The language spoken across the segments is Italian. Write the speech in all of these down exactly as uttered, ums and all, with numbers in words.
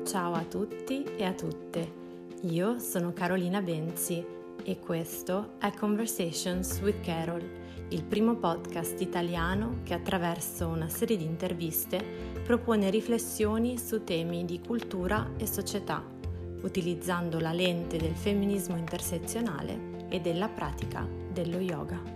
Ciao a tutti e a tutte, io sono Carolina Benzi e questo è Conversations with Carol, il primo podcast italiano che attraverso una serie di interviste propone riflessioni su temi di cultura e società, utilizzando la lente del femminismo intersezionale e della pratica dello yoga.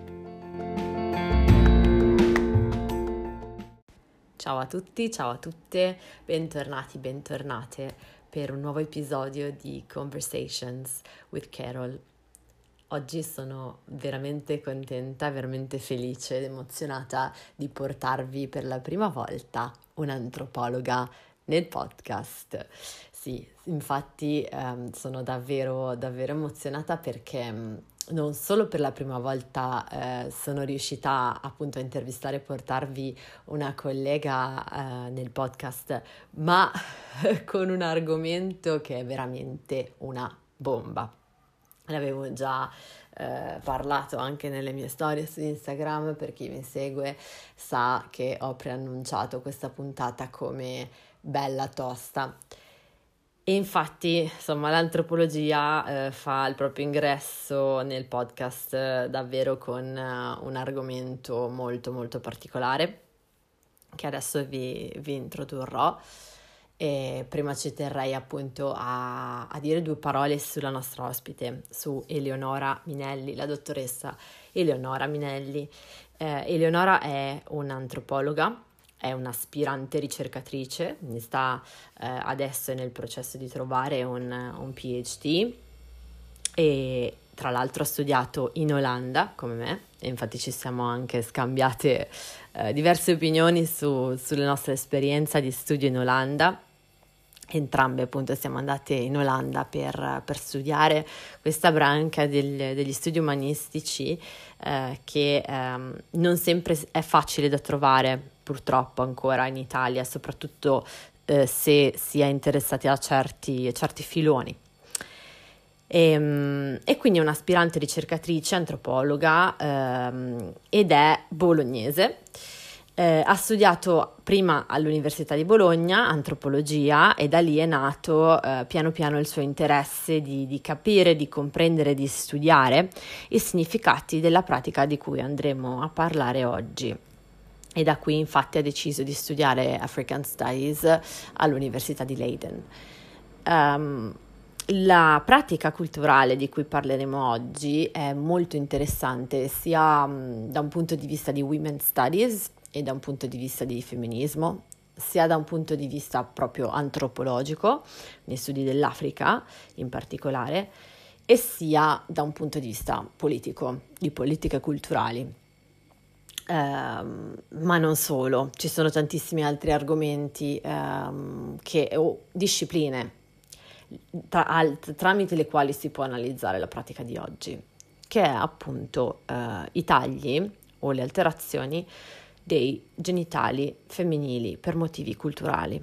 Ciao a tutti, ciao a tutte, bentornati, bentornate per un nuovo episodio di Conversations with Carol. Oggi sono veramente contenta, veramente felice ed emozionata di portarvi per la prima volta un'antropologa nel podcast. Sì, infatti ehm, sono davvero, davvero emozionata perché non solo per la prima volta eh, sono riuscita appunto a intervistare e portarvi una collega eh, nel podcast, ma con un argomento che è veramente una bomba. L'avevo già eh, parlato anche nelle mie storie su Instagram, per chi mi segue sa che ho preannunciato questa puntata come bella tosta. E infatti, insomma, l'antropologia eh, fa il proprio ingresso nel podcast eh, davvero con uh, un argomento molto molto particolare che adesso vi, vi introdurrò. E prima ci terrei appunto a, a dire due parole sulla nostra ospite, su Eleonora Minelli, la dottoressa Eleonora Minelli. Eh, Eleonora è un'antropologa, è un'aspirante ricercatrice, quindi sta eh, adesso nel processo di trovare un, un P H D e tra l'altro ha studiato in Olanda come me e infatti ci siamo anche scambiate eh, diverse opinioni su, sulla nostra esperienza di studio in Olanda. Entrambe appunto siamo andate in Olanda per, per studiare questa branca del, degli studi umanistici eh, che ehm, non sempre è facile da trovare purtroppo ancora in Italia, soprattutto eh, se si è interessati a certi, a certi filoni. E, e quindi è un'aspirante ricercatrice, antropologa ehm, ed è bolognese. Eh, ha studiato prima all'Università di Bologna antropologia e da lì è nato eh, piano piano il suo interesse di, di capire, di comprendere, di studiare i significati della pratica di cui andremo a parlare oggi. E da qui infatti ha deciso di studiare African Studies all'Università di Leiden. Um, La pratica culturale di cui parleremo oggi è molto interessante sia um, da un punto di vista di Women's Studies e da un punto di vista di femminismo, sia da un punto di vista proprio antropologico, nei studi dell'Africa in particolare, e sia da un punto di vista politico, di politiche culturali. Um, ma non solo, ci sono tantissimi altri argomenti um, che, o discipline tra, alt, tramite le quali si può analizzare la pratica di oggi, che è appunto uh, i tagli o le alterazioni dei genitali femminili per motivi culturali.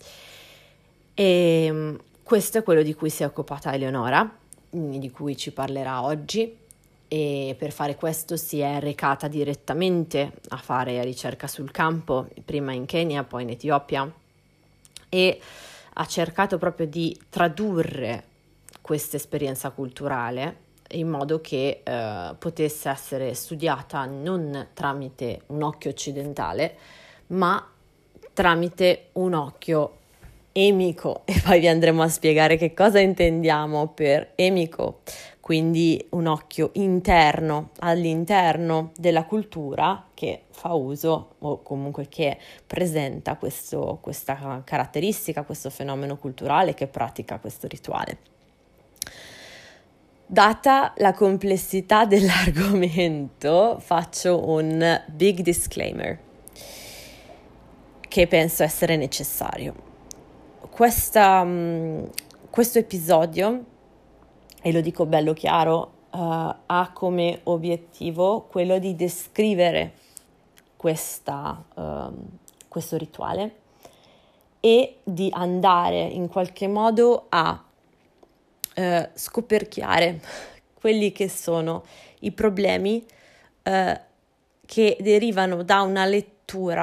E um, questo è quello di cui si è occupata Eleonora, di cui ci parlerà oggi. E per fare questo si è recata direttamente a fare ricerca sul campo, prima in Kenya, poi in Etiopia, e ha cercato proprio di tradurre questa esperienza culturale in modo che eh, potesse essere studiata non tramite un occhio occidentale, ma tramite un occhio emico. E poi vi andremo a spiegare che cosa intendiamo per emico. Quindi un occhio interno, all'interno della cultura che fa uso o comunque che presenta questo, questa caratteristica, questo fenomeno culturale che pratica questo rituale. Data la complessità dell'argomento, faccio un big disclaimer che penso essere necessario. Questa, questo episodio, e lo dico bello chiaro, uh, ha come obiettivo quello di descrivere questa, uh, questo rituale e di andare in qualche modo a uh, scoperchiare quelli che sono i problemi uh, che derivano da una lettura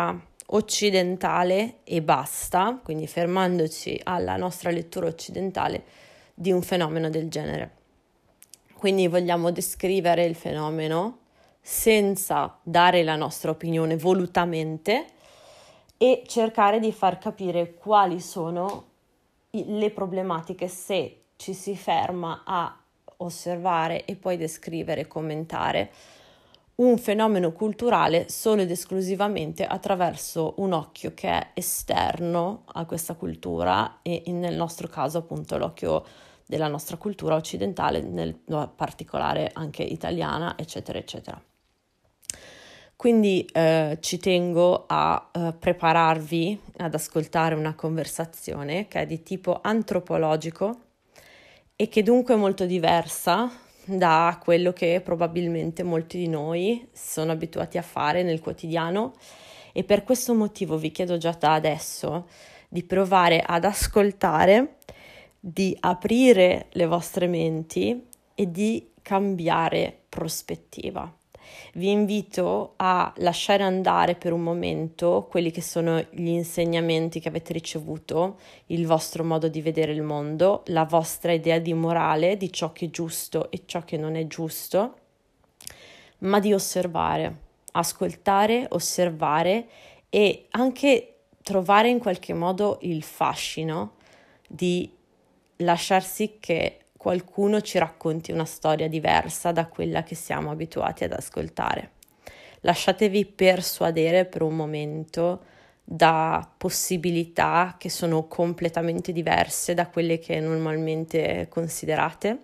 occidentale e basta, quindi fermandoci alla nostra lettura occidentale di un fenomeno del genere. Quindi vogliamo descrivere il fenomeno senza dare la nostra opinione volutamente e cercare di far capire quali sono le problematiche se ci si ferma a osservare e poi descrivere e commentare un fenomeno culturale solo ed esclusivamente attraverso un occhio che è esterno a questa cultura e nel nostro caso appunto l'occhio della nostra cultura occidentale, nel particolare anche italiana, eccetera, eccetera. Quindi eh, ci tengo a eh, prepararvi ad ascoltare una conversazione che è di tipo antropologico e che dunque è molto diversa da quello che probabilmente molti di noi sono abituati a fare nel quotidiano, e per questo motivo vi chiedo già da adesso di provare ad ascoltare, di aprire le vostre menti e di cambiare prospettiva. Vi invito a lasciare andare per un momento quelli che sono gli insegnamenti che avete ricevuto, il vostro modo di vedere il mondo, la vostra idea di morale, di ciò che è giusto e ciò che non è giusto, ma di osservare, ascoltare, osservare e anche trovare in qualche modo il fascino di lasciarsi che qualcuno ci racconti una storia diversa da quella che siamo abituati ad ascoltare. Lasciatevi persuadere per un momento da possibilità che sono completamente diverse da quelle che normalmente considerate.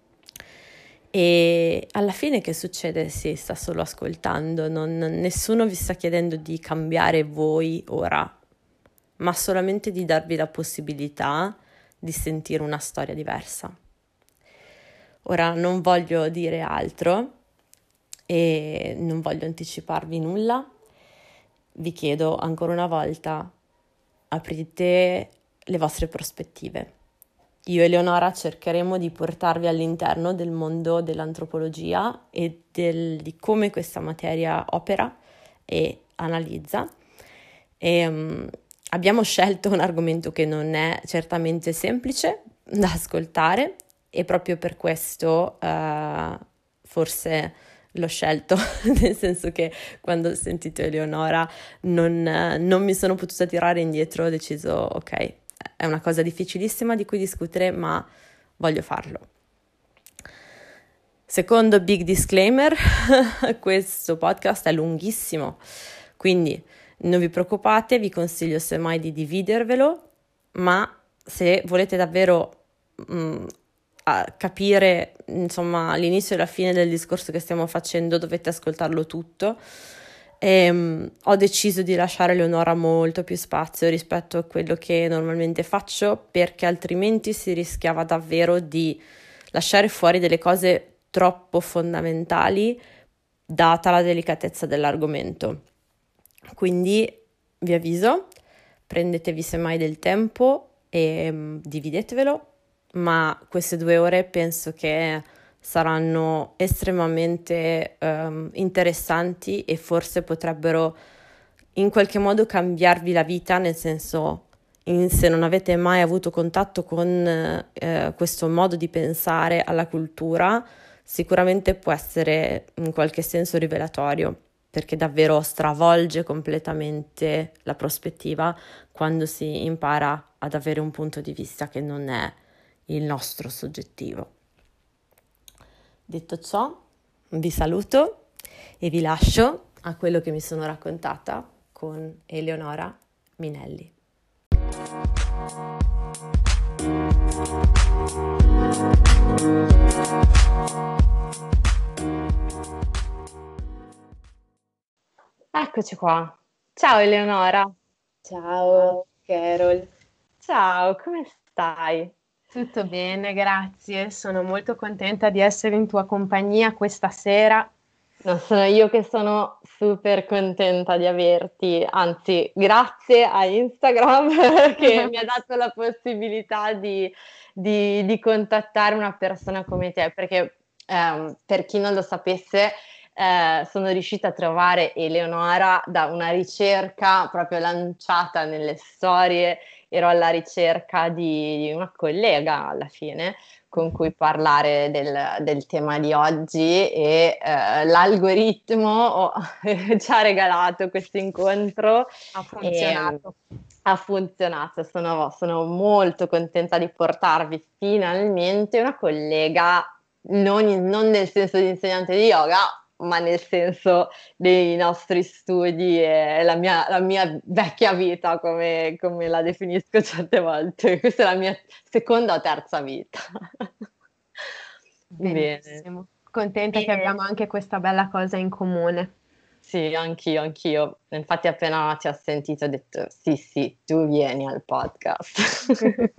E alla fine che succede? Si sta solo ascoltando, non, nessuno vi sta chiedendo di cambiare voi ora, ma solamente di darvi la possibilità di sentire una storia diversa. Ora non voglio dire altro e non voglio anticiparvi nulla. Vi chiedo ancora una volta, aprite le vostre prospettive. Io e Eleonora cercheremo di portarvi all'interno del mondo dell'antropologia e del, di come questa materia opera e analizza. E, um, abbiamo scelto un argomento che non è certamente semplice da ascoltare e proprio per questo uh, forse l'ho scelto, nel senso che quando ho sentito Eleonora non, non mi sono potuta tirare indietro, ho deciso ok, è una cosa difficilissima di cui discutere, ma voglio farlo. Secondo big disclaimer, questo podcast è lunghissimo, quindi non vi preoccupate, vi consiglio semmai di dividervelo, ma se volete davvero mh, a capire insomma l'inizio e la fine del discorso che stiamo facendo, dovete ascoltarlo tutto. E, um, ho deciso di lasciare Eleonora molto più spazio rispetto a quello che normalmente faccio, perché altrimenti si rischiava davvero di lasciare fuori delle cose troppo fondamentali data la delicatezza dell'argomento. Quindi vi avviso, prendetevi semmai del tempo e um, dividetevelo, ma queste due ore penso che saranno estremamente um, interessanti e forse potrebbero in qualche modo cambiarvi la vita, nel senso, in, se non avete mai avuto contatto con eh, questo modo di pensare alla cultura, sicuramente può essere in qualche senso rivelatorio, perché davvero stravolge completamente la prospettiva quando si impara ad avere un punto di vista che non è il nostro soggettivo. Detto ciò, vi saluto e vi lascio a quello che mi sono raccontata con Eleonora Minelli. Eccoci qua. Ciao Eleonora. Ciao Carol, Ciao, come stai? tutto bene, grazie. Sono molto contenta di essere in tua compagnia questa sera. No, sono io che sono super contenta di averti, anzi, grazie a Instagram che mi ha dato la possibilità di, di- di contattare una persona come te, perché ehm, per chi non lo sapesse, eh, sono riuscita a trovare Eleonora da una ricerca proprio lanciata nelle storie. Ero alla ricerca di, di una collega alla fine con cui parlare del, del tema di oggi e eh, l'algoritmo ci ha regalato questo incontro Ha e mm, funzionato. ha funzionato. Sono, sono molto contenta di portarvi finalmente una collega, non, in- non nel senso di insegnante di yoga, ma nel senso dei nostri studi e la mia, la mia vecchia vita, come, come la definisco certe volte. Questa è la mia seconda o terza vita. Bene. Benissimo. Contenta che E- abbiamo anche questa bella cosa in comune. sì, anch'io, anch'io. Infatti appena ti ho sentito ho detto sì, sì, tu vieni al podcast.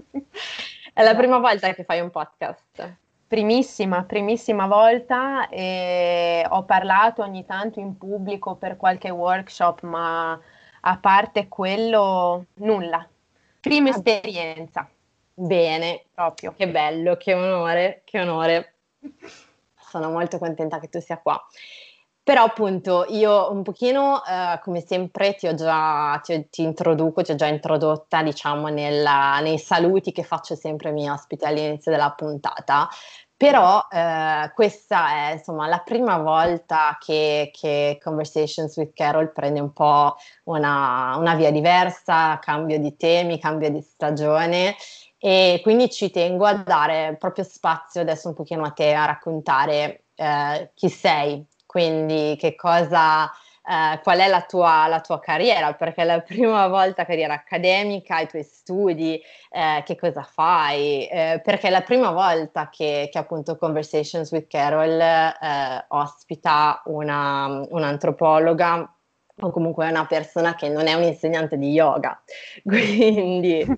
È la Beh, prima volta che fai un podcast. primissima, primissima volta e ho parlato ogni tanto in pubblico per qualche workshop, ma a parte quello, nulla. Prima Ah, esperienza, bene, proprio. che bello, che onore, che onore. Sono molto contenta che tu sia qua. Però appunto io un pochino, eh, come sempre, ti ho già, ti, ho- ti introduco, ti ho già introdotta, diciamo, nella- nei saluti che faccio sempre ai miei ospiti all'inizio della puntata. Però eh, questa è insomma la prima volta che, che Conversations with Carol prende un po' una, una via diversa, cambio di temi, cambio di stagione e quindi ci tengo a dare proprio spazio adesso un pochino a te a raccontare eh, chi sei, quindi che cosa, eh, qual è la tua, la tua carriera, perché è la prima volta carriera accademica, i tuoi studi, eh, che cosa fai, eh, perché è la prima volta che, che appunto Conversations with Carol eh, ospita una, un'antropologa o comunque una persona che non è un insegnante di yoga. Quindi,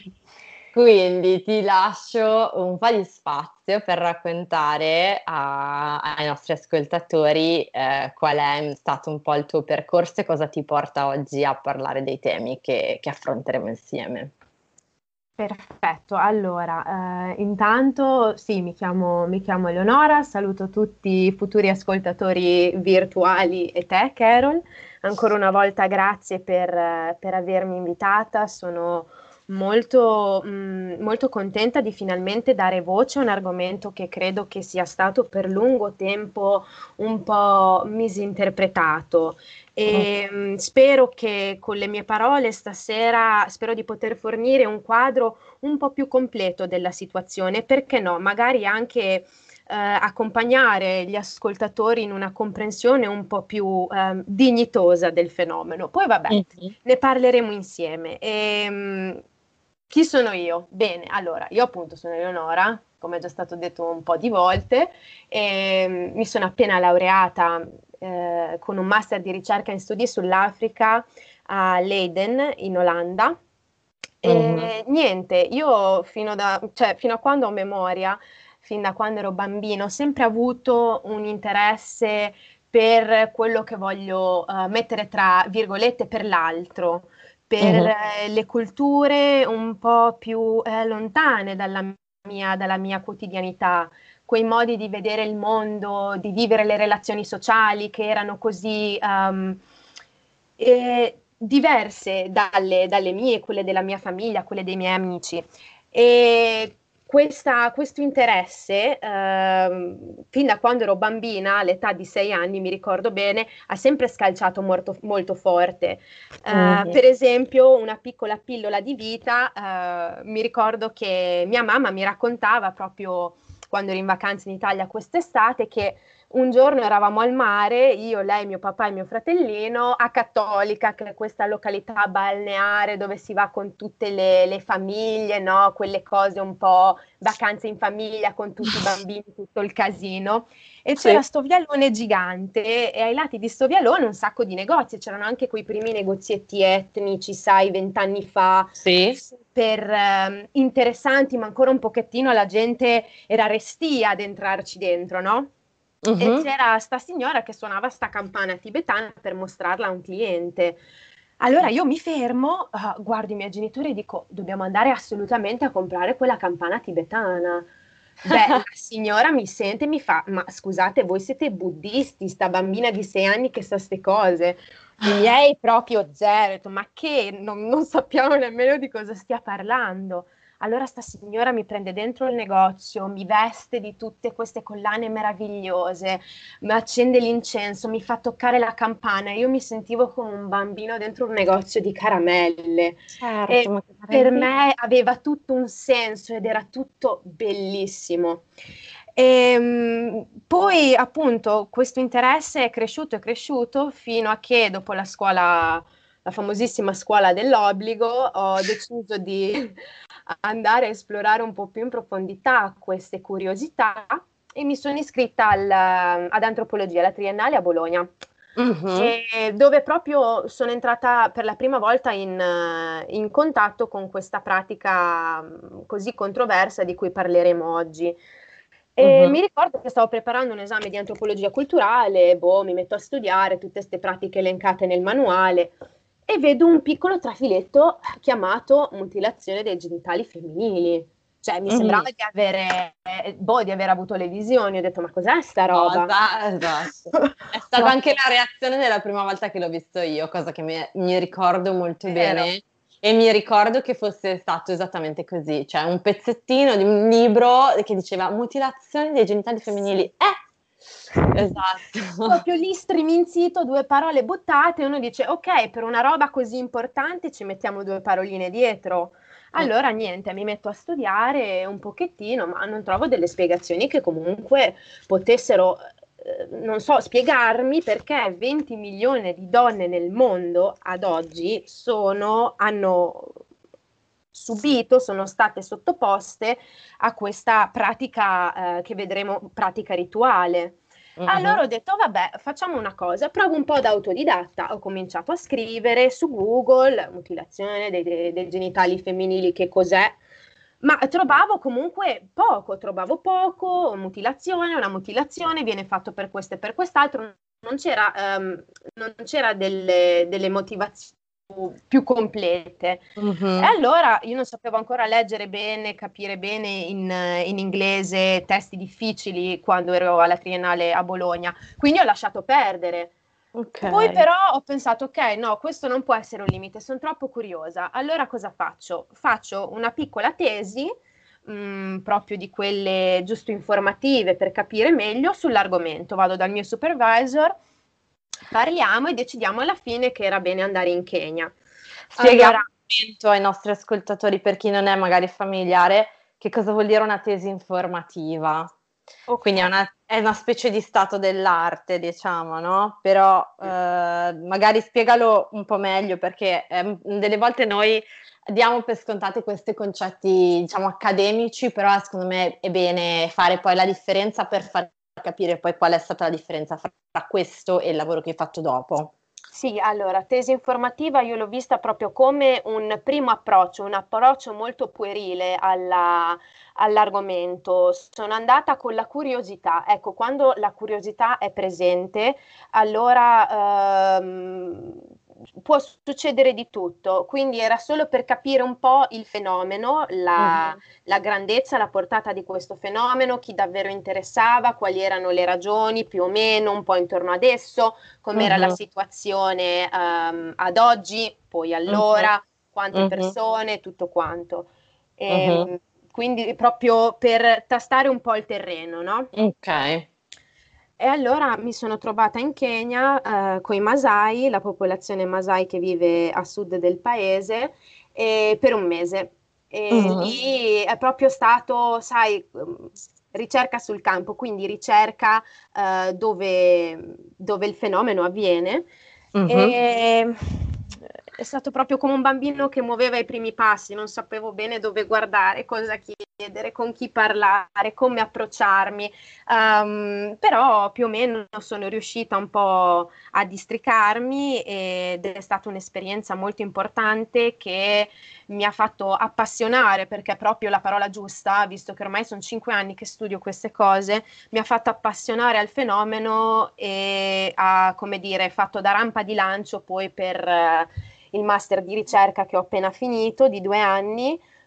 quindi ti lascio un po' di spazio per raccontare a- ai nostri ascoltatori eh, qual è stato un po' il tuo percorso e cosa ti porta oggi a parlare dei temi che, che affronteremo insieme. Perfetto, allora, eh, intanto sì, mi chiamo, mi chiamo Eleonora, saluto tutti i futuri ascoltatori virtuali e te, Carol. Ancora una volta grazie per, eh, per avermi invitata, sono molto, mh, molto contenta di finalmente dare voce a un argomento che credo che sia stato per lungo tempo un po' misinterpretato. E mh, spero che con le mie parole stasera, spero di poter fornire un quadro un po' più completo della situazione, perché no, magari anche eh, accompagnare gli ascoltatori in una comprensione un po' più ehm, dignitosa del fenomeno. Poi vabbè, Mhm. ne parleremo insieme. E, mh, chi sono io? Bene, allora, io appunto sono Eleonora, come è già stato detto un po' di volte, e mh, mi sono appena laureata eh, con un master di ricerca in studi sull'Africa a Leiden in Olanda. Mhm. E niente, io fino, da, cioè, fino a quando ho memoria, fin da quando ero bambino, ho sempre avuto un interesse per quello che voglio eh, mettere tra virgolette per l'altro, per Mhm. eh, le culture un po' più eh, lontane dalla mia, dalla mia quotidianità, quei modi di vedere il mondo, di vivere le relazioni sociali che erano così ehm, eh, diverse dalle, dalle mie, quelle della mia famiglia, quelle dei miei amici. E questa- questo interesse, ehm, fin da quando ero bambina, all'età di sei anni, mi ricordo bene, ha sempre scalciato molto, molto forte. Eh, Mhm. per esempio, una piccola pillola di vita, eh, mi ricordo che mia mamma mi raccontava proprio quando ero in vacanza in Italia quest'estate che un giorno eravamo al mare, io, lei, mio papà e mio fratellino, a Cattolica, che è questa località balneare dove si va con tutte le, le famiglie, no? Quelle cose un po' vacanze in famiglia con tutti i bambini, tutto il casino. E c'era Sì, sto vialone gigante e ai lati di sto vialone un sacco di negozi, c'erano anche quei primi negozietti etnici, sai, vent'anni fa, sì. super ehm, interessanti, ma ancora un pochettino la gente era restia ad entrarci dentro, no? E Mhm. c'era sta signora che suonava sta campana tibetana per mostrarla a un cliente. Allora io mi fermo, ah, guardo i miei genitori e dico: dobbiamo andare assolutamente a comprare quella campana tibetana. Beh, la signora mi sente e mi fa, ma scusate, voi siete buddisti, sta bambina di sei anni che sa ste cose. I miei proprio zero, ho detto, ma che non, non sappiamo nemmeno di cosa stia parlando. Allora sta signora mi prende dentro il negozio, mi veste di tutte queste collane meravigliose, mi accende l'incenso, mi fa toccare la campana. Io mi sentivo come un bambino dentro un negozio di caramelle. Certo, E ma che per meraviglia. me aveva tutto un senso ed era tutto bellissimo. E, poi appunto questo interesse è cresciuto e cresciuto fino a che dopo la scuola, la famosissima scuola dell'obbligo, ho deciso di andare a esplorare un po' più in profondità queste curiosità e mi sono iscritta al, ad antropologia, alla triennale a Bologna. Mhm. E dove proprio sono entrata per la prima volta in, eh, in contatto con questa pratica mh, così controversa di cui parleremo oggi. E Mhm. mi ricordo che stavo preparando un esame di antropologia culturale, boh, mi metto a studiare tutte queste pratiche elencate nel manuale e vedo un piccolo trafiletto chiamato mutilazione dei genitali femminili. Cioè, mi sembrava Mhm. di avere, eh, boh, di aver avuto le visioni. Ho detto, ma cos'è sta roba? Cosa? Esatto. È stata anche Proprio la reazione della prima volta che l'ho visto io, cosa che mi, mi ricordo molto vero. bene. E mi ricordo che fosse stato esattamente così, cioè un pezzettino di un libro che diceva mutilazione dei genitali femminili. Sì. Eh, esatto. Proprio lì striminzito, due parole buttate, e uno dice, ok, per una roba così importante ci mettiamo due paroline dietro. Mm. Allora niente, mi metto a studiare un pochettino, ma non trovo delle spiegazioni che comunque potessero, eh, non so, spiegarmi perché venti milioni di donne nel mondo ad oggi sono, hanno subito, sono state sottoposte a questa pratica, eh, che vedremo pratica rituale. Mhm. Allora ho detto, vabbè, facciamo una cosa, provo un po' da autodidatta, ho cominciato a scrivere su Google, mutilazione dei, dei- dei genitali femminili, che cos'è? Ma trovavo comunque poco, trovavo poco, mutilazione, una mutilazione viene fatto per questo e per quest'altro, non c'era, ehm, non c'era delle, delle motivazioni più complete. E Mhm. allora io non sapevo ancora leggere bene, capire bene in, in inglese testi difficili quando ero alla Triennale a Bologna, quindi ho lasciato perdere. Ok. Poi però ho pensato, ok, no, questo non può essere un limite, sono troppo curiosa. Allora cosa faccio? Faccio una piccola tesi, mh, proprio di quelle giusto informative per capire meglio sull'argomento. Vado dal mio supervisor, parliamo e decidiamo alla fine che era bene andare in Kenya. Spieghiamo Allora, un momento ai nostri ascoltatori, per chi non è magari familiare, che cosa vuol dire una tesi informativa. ok. Quindi è una, è una specie di stato dell'arte, diciamo, no? Però eh, magari spiegalo un po' meglio, perché eh, delle volte noi diamo per scontate questi concetti, diciamo, accademici, però secondo me è bene fare poi la differenza per far capire poi qual è stata la differenza fra fra questo e il lavoro che hai fatto dopo. Sì, allora, tesi informativa io l'ho vista proprio come un primo approccio, un approccio molto puerile alla- all'argomento. Sono andata con la curiosità. Ecco, quando la curiosità è presente, allora ehm, può succedere di tutto. Quindi era solo per capire un po' il fenomeno, la, Mhm. la grandezza, la portata di questo fenomeno, chi davvero interessava, quali erano le ragioni più o meno, un po' intorno ad esso, com'era la Mhm. situazione ehm, ad oggi, poi Mhm. allora, quante Mhm. persone, tutto quanto. Mhm. Ehm, quindi proprio per tastare un po' il terreno, no? Ok. E allora mi sono trovata in Kenya, eh, con i Masai, la popolazione Masai che vive a sud del paese, e per un mese. E Mhm. lì è proprio stato, sai, ehm, ricerca sul campo, quindi ricerca, eh, dove, dove il fenomeno avviene. Mhm. E è stato proprio come un bambino che muoveva i primi passi, non sapevo bene dove guardare, cosa chiedere, con chi parlare, come approcciarmi. Um, però più o meno sono riuscita un po' a districarmi ed è stata un'esperienza molto importante che mi ha fatto appassionare, perché è proprio la parola giusta, visto che ormai sono cinque anni che studio queste cose, mi ha fatto appassionare al fenomeno e ha, come dire, fatto da rampa di lancio poi per eh, il master di ricerca che ho appena finito di due anni,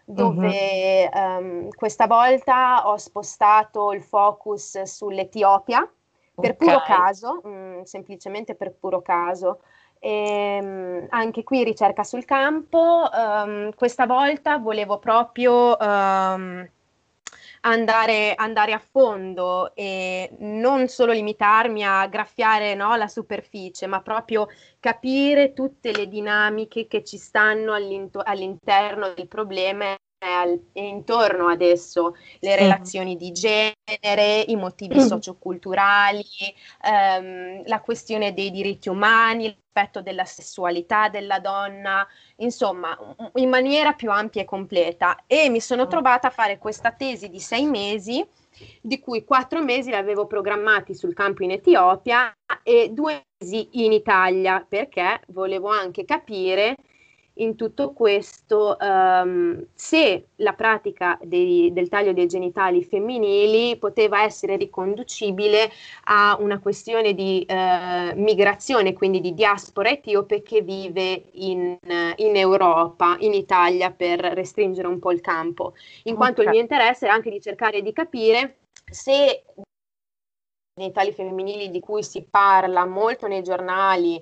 dove um, questa volta ho spostato il focus sull'Etiopia per puro Ok. caso, mh, semplicemente per puro caso. E, mh, anche qui ricerca sul campo, um, questa volta volevo proprio um, andare, andare a fondo e non solo limitarmi a graffiare, no, la superficie, ma proprio capire tutte le dinamiche che ci stanno all'into- all'interno del problema e al- e intorno ad esso, le Mhm. relazioni di genere, i motivi socioculturali, ehm, la questione dei diritti umani, l'aspetto della sessualità della donna, insomma, in maniera più ampia e completa. E mi sono trovata a fare questa tesi di sei mesi, di cui quattro mesi l'avevo programmati sul campo in Etiopia e due mesi in Italia, perché volevo anche capire in tutto questo um, se la pratica dei, del taglio dei genitali femminili poteva essere riconducibile a una questione di eh, migrazione, quindi di diaspora etiope che vive in, in Europa, in Italia, per restringere un po' il campo, in quanto il Ok. mio interesse era anche di cercare di capire se genitali femminili di cui si parla molto nei giornali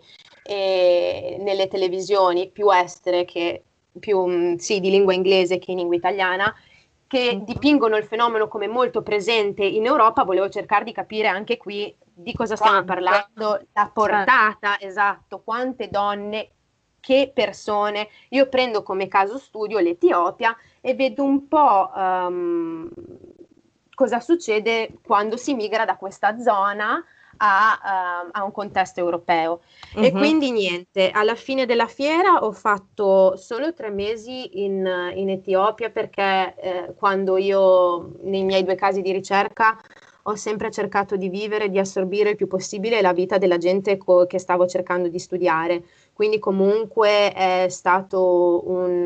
e nelle televisioni più estere che più sì, di lingua inglese che in lingua italiana, che Mhm. dipingono il fenomeno come molto presente in Europa, volevo cercare di capire anche qui di cosa stiamo Quanto? parlando, la Certo. portata, esatto, quante donne, che persone. Io prendo come caso studio l'Etiopia e vedo un po' um, cosa succede quando si migra da questa zona a, uh, a un contesto europeo. E Mhm. quindi niente, alla fine della fiera ho fatto solo tre mesi in, in Etiopia perché eh, quando io, nei miei due casi di ricerca, ho sempre cercato di vivere, di assorbire il più possibile la vita della gente co- che stavo cercando di studiare. Quindi comunque è stato un,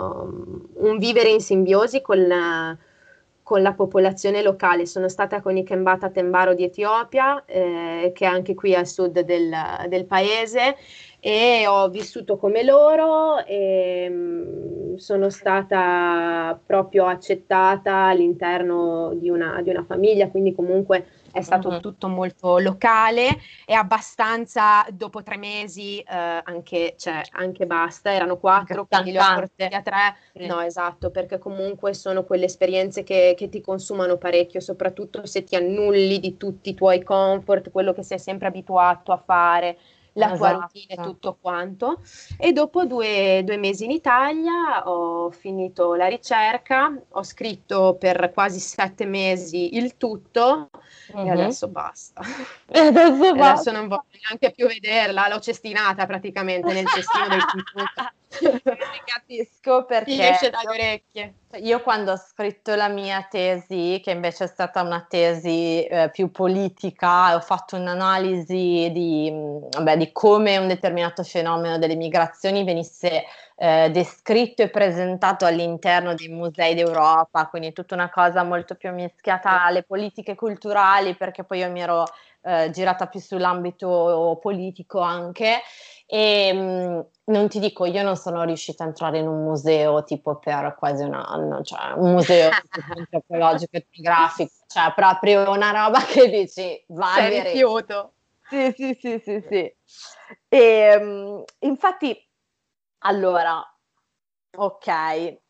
uh, un vivere in simbiosi con la, con la popolazione locale. Sono stata con i Kembata Tembaro di Etiopia, eh, che è anche qui al sud del, del paese, e ho vissuto come loro e mh, sono stata proprio accettata all'interno di una, di una famiglia, quindi comunque è stato Mhm. tutto molto locale e abbastanza, dopo tre mesi, eh, anche, cioè, anche basta, erano Anche quattro, quindi li ho portati stancante. a tre. Sì. No, esatto, perché comunque sono quelle esperienze che, che ti consumano parecchio, soprattutto se ti annulli di tutti i tuoi comfort, quello che sei sempre abituato a fare, la tua routine e Esatto. tutto quanto. E dopo due, due mesi in Italia ho finito la ricerca, ho scritto per quasi sette mesi il tutto e Mhm. adesso basta. E adesso E adesso basta. non voglio neanche più vederla, l'ho cestinata praticamente nel cestino del computer. Ti capisco Mi perché esce dalle io, orecchie. io quando ho scritto la mia tesi, che invece è stata una tesi eh, più politica, ho fatto un'analisi di, mh, vabbè, di come un determinato fenomeno delle migrazioni venisse eh, descritto e presentato all'interno dei musei d'Europa, quindi tutta una cosa molto più mischiata alle politiche culturali, perché poi io mi ero eh, girata più sull'ambito politico anche. E mh, non ti dico, io non sono riuscita a entrare in un museo tipo per quasi un anno, cioè un museo tipo antropologico, etnografico, cioè proprio una roba che dici, vai Sei veri. rifiuto. Sì, sì, sì, sì, sì. E, mh, infatti, allora, ok,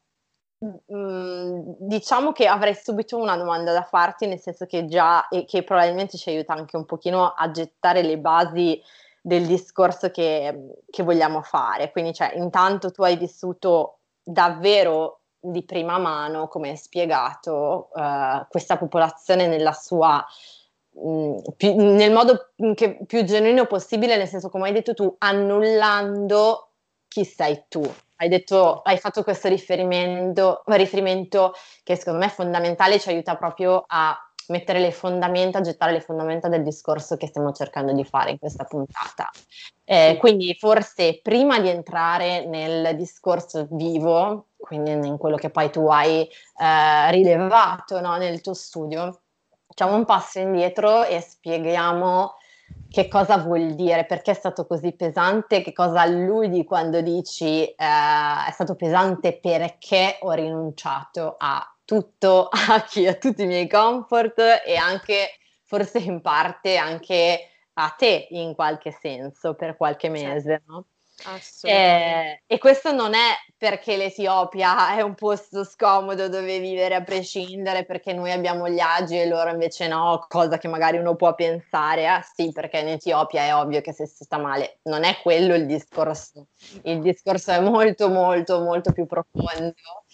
Mm, diciamo che avrei subito una domanda da farti, nel senso che già, e che probabilmente ci aiuta anche un pochino a gettare le basi del discorso che, che vogliamo fare. Quindi, cioè, intanto tu hai vissuto davvero di prima mano, come hai spiegato, eh, questa popolazione nella sua, mh, più- nel modo che- più genuino possibile, nel senso, come hai detto tu, annullando chi sei tu. Hai detto, hai fatto questo riferimento, riferimento che secondo me è fondamentale, ci aiuta proprio a mettere le fondamenta, a gettare le fondamenta del discorso che stiamo cercando di fare in questa puntata. Eh, Sì. quindi forse prima di entrare nel discorso vivo, quindi in quello che poi tu hai eh, rilevato, no, nel tuo studio, facciamo un passo indietro e spieghiamo che cosa vuol dire, perché è stato così pesante, che cosa alludi quando dici eh, è stato pesante perché ho rinunciato a tutto, a, chi, a tutti i miei comfort e anche, forse in parte, anche a te in qualche senso, per qualche mese, no? Assolutamente. Eh, e questo non è perché l'Etiopia è un posto scomodo dove vivere a prescindere, perché noi abbiamo gli agi e loro invece no, cosa che magari uno può pensare, ah sì, perché in Etiopia è ovvio che se si sta male. Non è quello il discorso. Il discorso è molto, molto, molto più profondo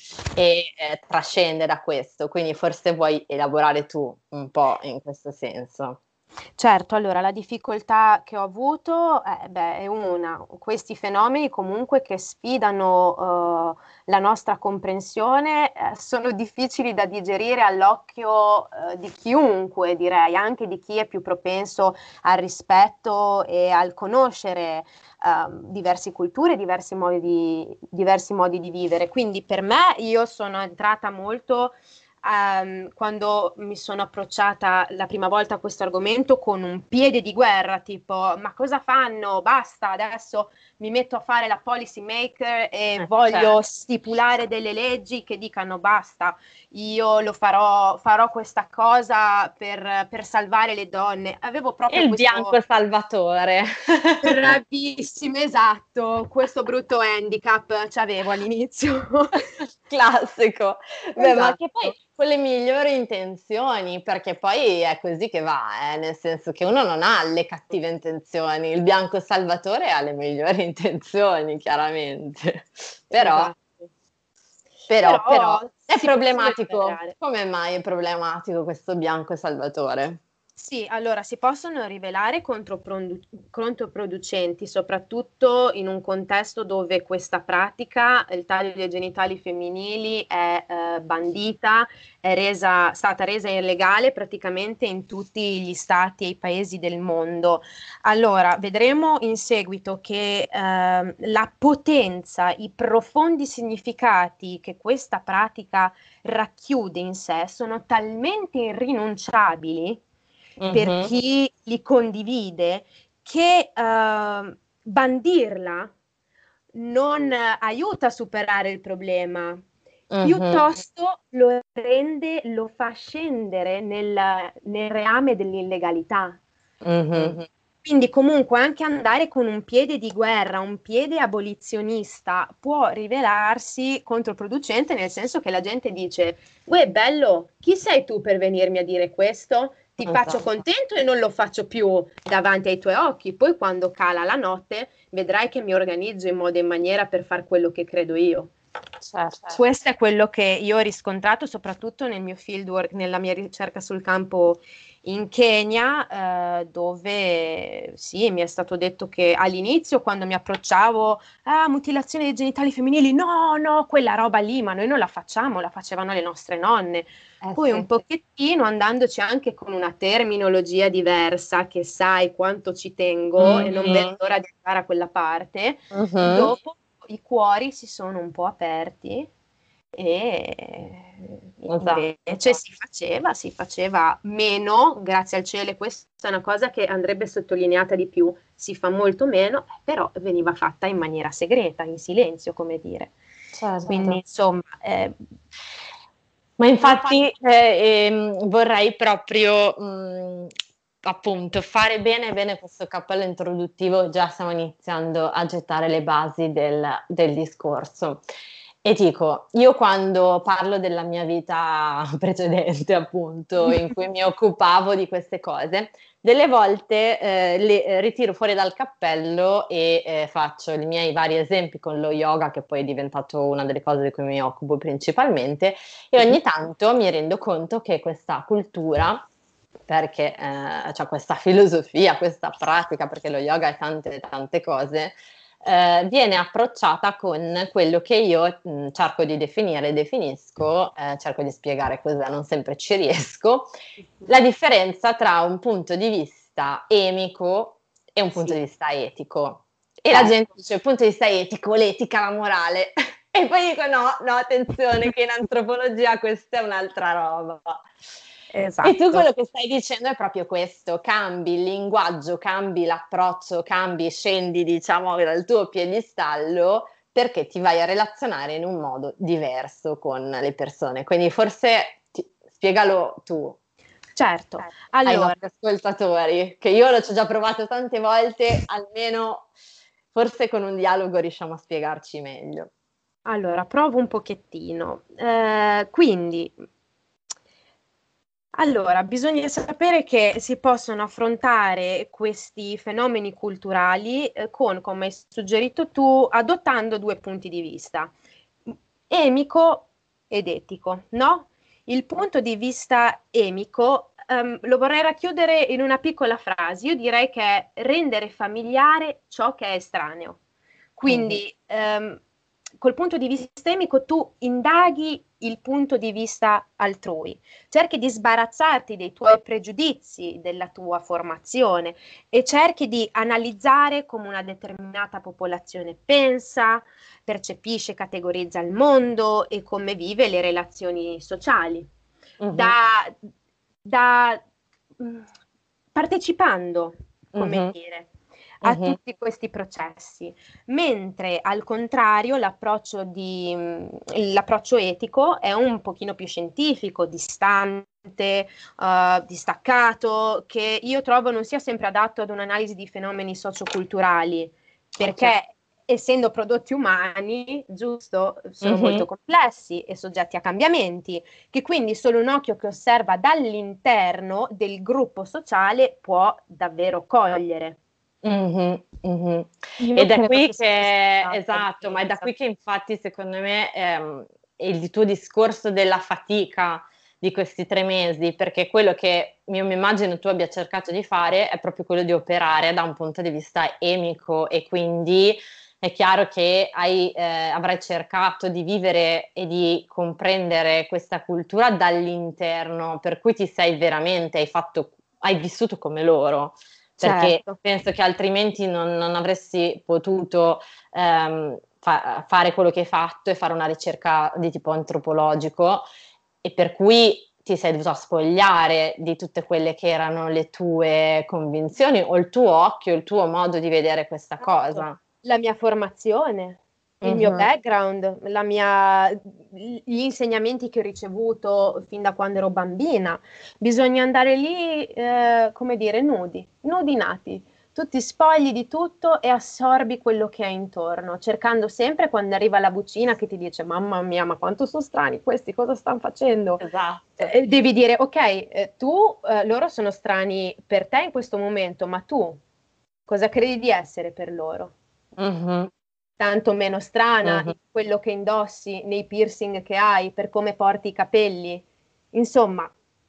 e eh, trascende da questo, quindi forse vuoi elaborare tu un po' in questo senso. Certo, allora la difficoltà che ho avuto, eh, beh, è una, questi fenomeni comunque che sfidano, eh, la nostra comprensione, eh, sono difficili da digerire all'occhio, eh, di chiunque, direi, anche di chi è più propenso al rispetto e al conoscere, ehm, diverse culture, diversi modi di, diversi modi di vivere. Quindi per me io sono entrata molto ehm, quando mi sono approcciata la prima volta a questo argomento con un piede di guerra, tipo, ma cosa fanno? Basta, adesso mi metto a fare la policy maker e Eh, voglio certo. stipulare delle leggi che dicano basta, io lo farò, farò questa cosa per, per salvare le donne. Avevo proprio Il questo. bianco salvatore. Bravissima, esatto, questo brutto handicap c'avevo all'inizio. Classico. Beh, ma che poi Esatto. con le migliori intenzioni, perché poi è così che va, eh, nel senso che uno non ha le cattive intenzioni, il bianco salvatore ha le migliori intenzioni, chiaramente. Però, Esatto. però, però, Però è si possono problematico. rivelare. Come mai è problematico questo bianco salvatore? Sì, allora si possono rivelare controprodu- controproducenti, soprattutto in un contesto dove questa pratica, il taglio dei genitali femminili, è eh, bandita, è resa, stata resa illegale praticamente in tutti gli stati e i paesi del mondo. Allora, vedremo in seguito che ehm, la potenza, i profondi significati che questa pratica racchiude in sé sono talmente irrinunciabili per Mhm, chi li condivide che eh, bandirla non eh, aiuta a superare il problema, mhm, piuttosto lo rende, lo fa scendere nel, nel reame dell'illegalità. mhm. Quindi comunque anche andare con un piede di guerra, un piede abolizionista può rivelarsi controproducente, nel senso che la gente dice: uè, bello, chi sei tu per venirmi a dire questo? Ti faccio Esatto. contento e non lo faccio più davanti ai tuoi occhi. Poi quando cala la notte vedrai che mi organizzo in modo e in maniera per fare quello che credo io. Certo. Questo è quello che io ho riscontrato soprattutto nel mio fieldwork, nella mia ricerca sul campo in Kenya, eh, dove sì, mi è stato detto che all'inizio, quando mi approcciavo a mutilazione dei genitali femminili, no, no, quella roba lì, ma noi non la facciamo, la facevano le nostre nonne. Eh Poi un sì. pochettino andandoci anche con una terminologia diversa, che sai quanto ci tengo e non vedo Mhm, l'ora di andare a quella parte, mhm. dopo i cuori si sono un po' aperti e Esatto. invece si faceva, si faceva meno, grazie al cielo, e questa è una cosa che andrebbe sottolineata di più, si fa molto meno, però veniva fatta in maniera segreta, in silenzio, come dire. Quindi, Certo. insomma, eh, Ma infatti eh, ehm, vorrei proprio mh, appunto fare bene bene questo cappello introduttivo, già stiamo iniziando a gettare le basi del, del discorso. E dico, io quando parlo della mia vita precedente, appunto, in cui mi occupavo di queste cose, delle volte eh, le eh, ritiro fuori dal cappello e eh, faccio i miei vari esempi con lo yoga, che poi è diventato una delle cose di cui mi occupo principalmente, e ogni tanto mi rendo conto che questa cultura, perché eh, c'è questa filosofia, questa pratica, perché lo yoga è tante tante cose, eh, viene approcciata con quello che io mh, cerco di definire, definisco, eh, cerco di spiegare cos'è, non sempre ci riesco, la differenza tra un punto di vista emico e un punto sì, di vista etico. E la gente certo. dice, il punto di vista etico, l'etica, la morale. E poi dico, no, no, attenzione, che in antropologia questa è un'altra roba. Esatto. E tu quello che stai dicendo è proprio questo, cambi il linguaggio, cambi l'approccio, cambi, scendi diciamo dal tuo piedistallo perché ti vai a relazionare in un modo diverso con le persone. Quindi forse ti, spiegalo tu. Certo, ai allora, nostri ascoltatori, che io l'ho già provato tante volte, almeno forse con un dialogo riusciamo a spiegarci meglio. allora provo un pochettino. Eh, quindi, allora, bisogna sapere che si possono affrontare questi fenomeni culturali eh, con, come hai suggerito tu, adottando due punti di vista, emico ed etico, no? Il punto di vista emico ehm, lo vorrei racchiudere in una piccola frase. Io direi che è rendere familiare ciò che è estraneo. Quindi, ehm, col punto di vista emico tu indaghi il punto di vista altrui, cerchi di sbarazzarti dei tuoi pregiudizi, della tua formazione e cerchi di analizzare come una determinata popolazione pensa, percepisce, categorizza il mondo e come vive le relazioni sociali. Mhm. Da, da mh, partecipando, come Mhm. dire, a Mhm. tutti questi processi, mentre al contrario l'approccio di, mh, l'approccio etico è un pochino più scientifico, distante, uh, distaccato, che io trovo non sia sempre adatto ad un'analisi di fenomeni socioculturali, perché Ok. essendo prodotti umani, giusto, sono Mhm. molto complessi e soggetti a cambiamenti, che quindi solo un occhio che osserva dall'interno del gruppo sociale può davvero cogliere. Mhm, mhm. Io Ed è credo qui che sia questa che, la esatto, ma è da differenza. qui che infatti secondo me ehm, il tuo discorso della fatica di questi tre mesi, perché quello che io mi immagino tu abbia cercato di fare è proprio quello di operare da un punto di vista emico e quindi è chiaro che hai, eh, avrai cercato di vivere e di comprendere questa cultura dall'interno, per cui ti sei veramente, hai fatto, hai vissuto come loro. Perché Certo. penso che altrimenti non, non avresti potuto ehm, fa- fare quello che hai fatto e fare una ricerca di tipo antropologico e per cui ti sei dovuto spogliare di tutte quelle che erano le tue convinzioni o il tuo occhio, il tuo modo di vedere questa cosa. La mia formazione, il mio Mhm. background, la mia, gli insegnamenti che ho ricevuto fin da quando ero bambina. Bisogna andare lì, eh, come dire, nudi, nudi nati, tutti spogli di tutto e assorbi quello che hai intorno, cercando sempre quando arriva la vocina che ti dice: Mamma mia, ma quanto sono strani questi, cosa stanno facendo? Esatto. Eh, devi dire: Ok, eh, tu, eh, loro sono strani per te in questo momento, ma tu cosa credi di essere per loro? Mhm. Tanto meno strana Mhm. in quello che indossi, nei piercing che hai, per come porti i capelli. Insomma,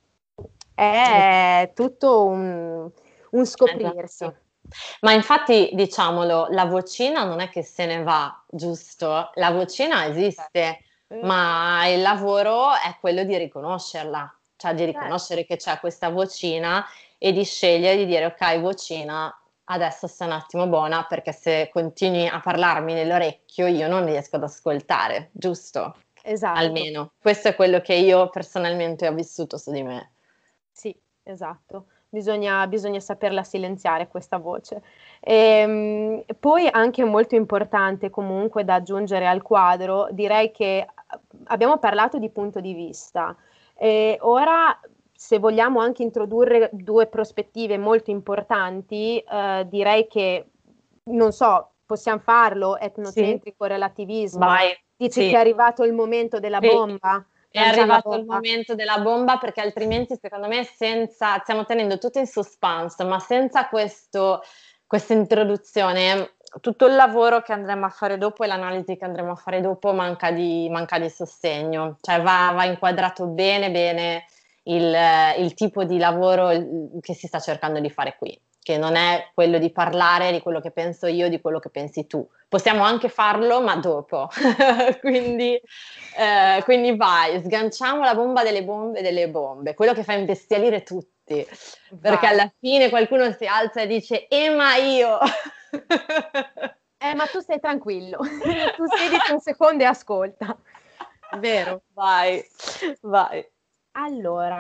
è tutto un, un scoprirsi. Esatto. Ma infatti, diciamolo, la vocina non è che se ne va, giusto? La vocina esiste, Eh, ma il lavoro è quello di riconoscerla, cioè di certo. riconoscere che c'è questa vocina e di scegliere di dire ok, vocina, adesso stai un attimo buona perché se continui a parlarmi nell'orecchio io non riesco ad ascoltare, giusto? Esatto. Almeno, questo è quello che io personalmente ho vissuto su di me. Sì, esatto. Bisogna, bisogna saperla silenziare questa voce. Ehm, poi anche molto importante comunque da aggiungere al quadro, direi che abbiamo parlato di punto di vista. E ora, se vogliamo anche introdurre due prospettive molto importanti, eh, direi che, non so, possiamo farlo, Sì, etnocentrico relativismo. vai, Dici che sì. è arrivato il momento della Sì, bomba? è Lanciare la arrivato il bomba? momento della bomba perché altrimenti secondo me senza, stiamo tenendo tutto in suspense, ma senza questo, questa introduzione, tutto il lavoro che andremo a fare dopo e l'analisi che andremo a fare dopo manca di, manca di sostegno, cioè va, va inquadrato bene bene il, il tipo di lavoro il- che si sta cercando di fare qui, che non è quello di parlare di quello che penso io, di quello che pensi tu. Possiamo anche farlo, ma dopo. Quindi, eh, quindi vai, sganciamo la bomba delle bombe delle bombe, quello che fa imbestialire tutti, perché Vai. alla fine qualcuno si alza e dice, eh ma io... Eh, ma tu stai tranquillo, tu siediti un secondo e ascolta. Vero. Vai, vai. Allora,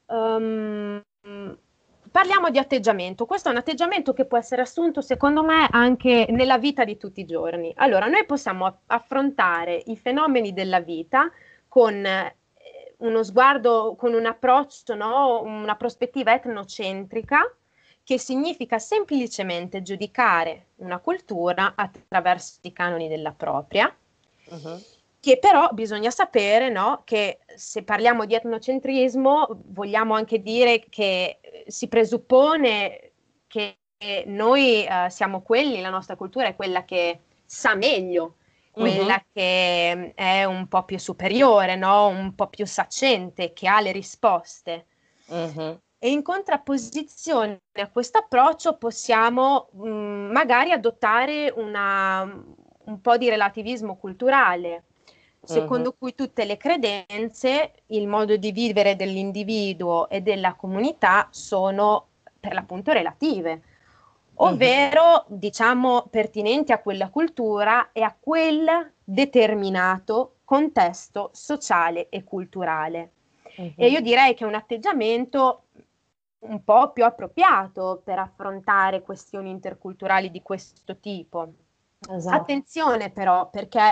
um, parliamo di atteggiamento. Questo è un atteggiamento che può essere assunto, secondo me, anche nella vita di tutti i giorni. Allora, noi possiamo affrontare i fenomeni della vita con eh, uno sguardo, con un approccio, no? Una prospettiva etnocentrica, che significa semplicemente giudicare una cultura attraverso i canoni della propria. Uh-huh. Che però bisogna sapere, no, che se parliamo di etnocentrismo vogliamo anche dire che si presuppone che noi uh, siamo quelli, la nostra cultura è quella che sa meglio, quella uh-huh. che è un po' più superiore, no, un po' più saccente, che ha le risposte. Uh-huh. E in contrapposizione a questo approccio possiamo mh, magari adottare una, un po' di relativismo culturale, secondo uh-huh. cui tutte le credenze, il modo di vivere dell'individuo e della comunità sono per l'appunto relative, ovvero uh-huh. diciamo pertinenti a quella cultura e a quel determinato contesto sociale e culturale. Uh-huh. E io direi che è un atteggiamento un po' più appropriato per affrontare questioni interculturali di questo tipo. Esatto. Attenzione però, perché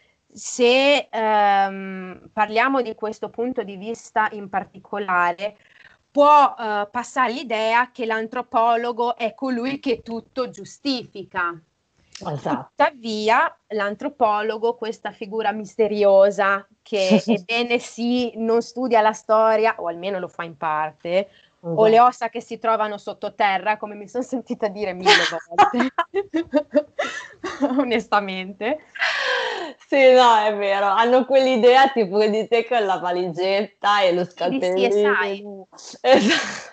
se ehm, parliamo di questo punto di vista in particolare, può eh, passare l'idea che l'antropologo è colui che tutto giustifica. Esatto. Tuttavia, l'antropologo, questa figura misteriosa che ebbene sì, non studia la storia, o almeno lo fa in parte, esatto. o le ossa che si trovano sottoterra, come mi sono sentita dire mille volte, onestamente. Sì, no, è vero, hanno quell'idea tipo di te con la valigetta e lo scalpellino. Esatto.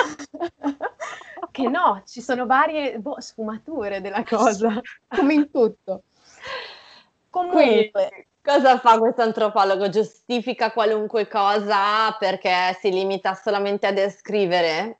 Che no, ci sono varie boh, sfumature della cosa, come in tutto. Comunque, quindi, cosa fa questo antropologo? Giustifica qualunque cosa perché si limita solamente a descrivere?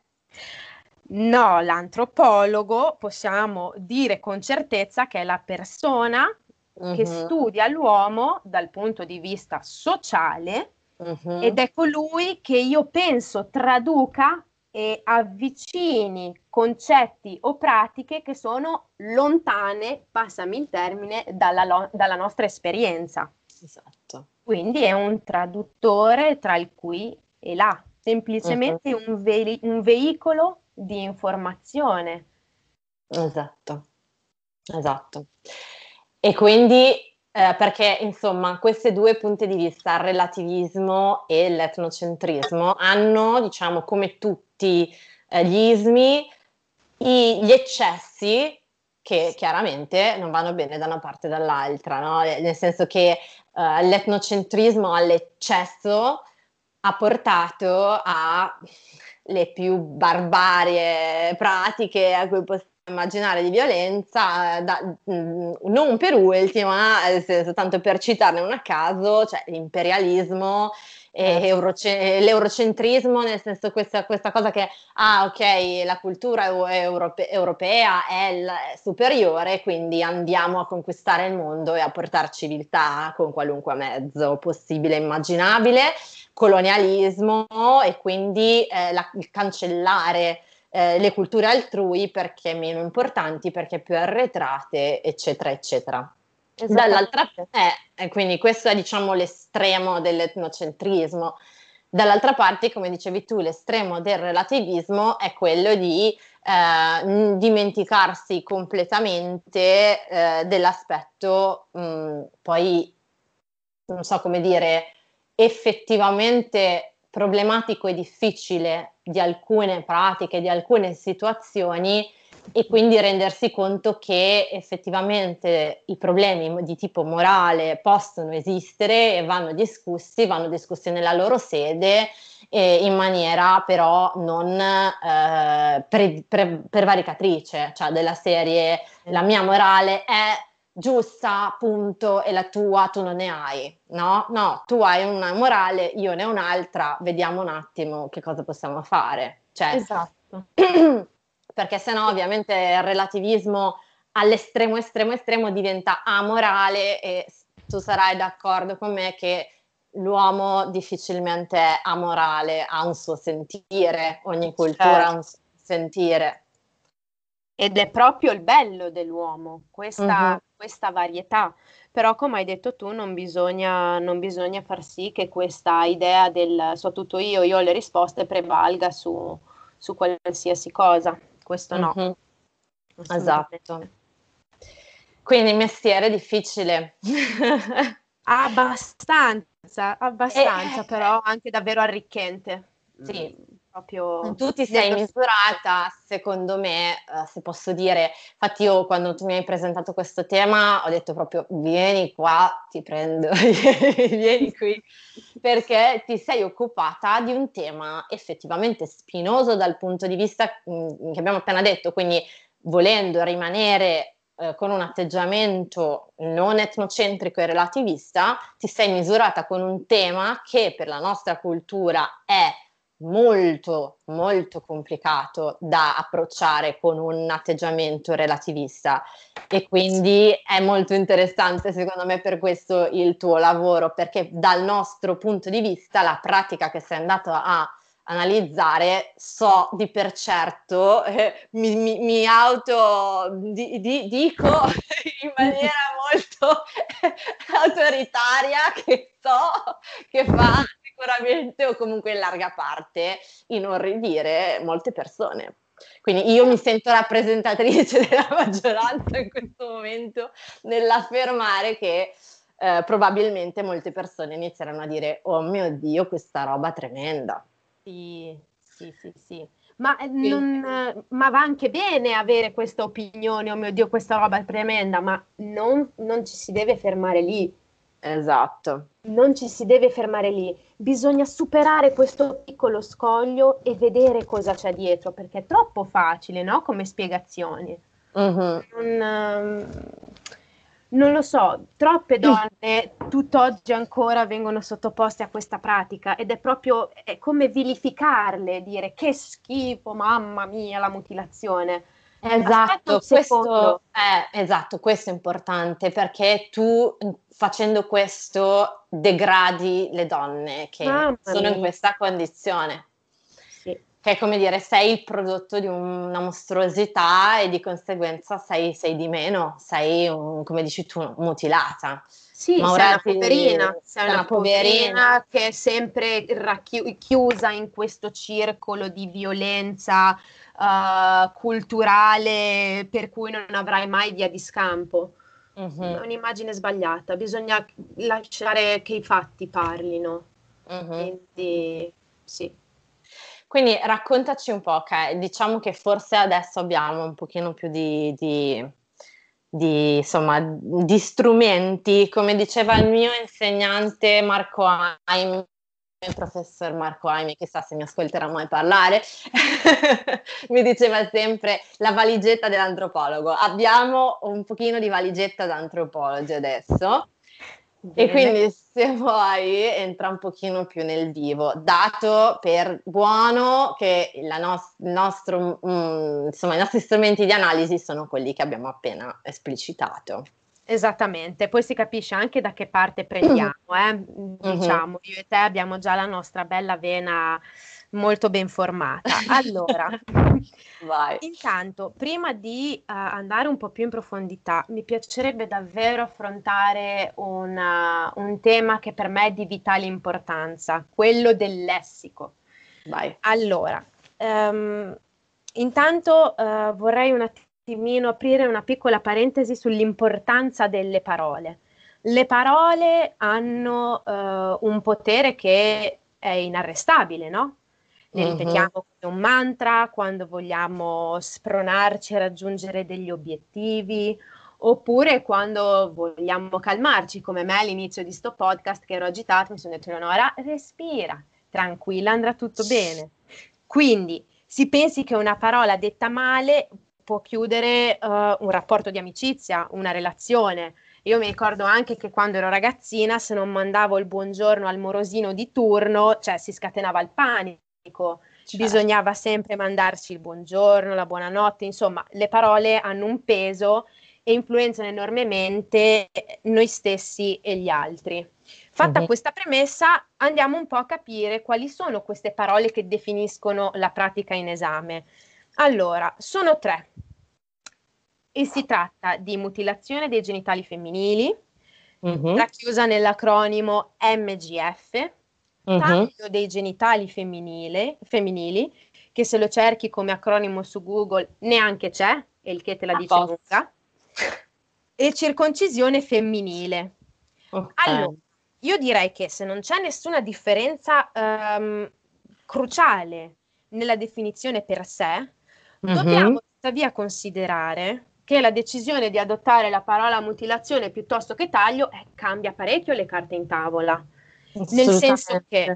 No, l'antropologo possiamo dire con certezza che è la persona uh-huh. che studia l'uomo dal punto di vista sociale uh-huh. ed è colui che io penso traduca e avvicini concetti o pratiche che sono lontane, passami il termine, dalla, dalla nostra esperienza. Esatto. Quindi è un traduttore tra il qui e là, semplicemente uh-huh. un, ve- un veicolo di informazione. Esatto, esatto. E quindi, eh, perché insomma, questi due punti di vista, il relativismo e l'etnocentrismo, hanno, diciamo, come tutti eh, gli ismi, i, gli eccessi che chiaramente non vanno bene da una parte o dall'altra, no? Nel senso che eh, l'etnocentrismo all'eccesso ha portato a le più barbarie pratiche a cui possiamo immaginare di violenza, da, mh, non per ultima, nel senso, tanto per citarne una a caso, cioè l'imperialismo e euroce- l'eurocentrismo, nel senso questa, questa cosa che, ah ok, la cultura europe- europea è, il, è superiore, quindi andiamo a conquistare il mondo e a portare civiltà con qualunque mezzo possibile e immaginabile, colonialismo e quindi eh, la, il cancellare eh, le culture altrui perché meno importanti, perché più arretrate, eccetera, eccetera. Dall'altra eh, quindi questo è diciamo l'estremo dell'etnocentrismo. Dall'altra parte, come dicevi tu, l'estremo del relativismo è quello di eh, dimenticarsi completamente eh, dell'aspetto mh, poi non so come dire effettivamente problematico e difficile di alcune pratiche, di alcune situazioni e quindi rendersi conto che effettivamente i problemi di tipo morale possono esistere e vanno discussi, vanno discussi nella loro sede e in maniera però non eh, pre- pre- prevaricatrice, cioè della serie la mia morale è giusta, punto, e la tua tu non ne hai, no? No, tu hai una morale, io ne ho un'altra, vediamo un attimo che cosa possiamo fare. Cioè, esatto. Perché sennò ovviamente il relativismo all'estremo estremo estremo diventa amorale e tu sarai d'accordo con me che l'uomo difficilmente è amorale, ha un suo sentire, ogni cultura ha un suo sentire. Ed è proprio il bello dell'uomo, questa, Mhm. questa varietà. Però, come hai detto tu, non bisogna, non bisogna far sì che questa idea del so tutto io, io ho le risposte prevalga su, su qualsiasi cosa. Questo no, Mhm. Esatto. assolutamente. Quindi mestiere difficile. Abbastanza, E, abbastanza, però anche davvero arricchente. Mm, sì, proprio tu ti sei nello misurata, secondo me, eh, se posso dire, infatti io quando tu mi hai presentato questo tema ho detto proprio vieni qua, ti prendo, vieni qui, perché ti sei occupata di un tema effettivamente spinoso dal punto di vista mh, che abbiamo appena detto, quindi volendo rimanere eh, con un atteggiamento non etnocentrico e relativista, ti sei misurata con un tema che per la nostra cultura è molto, molto complicato da approcciare con un atteggiamento relativista e quindi è molto interessante secondo me per questo il tuo lavoro, perché dal nostro punto di vista la pratica che sei andato a analizzare so di per certo, eh, mi, mi, mi auto di, di, dico in maniera molto autoritaria che so che fa sicuramente o comunque in larga parte inorridire molte persone. Quindi io mi sento rappresentatrice della maggioranza in questo momento nell'affermare che eh, probabilmente molte persone inizieranno a dire oh mio Dio, questa roba tremenda. Sì, sì, sì, sì. Ma, eh, Quindi, non, eh, ma va anche bene avere questa opinione, oh mio Dio, questa roba è tremenda, ma non, non ci si deve fermare lì. esatto. Non ci si deve fermare lì. Bisogna superare questo piccolo scoglio e vedere cosa c'è dietro, perché è troppo facile, no? Come spiegazioni. Mhm. Non, ehm, non lo so, troppe donne tutt'oggi ancora vengono sottoposte a questa pratica ed è proprio è come vilificarle, dire che schifo, mamma mia, la mutilazione. Aspetta un Esatto, secondo. questo è, esatto, questo è importante perché tu mh, facendo questo degradi le donne che Mamma sono in mia. questa condizione, Sì. che è come dire sei il prodotto di una mostruosità e di conseguenza sei, sei di meno, sei, un- come dici tu, mutilata. Sì, Ma sei ora una ti, poverina, sei sei una una poverina. poverina che è sempre racchi- chiusa in questo circolo di violenza eh, culturale per cui non avrai mai via di scampo. È Mhm, un'immagine sbagliata, bisogna lasciare che i fatti parlino. mhm. Quindi sì. Quindi raccontaci un po', ok? Diciamo che forse adesso abbiamo un pochino più di, di- di, insomma, di strumenti, come diceva il mio insegnante Marco Aimi, il professor Marco Aimi, chissà se mi ascolterà mai parlare, mi diceva sempre la valigetta dell'antropologo. Abbiamo un pochino di valigetta da antropologi adesso. E Bene. quindi se vuoi entra un pochino più nel vivo, dato per buono che la nos- il nostro, mm, insomma, i nostri strumenti di analisi sono quelli che abbiamo appena esplicitato. Esattamente, poi si capisce anche da che parte prendiamo, eh? Mhm. Diciamo, io e te abbiamo già la nostra bella vena molto ben formata. Allora, Vai. intanto, prima di eh, andare un po' più in profondità, mi piacerebbe davvero affrontare una- un tema che per me è di vitale importanza, quello del lessico. Vai. Allora, ehm, intanto eh, vorrei un attimino aprire una piccola parentesi sull'importanza delle parole. Le parole hanno eh, un potere che è inarrestabile, no? Le ripetiamo Mhm. come un mantra quando vogliamo spronarci a raggiungere degli obiettivi, oppure quando vogliamo calmarci, come me all'inizio di sto podcast che ero agitata, mi sono detto Eleonora, respira, tranquilla, andrà tutto bene. Quindi si pensi che una parola detta male può chiudere eh, un rapporto di amicizia, una relazione. Io mi ricordo anche che quando ero ragazzina, se non mandavo il buongiorno al morosino di turno, cioè si scatenava il panico. Certo. Bisognava sempre mandarci il buongiorno, la buonanotte, insomma, le parole hanno un peso e influenzano enormemente noi stessi e gli altri. Fatta Mhm. questa premessa, andiamo un po' a capire quali sono queste parole che definiscono la pratica in esame. Allora, sono tre e si tratta di mutilazione dei genitali femminili, Mhm. racchiusa nell'acronimo M G F, Mhm. taglio dei genitali femminile- femminili, che se lo cerchi come acronimo su Google neanche c'è, e il che te la A dice posto. lunga, e circoncisione femminile. Ok. Allora, io direi che se non c'è nessuna differenza ehm, cruciale nella definizione per sé, dobbiamo Mhm. tuttavia considerare che la decisione di adottare la parola mutilazione piuttosto che taglio eh, cambia parecchio le carte in tavola. Nel senso che, Assolutamente.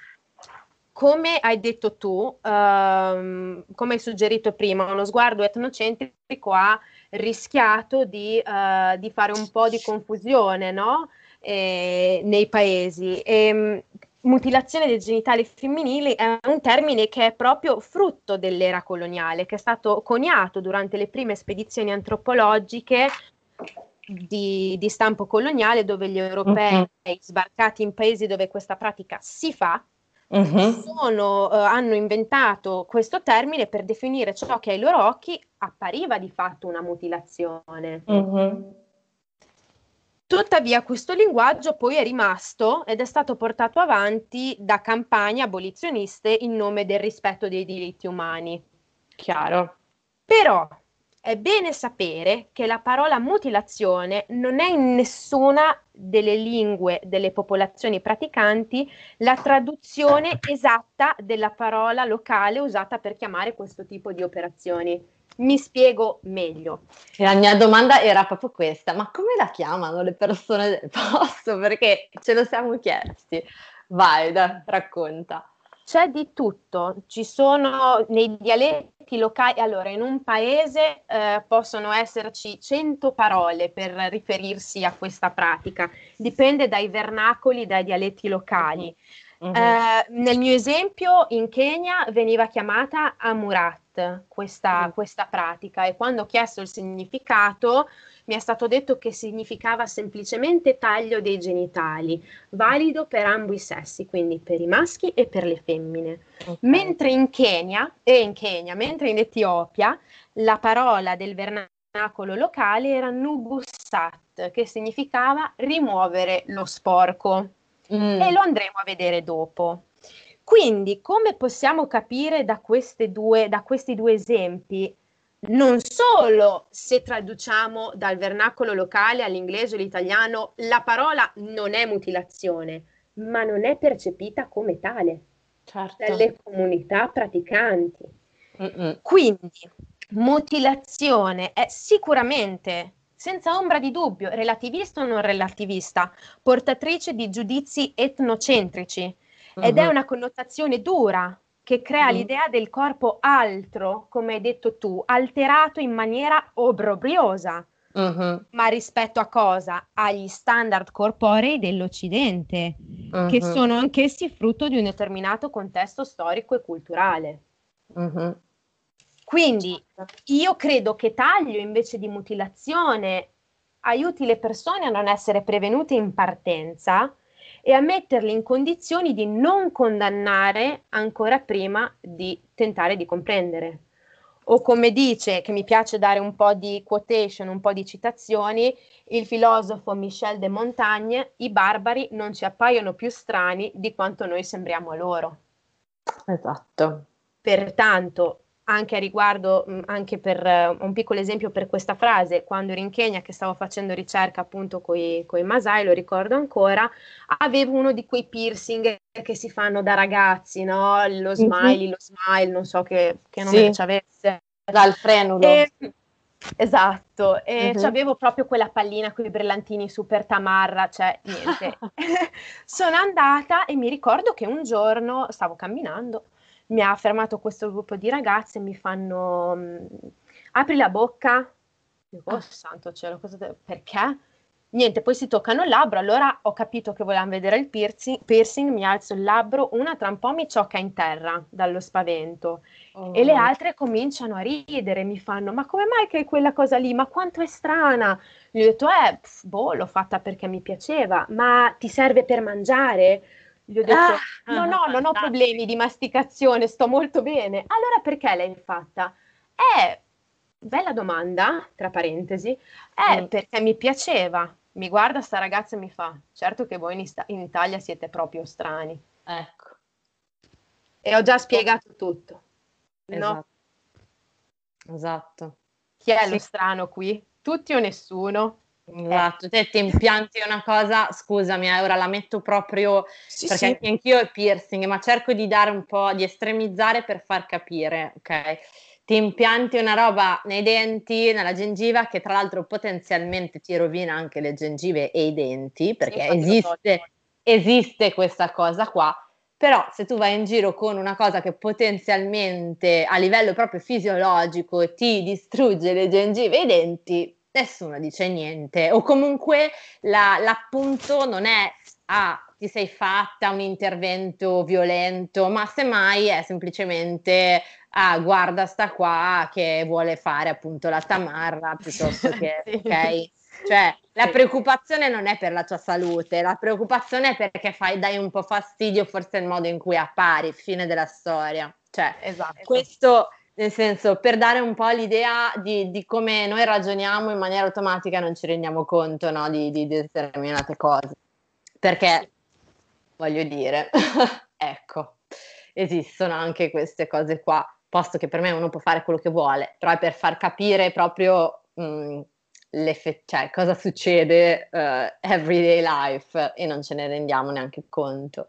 come hai detto tu, ehm, come hai suggerito prima, uno sguardo etnocentrico ha rischiato di, eh, di fare un po' di confusione, no? Eh, nei paesi. E, mh, mutilazione dei genitali femminili è un termine che è proprio frutto dell'era coloniale, che è stato coniato durante le prime spedizioni antropologiche di, di stampo coloniale, dove gli europei Mhm. sbarcati in paesi dove questa pratica si fa, Mhm. sono, eh, hanno inventato questo termine per definire ciò che ai loro occhi appariva di fatto una mutilazione. Mhm. Tuttavia questo linguaggio poi è rimasto ed è stato portato avanti da campagne abolizioniste in nome del rispetto dei diritti umani. Chiaro. Però è bene sapere che la parola mutilazione non è in nessuna delle lingue delle popolazioni praticanti la traduzione esatta della parola locale usata per chiamare questo tipo di operazioni. Mi spiego meglio. La mia domanda era proprio questa, ma come la chiamano le persone del posto? Perché ce lo siamo chiesti. Vai, dai, racconta. C'è di tutto, ci sono nei dialetti locali, allora in un paese eh, possono esserci cento parole per riferirsi a questa pratica, dipende dai vernacoli, dai dialetti Mhm. locali. Mhm. Eh, nel mio esempio in Kenya veniva chiamata Amurat questa, Mm. questa pratica, e quando ho chiesto il significato mi è stato detto che significava semplicemente taglio dei genitali, valido per ambo i sessi, quindi per i maschi e per le femmine. Ok. Mentre in Kenya, e in Kenya, mentre in Etiopia, la parola del vernacolo locale era nugusat, che significava rimuovere lo sporco. E Mm. lo andremo a vedere dopo. Quindi, come possiamo capire da queste due, da questi due esempi, non solo se traduciamo dal vernacolo locale all'inglese o all'italiano, la parola non è mutilazione, ma non è percepita come tale Certo. dalle comunità praticanti. Mm-mm. Quindi, mutilazione è sicuramente, senza ombra di dubbio, relativista o non relativista, portatrice di giudizi etnocentrici, ed è Mhm. una connotazione dura che crea Mhm. l'idea del corpo altro, come hai detto tu, alterato in maniera obbrobriosa. Mhm. Ma rispetto a cosa? Agli standard corporei dell'Occidente, che Mhm. sono anch'essi frutto di un determinato contesto storico e culturale. Mhm. Quindi Certo. io credo che taglio invece di mutilazione aiuti le persone a non essere prevenute in partenza e a metterle in condizioni di non condannare ancora prima di tentare di comprendere. O come dice, che mi piace dare un po' di quotation, un po' di citazioni, il filosofo Michel de Montaigne: i barbari non ci appaiono più strani di quanto noi sembriamo a loro. Esatto. Pertanto, anche a riguardo, mh, anche per eh, un piccolo esempio per questa frase, quando ero in Kenya che stavo facendo ricerca appunto con i Masai, lo ricordo ancora, avevo uno di quei piercing che si fanno da ragazzi, no? Lo Mhm. smiley, lo smile, non so che, che nome Sì, ci avesse. dal frenulo. E, esatto, e Mhm. avevo proprio quella pallina con i brillantini super tamarra, cioè niente. Sono andata e mi ricordo che un giorno stavo camminando, mi ha fermato questo gruppo di ragazze e mi fanno: "Mm, apri la bocca." Dico: "Oh Ah, santo cielo, cosa de- perché?" Niente, poi si toccano il labbro, allora ho capito che volevano vedere il piercing, piercing, mi alzo il labbro, una tra un po' mi ciocca in terra dallo spavento Oh, e le mamma mia. altre cominciano a ridere, mi fanno, ma come mai che è quella cosa lì? Ma quanto è strana? Gli ho detto, eh, pff, boh, l'ho fatta perché mi piaceva, ma ti serve per mangiare? Gli ho Ah, detto, no, no, non ho problemi di masticazione, sto molto bene. Allora perché l'hai fatta? Eh, bella domanda, tra parentesi, eh, mm, perché mi piaceva. Mi guarda sta ragazza e mi fa, certo che voi in, Ista- in Italia siete proprio strani. ecco, E ho già spiegato tutto. No, esatto, esatto. chi è lo Sì, strano qui? Tutti o nessuno? Eh, esatto, te ti impianti una cosa, scusami, eh, ora la metto proprio sì, perché sì. anche anch'io ho piercing, ma cerco di dare un po', di estremizzare per far capire, ok? Ti impianti una roba nei denti, nella gengiva, che tra l'altro potenzialmente ti rovina anche le gengive e i denti, Sì, perché infatti lo tolgo. esiste, esiste questa cosa qua. Però se tu vai in giro con una cosa che potenzialmente a livello proprio fisiologico ti distrugge le gengive e i denti, nessuno dice niente. O comunque la- l'appunto non è ah, ti sei fatta un intervento violento, ma semmai è semplicemente ah, guarda sta qua che vuole fare appunto la tamarra piuttosto che, Sì. ok? Cioè, la Sì, preoccupazione non è per la tua salute, la preoccupazione è perché fai, dai un po' fastidio forse il modo in cui appari, fine della storia. Cioè, esatto. questo nel senso, per dare un po' l'idea di, di come noi ragioniamo in maniera automatica, non ci rendiamo conto, no, di, di determinate cose. Sì. Perché, voglio dire, ecco, esistono anche queste cose qua, posto che per me uno può fare quello che vuole, però è per far capire proprio mh, cioè, cosa succede uh, everyday life e non ce ne rendiamo neanche conto.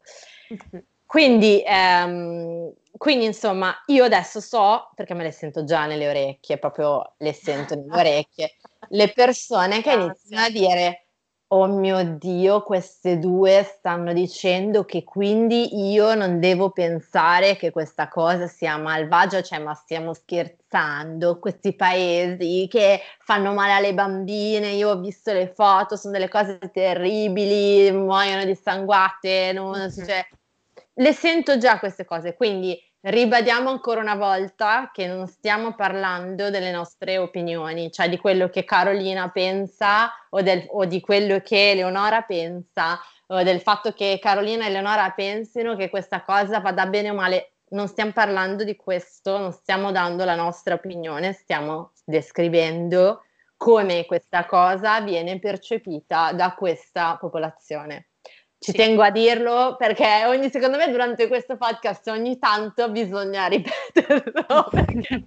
Quindi, ehm, quindi, insomma, io adesso so, perché me le sento già nelle orecchie, proprio le sento nelle orecchie, le persone che Che iniziano ansia. a dire, oh mio Dio, queste due stanno dicendo che quindi io non devo pensare che questa cosa sia malvagia, cioè ma stiamo scherzando, questi paesi che fanno male alle bambine, io ho visto le foto, sono delle cose terribili, muoiono dissanguate, non, Mhm. cioè, le sento già queste cose, quindi ribadiamo ancora una volta che non stiamo parlando delle nostre opinioni, cioè di quello che Carolina pensa o, del- o di quello che Eleonora pensa o del fatto che Carolina e Eleonora pensino che questa cosa vada bene o male. Non stiamo parlando di questo, non stiamo dando la nostra opinione, stiamo descrivendo come questa cosa viene percepita da questa popolazione. Ci Sì. tengo a dirlo perché ogni, secondo me durante questo podcast ogni tanto bisogna ripeterlo perché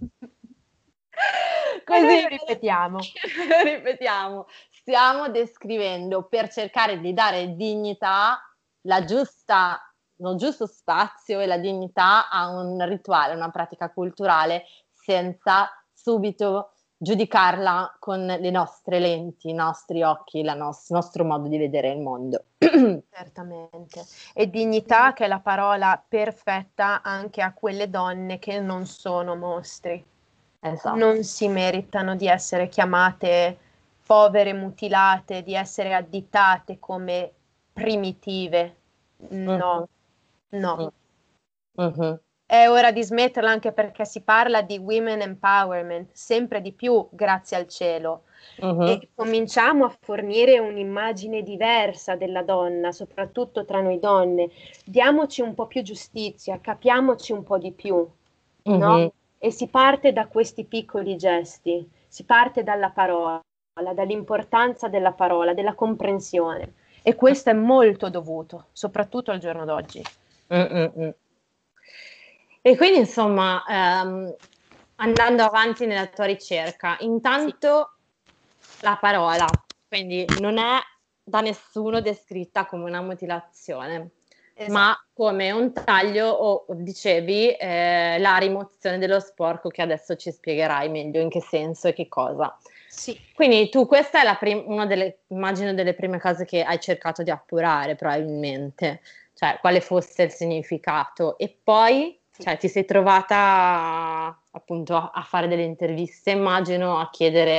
E noi così lo ripetiamo. lo ripetiamo. Stiamo descrivendo per cercare di dare dignità, la giusta, lo giusto spazio e la dignità a un rituale, una pratica culturale senza subito giudicarla con le nostre lenti, i nostri occhi, il nos- nostro modo di vedere il mondo. Certamente. E dignità che è la parola perfetta anche a quelle donne che non sono mostri. Esatto. Non si meritano di essere chiamate povere, mutilate, di essere additate come primitive. No, Mhm, no. mm, mhm, È ora di smetterla anche perché si parla di women empowerment, sempre di più, grazie al cielo. mhm. E cominciamo a fornire un'immagine diversa della donna, soprattutto tra noi donne. Diamoci un po' più giustizia, capiamoci un po' di più, no? Mhm. E si parte da questi piccoli gesti, si parte dalla parola, dall'importanza della parola, della comprensione. E questo è molto dovuto, soprattutto al giorno d'oggi. Mm, mm, mm. E quindi insomma, ehm, andando avanti nella tua ricerca, Sì, intanto la parola, quindi non è da nessuno descritta come una mutilazione, esatto. ma come un taglio o, dicevi, eh, la rimozione dello sporco che adesso ci spiegherai meglio in che senso e che cosa. Sì. Quindi tu questa è la prim- una delle, immagino, delle prime cose che hai cercato di appurare probabilmente, cioè quale fosse il significato e poi, Sì. cioè, ti sei trovata appunto a, a fare delle interviste, immagino, a chiedere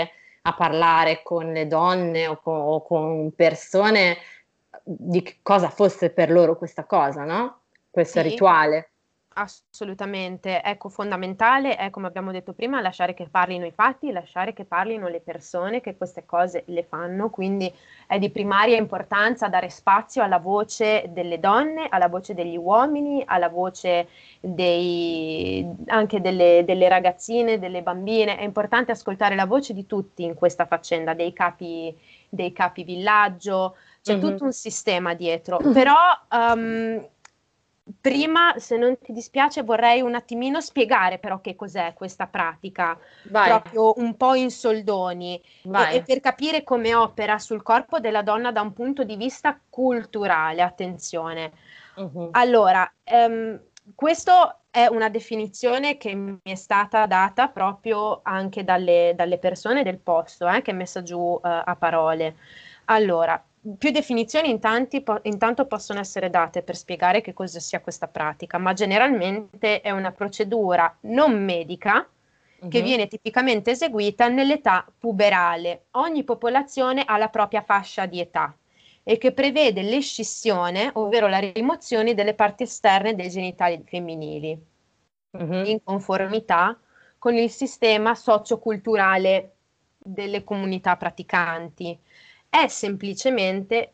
a parlare con le donne o con, o con persone di che cosa fosse per loro questa cosa, no? Questo Sì, rituale. assolutamente. Ecco, fondamentale è, come abbiamo detto prima, lasciare che parlino i fatti, lasciare che parlino le persone che queste cose le fanno, quindi è di primaria importanza dare spazio alla voce delle donne, alla voce degli uomini, alla voce dei, anche delle, delle ragazzine, delle bambine. È importante ascoltare la voce di tutti in questa faccenda, dei capi, dei capi villaggio, c'è Mhm. tutto un sistema dietro, però um, prima, se non ti dispiace, vorrei un attimino spiegare però che cos'è questa pratica, Vai, proprio un po' in soldoni, e, e vai. per capire come opera sul corpo della donna da un punto di vista culturale, attenzione. Mhm. Allora, ehm, questo è una definizione che mi è stata data proprio anche dalle, dalle persone del posto, eh, che è messa giù, eh, a parole. Allora, più definizioni intanti po- intanto possono essere date per spiegare che cosa sia questa pratica, ma generalmente è una procedura non medica che Mhm. viene tipicamente eseguita nell'età puberale. Ogni popolazione ha la propria fascia di età e che prevede l'escissione, ovvero la rimozione delle parti esterne dei genitali femminili, Mhm. in conformità con il sistema socioculturale delle comunità praticanti. È semplicemente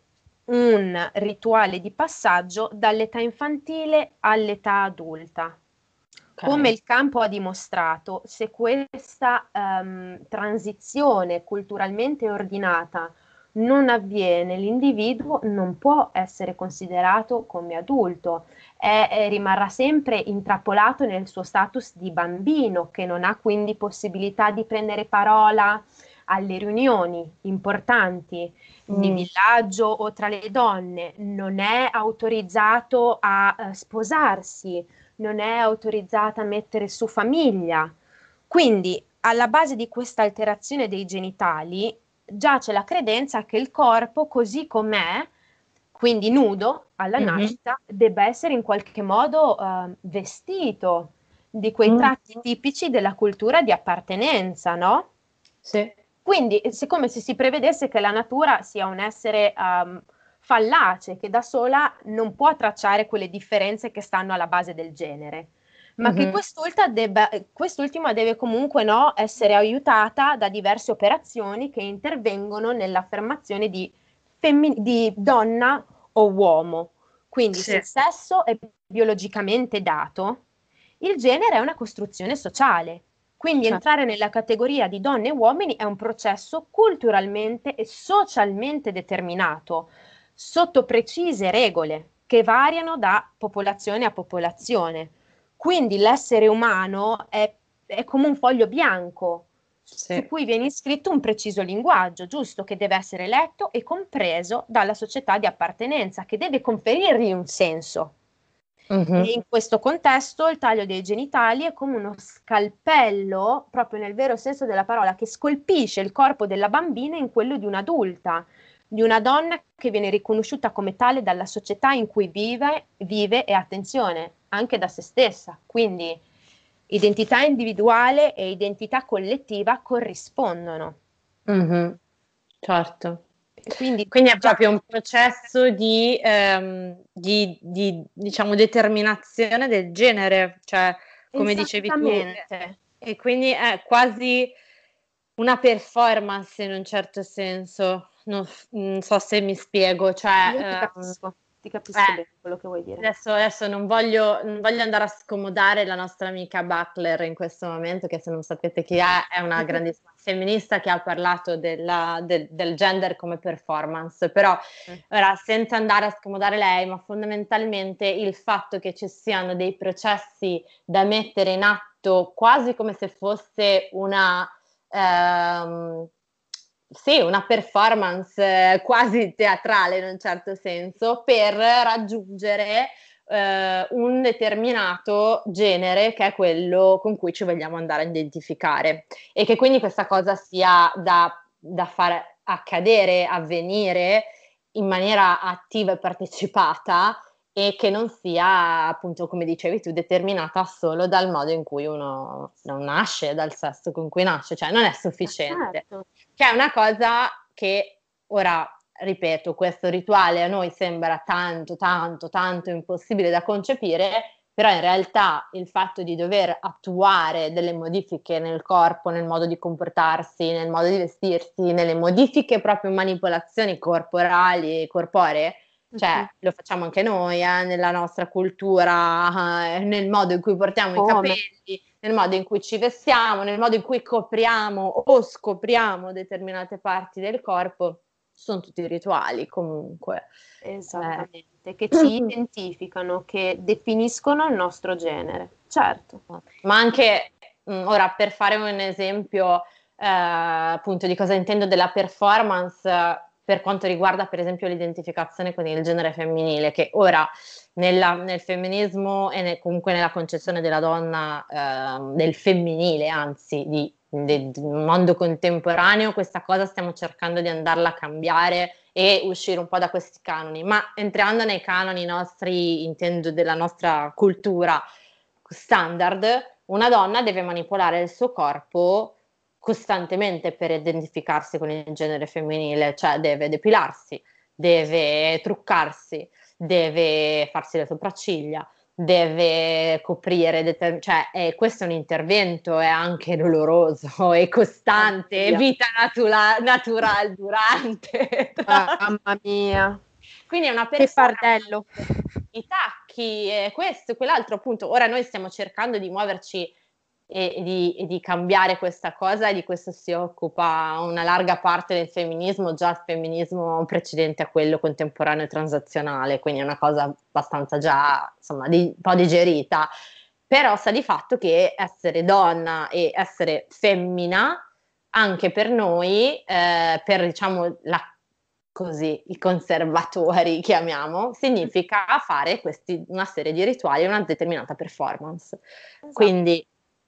un rituale di passaggio dall'età infantile all'età adulta. Come Ok. il campo ha dimostrato, se questa ehm, transizione culturalmente ordinata non avviene, l'individuo non può essere considerato come adulto, è- è- rimarrà sempre intrappolato nel suo status di bambino, che non ha quindi possibilità di prendere parola alle riunioni importanti di Mm. villaggio o tra le donne, non è autorizzato a eh, sposarsi, non è autorizzata a mettere su famiglia. Quindi, alla base di questa alterazione dei genitali, giace la credenza che il corpo, così com'è, quindi nudo alla Mhm. nascita, debba essere in qualche modo eh, vestito di quei Mm. tratti tipici della cultura di appartenenza, no? Sì. Quindi, è come se si prevedesse che la natura sia un essere ehm, fallace, che da sola non può tracciare quelle differenze che stanno alla base del genere, ma che Mhm. quest'ultima debba- quest'ultima deve comunque no, essere aiutata da diverse operazioni che intervengono nell'affermazione di, femmi- di donna o uomo. Quindi, se Sì. il sesso è biologicamente dato, il genere è una costruzione sociale. Quindi Cioè. entrare nella categoria di donne e uomini è un processo culturalmente e socialmente determinato, sotto precise regole che variano da popolazione a popolazione. Quindi l'essere umano è, è come un foglio bianco su Sì. cui viene iscritto un preciso linguaggio, giusto, che deve essere letto e compreso dalla società di appartenenza, che deve conferirgli un senso. E Mhm. in questo contesto il taglio dei genitali è come uno scalpello, proprio nel vero senso della parola, che scolpisce il corpo della bambina in quello di un'adulta, di una donna che viene riconosciuta come tale dalla società in cui vive, vive e attenzione, anche da se stessa. Quindi identità individuale e identità collettiva corrispondono. Mhm. Certo. E quindi Quindi è già, proprio un processo di, ehm, di, di, diciamo, determinazione del genere, cioè, come dicevi tu, eh, esattamente, e quindi è quasi una performance in un certo senso. Non, f- non so se mi spiego, cioè, io ti ehm, capisco, ti capisco eh, bene quello che vuoi dire. adesso, adesso non voglio, non voglio andare a scomodare la nostra amica Butler in questo momento, che se non sapete chi è, è una grandissima femminista che ha parlato della- del, del gender come performance, però ora senza andare a scomodare lei, ma fondamentalmente il fatto che ci siano dei processi da mettere in atto quasi come se fosse una ehm, sì, una performance eh, quasi teatrale in un certo senso per raggiungere eh, un determinato genere che è quello con cui ci vogliamo andare a identificare e che quindi questa cosa sia da, da far accadere, avvenire in maniera attiva e partecipata e che non sia, appunto, come dicevi tu, determinata solo dal modo in cui uno non nasce, dal sesso con cui nasce, cioè non è sufficiente. Certo. Che è una cosa che, ora, ripeto, questo rituale a noi sembra tanto, tanto, tanto impossibile da concepire, però in realtà il fatto di dover attuare delle modifiche nel corpo, nel modo di comportarsi, nel modo di vestirsi, nelle modifiche proprio manipolazioni corporali e corporee, cioè Mhm. lo facciamo anche noi, eh, nella nostra cultura, eh, nel modo in cui portiamo i Come? capelli, nel modo in cui ci vestiamo, nel modo in cui copriamo o scopriamo determinate parti del corpo, sono tutti rituali comunque. Esattamente, che Eh. ci identificano, che definiscono il nostro genere. Certo. Ma anche, mh, ora per fare un esempio, eh, appunto di cosa intendo della performance, eh, per quanto riguarda per esempio l'identificazione con il genere femminile, che ora nella- nel femminismo e nel- comunque nella concezione della donna, eh, del femminile, anzi di, de- di un mondo contemporaneo, questa cosa stiamo cercando di andarla a cambiare e uscire un po' da questi canoni, ma entrando nei canoni nostri, intendo della nostra cultura standard, una donna deve manipolare il suo corpo costantemente per identificarsi con il genere femminile, cioè deve depilarsi, deve truccarsi, deve farsi le sopracciglia, deve coprire, deter- cioè è, questo è un intervento, è anche doloroso, è costante, è Mamma mia. vita natura- naturale durante. Mamma mia, Quindi è una che performance, fardello. i tacchi, eh, questo e quell'altro, appunto. Ora noi stiamo cercando di muoverci e, e di, e di cambiare questa cosa, e di questo si occupa una larga parte del femminismo, già il femminismo precedente a quello contemporaneo e transazionale, quindi è una cosa abbastanza già, insomma, di, un po' digerita. Però sta di fatto che essere donna e essere femmina anche per noi, eh, per diciamo la, così, i conservatori chiamiamo, significa fare questi, una serie di rituali e una determinata performance. Esatto. Quindi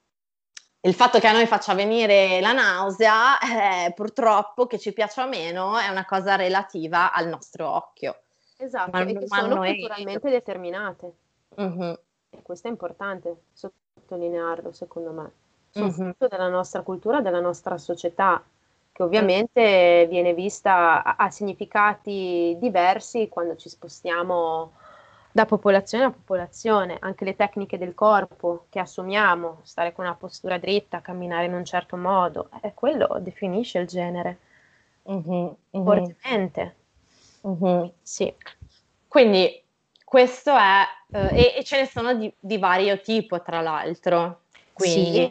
il fatto che a noi faccia venire la nausea, eh, purtroppo, che ci piaccia o meno, è una cosa relativa al nostro occhio. Esatto, Ma, e che ma sono noi... culturalmente determinate. Mhm, E questo è importante sottolinearlo, secondo me. Sono mhm. frutto della nostra cultura, della nostra società, che ovviamente viene vista a, a significati diversi quando ci spostiamo da popolazione a popolazione. Anche le tecniche del corpo che assumiamo, stare con una postura dritta, camminare in un certo modo, eh, quello definisce il genere Mhm, mhm, fortemente. mhm. Sì. Quindi questo è, eh, e, e ce ne sono di, di vario tipo, tra l'altro. Sì, Quindi,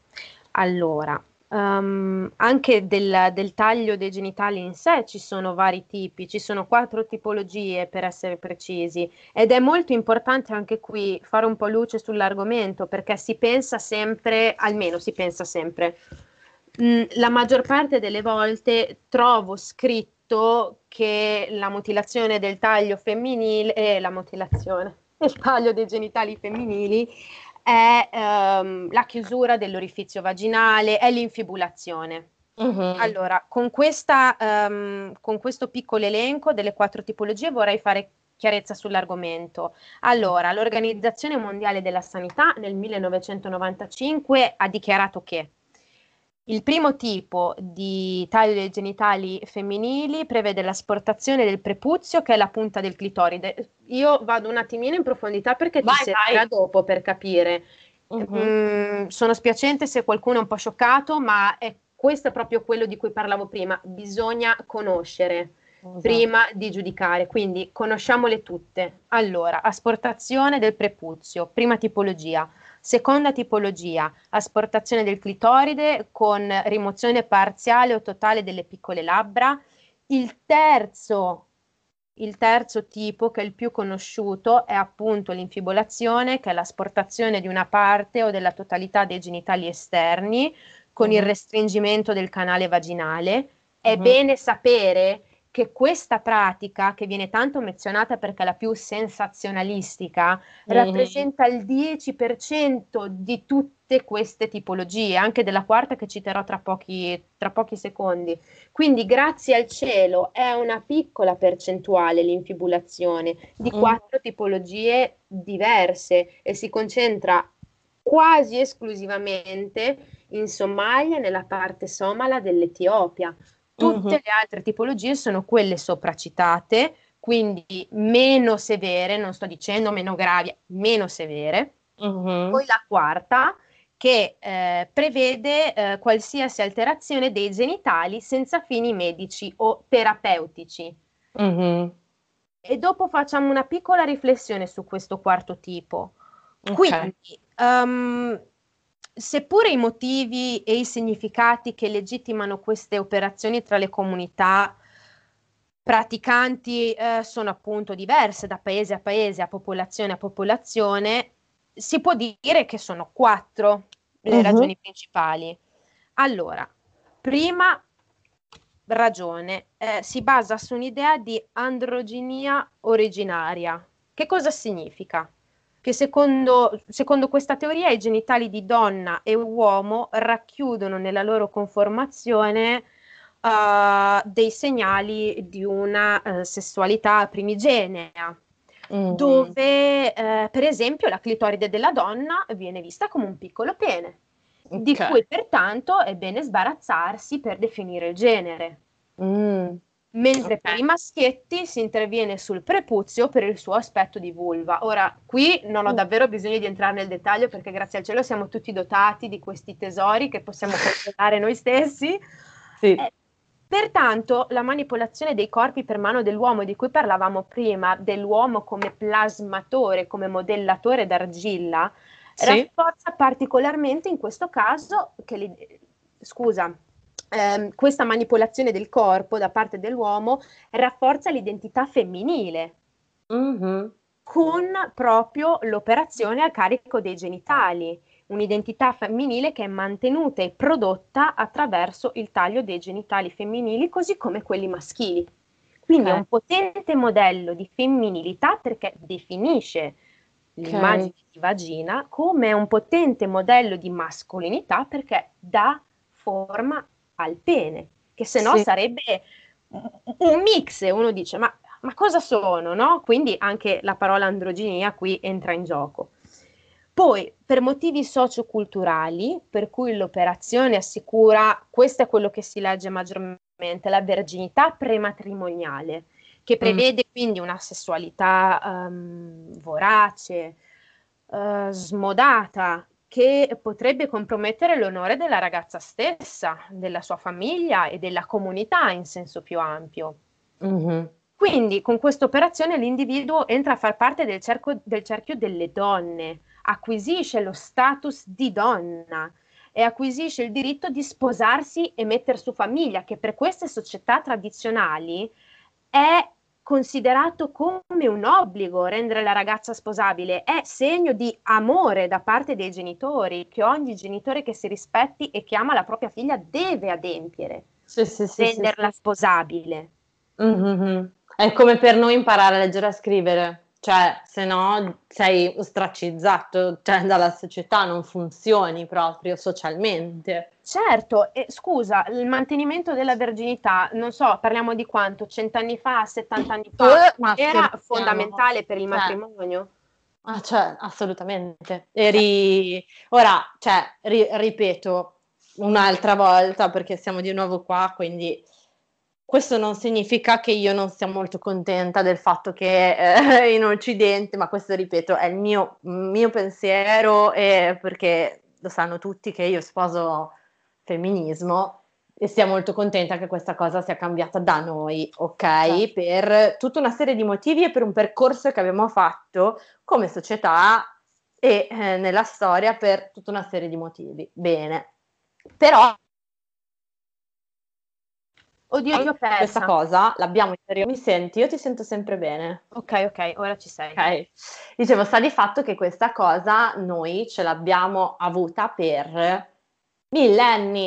allora, ehm, anche del, del taglio dei genitali in sé ci sono vari tipi, ci sono quattro tipologie per essere precisi ed è molto importante anche qui fare un po' luce sull'argomento perché si pensa sempre, almeno si pensa sempre, mm, la maggior parte delle volte trovo scritto che la mutilazione del taglio femminile, eh, la mutilazione, il taglio dei genitali femminili è ehm, la chiusura dell'orifizio vaginale, è l'infibulazione. mhm, Allora, con questa, ehm, con questo piccolo elenco delle quattro tipologie vorrei fare chiarezza sull'argomento. Allora, l'Organizzazione Mondiale della Sanità nel millenovecentonovantacinque ha dichiarato che il primo tipo di taglio dei genitali femminili prevede l'asportazione del prepuzio, che è la punta del clitoride. Io vado un attimino in profondità perché ti vai, servirà vai. dopo per capire. Mhm, Mm, sono spiacente se qualcuno è un po' scioccato, ma è, questo è proprio quello di cui parlavo prima. Bisogna conoscere esatto. prima di giudicare, quindi conosciamole tutte. Allora, asportazione del prepuzio, prima tipologia. Seconda tipologia, asportazione del clitoride con rimozione parziale o totale delle piccole labbra. Il terzo, il terzo tipo, che è il più conosciuto, è appunto l'infibolazione, che è l'asportazione di una parte o della totalità dei genitali esterni con il Mhm, restringimento del canale vaginale. È mhm, bene sapere che questa pratica, che viene tanto menzionata perché è la più sensazionalistica, Mm-hmm. rappresenta il dieci per cento di tutte queste tipologie, anche della quarta che citerò tra pochi, tra pochi secondi. Quindi, grazie al cielo, è una piccola percentuale l'infibulazione di Mm. quattro tipologie diverse e si concentra quasi esclusivamente in Somalia, nella parte somala dell'Etiopia. Tutte Mhm. le altre tipologie sono quelle sopracitate, quindi meno severe, non sto dicendo meno gravi, meno severe. Mhm. Poi la quarta, che eh, prevede eh, qualsiasi alterazione dei genitali senza fini medici o terapeutici. Mhm. E dopo facciamo una piccola riflessione su questo quarto tipo. Ok. Quindi, um, seppure i motivi e i significati che legittimano queste operazioni tra le comunità praticanti eh, sono appunto diverse da paese a paese, a popolazione a popolazione, si può dire che sono quattro le Mhm. ragioni principali. Allora, prima ragione eh, si basa su un'idea di androginia originaria. Che cosa significa? Che secondo, secondo questa teoria i genitali di donna e uomo racchiudono nella loro conformazione uh, dei segnali di una uh, sessualità primigenea, Mm. dove eh, per esempio la clitoride della donna viene vista come un piccolo pene, di Ok. cui pertanto è bene sbarazzarsi per definire il genere. Mm. Mentre Ok. per i maschietti si interviene sul prepuzio per il suo aspetto di vulva. Ora, qui non ho davvero bisogno di entrare nel dettaglio perché grazie al cielo siamo tutti dotati di questi tesori che possiamo controllare noi stessi. Sì. Eh, pertanto, la manipolazione dei corpi per mano dell'uomo di cui parlavamo prima, dell'uomo come plasmatore, come modellatore d'argilla, Sì. rafforza particolarmente in questo caso che li- scusa, ehm, questa manipolazione del corpo da parte dell'uomo rafforza l'identità femminile Mhm. con proprio l'operazione a carico dei genitali, un'identità femminile che è mantenuta e prodotta attraverso il taglio dei genitali femminili, così come quelli maschili. Quindi è Ok. un potente modello di femminilità perché definisce l'immagine di vagina come un potente modello di mascolinità perché dà forma al pene, che se no Sì. sarebbe un mix, e uno dice ma, ma cosa sono, no? Quindi anche la parola androginia qui entra in gioco. Poi, per motivi socioculturali, per cui l'operazione assicura, questo è quello che si legge maggiormente, la verginità prematrimoniale, che prevede mm. quindi una sessualità um, vorace, uh, smodata, che potrebbe compromettere l'onore della ragazza stessa, della sua famiglia e della comunità in senso più ampio. Mm-hmm. Quindi con questa operazione l'individuo entra a far parte del, cerco, del cerchio delle donne, acquisisce lo status di donna e acquisisce il diritto di sposarsi e mettere su famiglia, che per queste società tradizionali è considerato come un obbligo rendere la ragazza sposabile, è segno di amore da parte dei genitori, che ogni genitore che si rispetti e che ama la propria figlia deve adempiere, Sì, sì, sì, renderla sì, sì. sposabile. Mm-hmm. È come per noi imparare a leggere e a scrivere, cioè se no sei ostracizzato, cioè, dalla società, non funzioni proprio socialmente. Certo, e scusa, il mantenimento della verginità, non so, parliamo di quanto, cent'anni fa, settant'anni fa, Eh, ma era scherziamo. fondamentale per il Cioè, matrimonio? ah, cioè, assolutamente. Eri... Ora, cioè, ri- ripeto un'altra volta perché siamo di nuovo qua, quindi questo non significa che io non sia molto contenta del fatto che eh, in Occidente, ma questo, ripeto, è il mio, mio pensiero, e perché lo sanno tutti che io sposo femminismo e sia molto contenta che questa cosa sia cambiata da noi, ok? Certo. Per tutta una serie di motivi e per un percorso che abbiamo fatto come società e eh, nella storia per tutta una serie di motivi. Bene, però Oddio, ti ho questa persa. cosa l'abbiamo interiore. Mi senti? Io ti sento sempre bene. Ok, ok, ora ci sei. Ok. Dicevo, sta di fatto che questa cosa noi ce l'abbiamo avuta per millenni.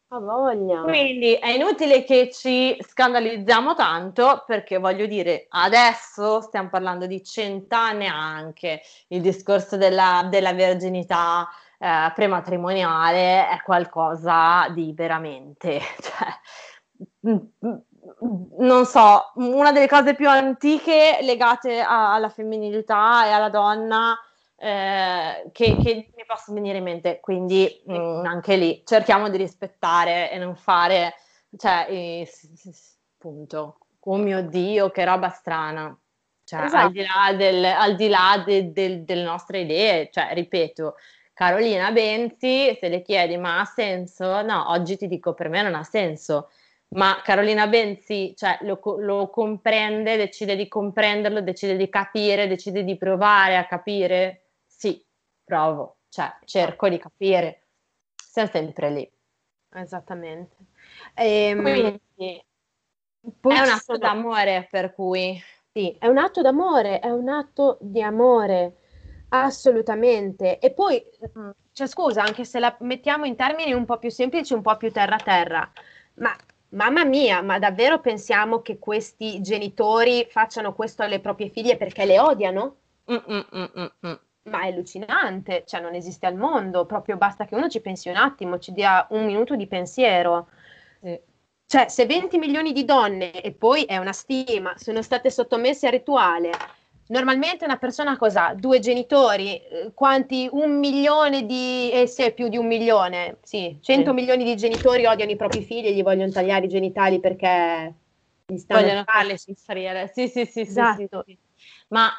Ha voglia. Quindi è inutile che ci scandalizziamo tanto, perché voglio dire, adesso stiamo parlando di cent'anni anche, il discorso della, della verginità eh, prematrimoniale è qualcosa di veramente, cioè, non so, una delle cose più antiche legate a- alla femminilità e alla donna eh, che, che mi possa venire in mente, quindi mh, anche lì cerchiamo di rispettare e non fare, cioè, eh, s- s- punto, oh mio Dio, che roba strana, cioè, Esatto. al di là, del, al di là de- del- delle nostre idee, cioè, ripeto, Carolina Benzi, se le chiedi ma ha senso? No, oggi ti dico per me non ha senso. Ma Carolina Benzi, cioè, lo, co- lo comprende, decide di comprenderlo, decide di capire, decide di provare a capire. Sì, provo, cioè cerco di capire. Siamo sempre lì. Esattamente. Ehm, Quindi poi è un ci atto sono, d'amore per cui sì, è un atto d'amore, è un atto di amore, assolutamente. E poi, mm, cioè, scusa, anche se la mettiamo in termini un po' più semplici, un po' più terra-terra, ma mamma mia, ma davvero pensiamo che questi genitori facciano questo alle proprie figlie perché le odiano? mm, mm, mm, mm, mm. Ma è allucinante, cioè non esiste al mondo, proprio basta che uno ci pensi un attimo, ci dia un minuto di pensiero. Sì. Cioè, se venti milioni di donne, e poi è una stima, sono state sottomesse a rituale, normalmente una persona cosa? Due genitori, eh, quanti? Un milione di, eh sì, più di un milione, sì, cento Sì. milioni di genitori odiano i propri figli e gli vogliono tagliare i genitali perché gli stanno Vogliono farle pazzi. soffrire. Sì, sì, sì, sì, sì, Esatto. sì. Ma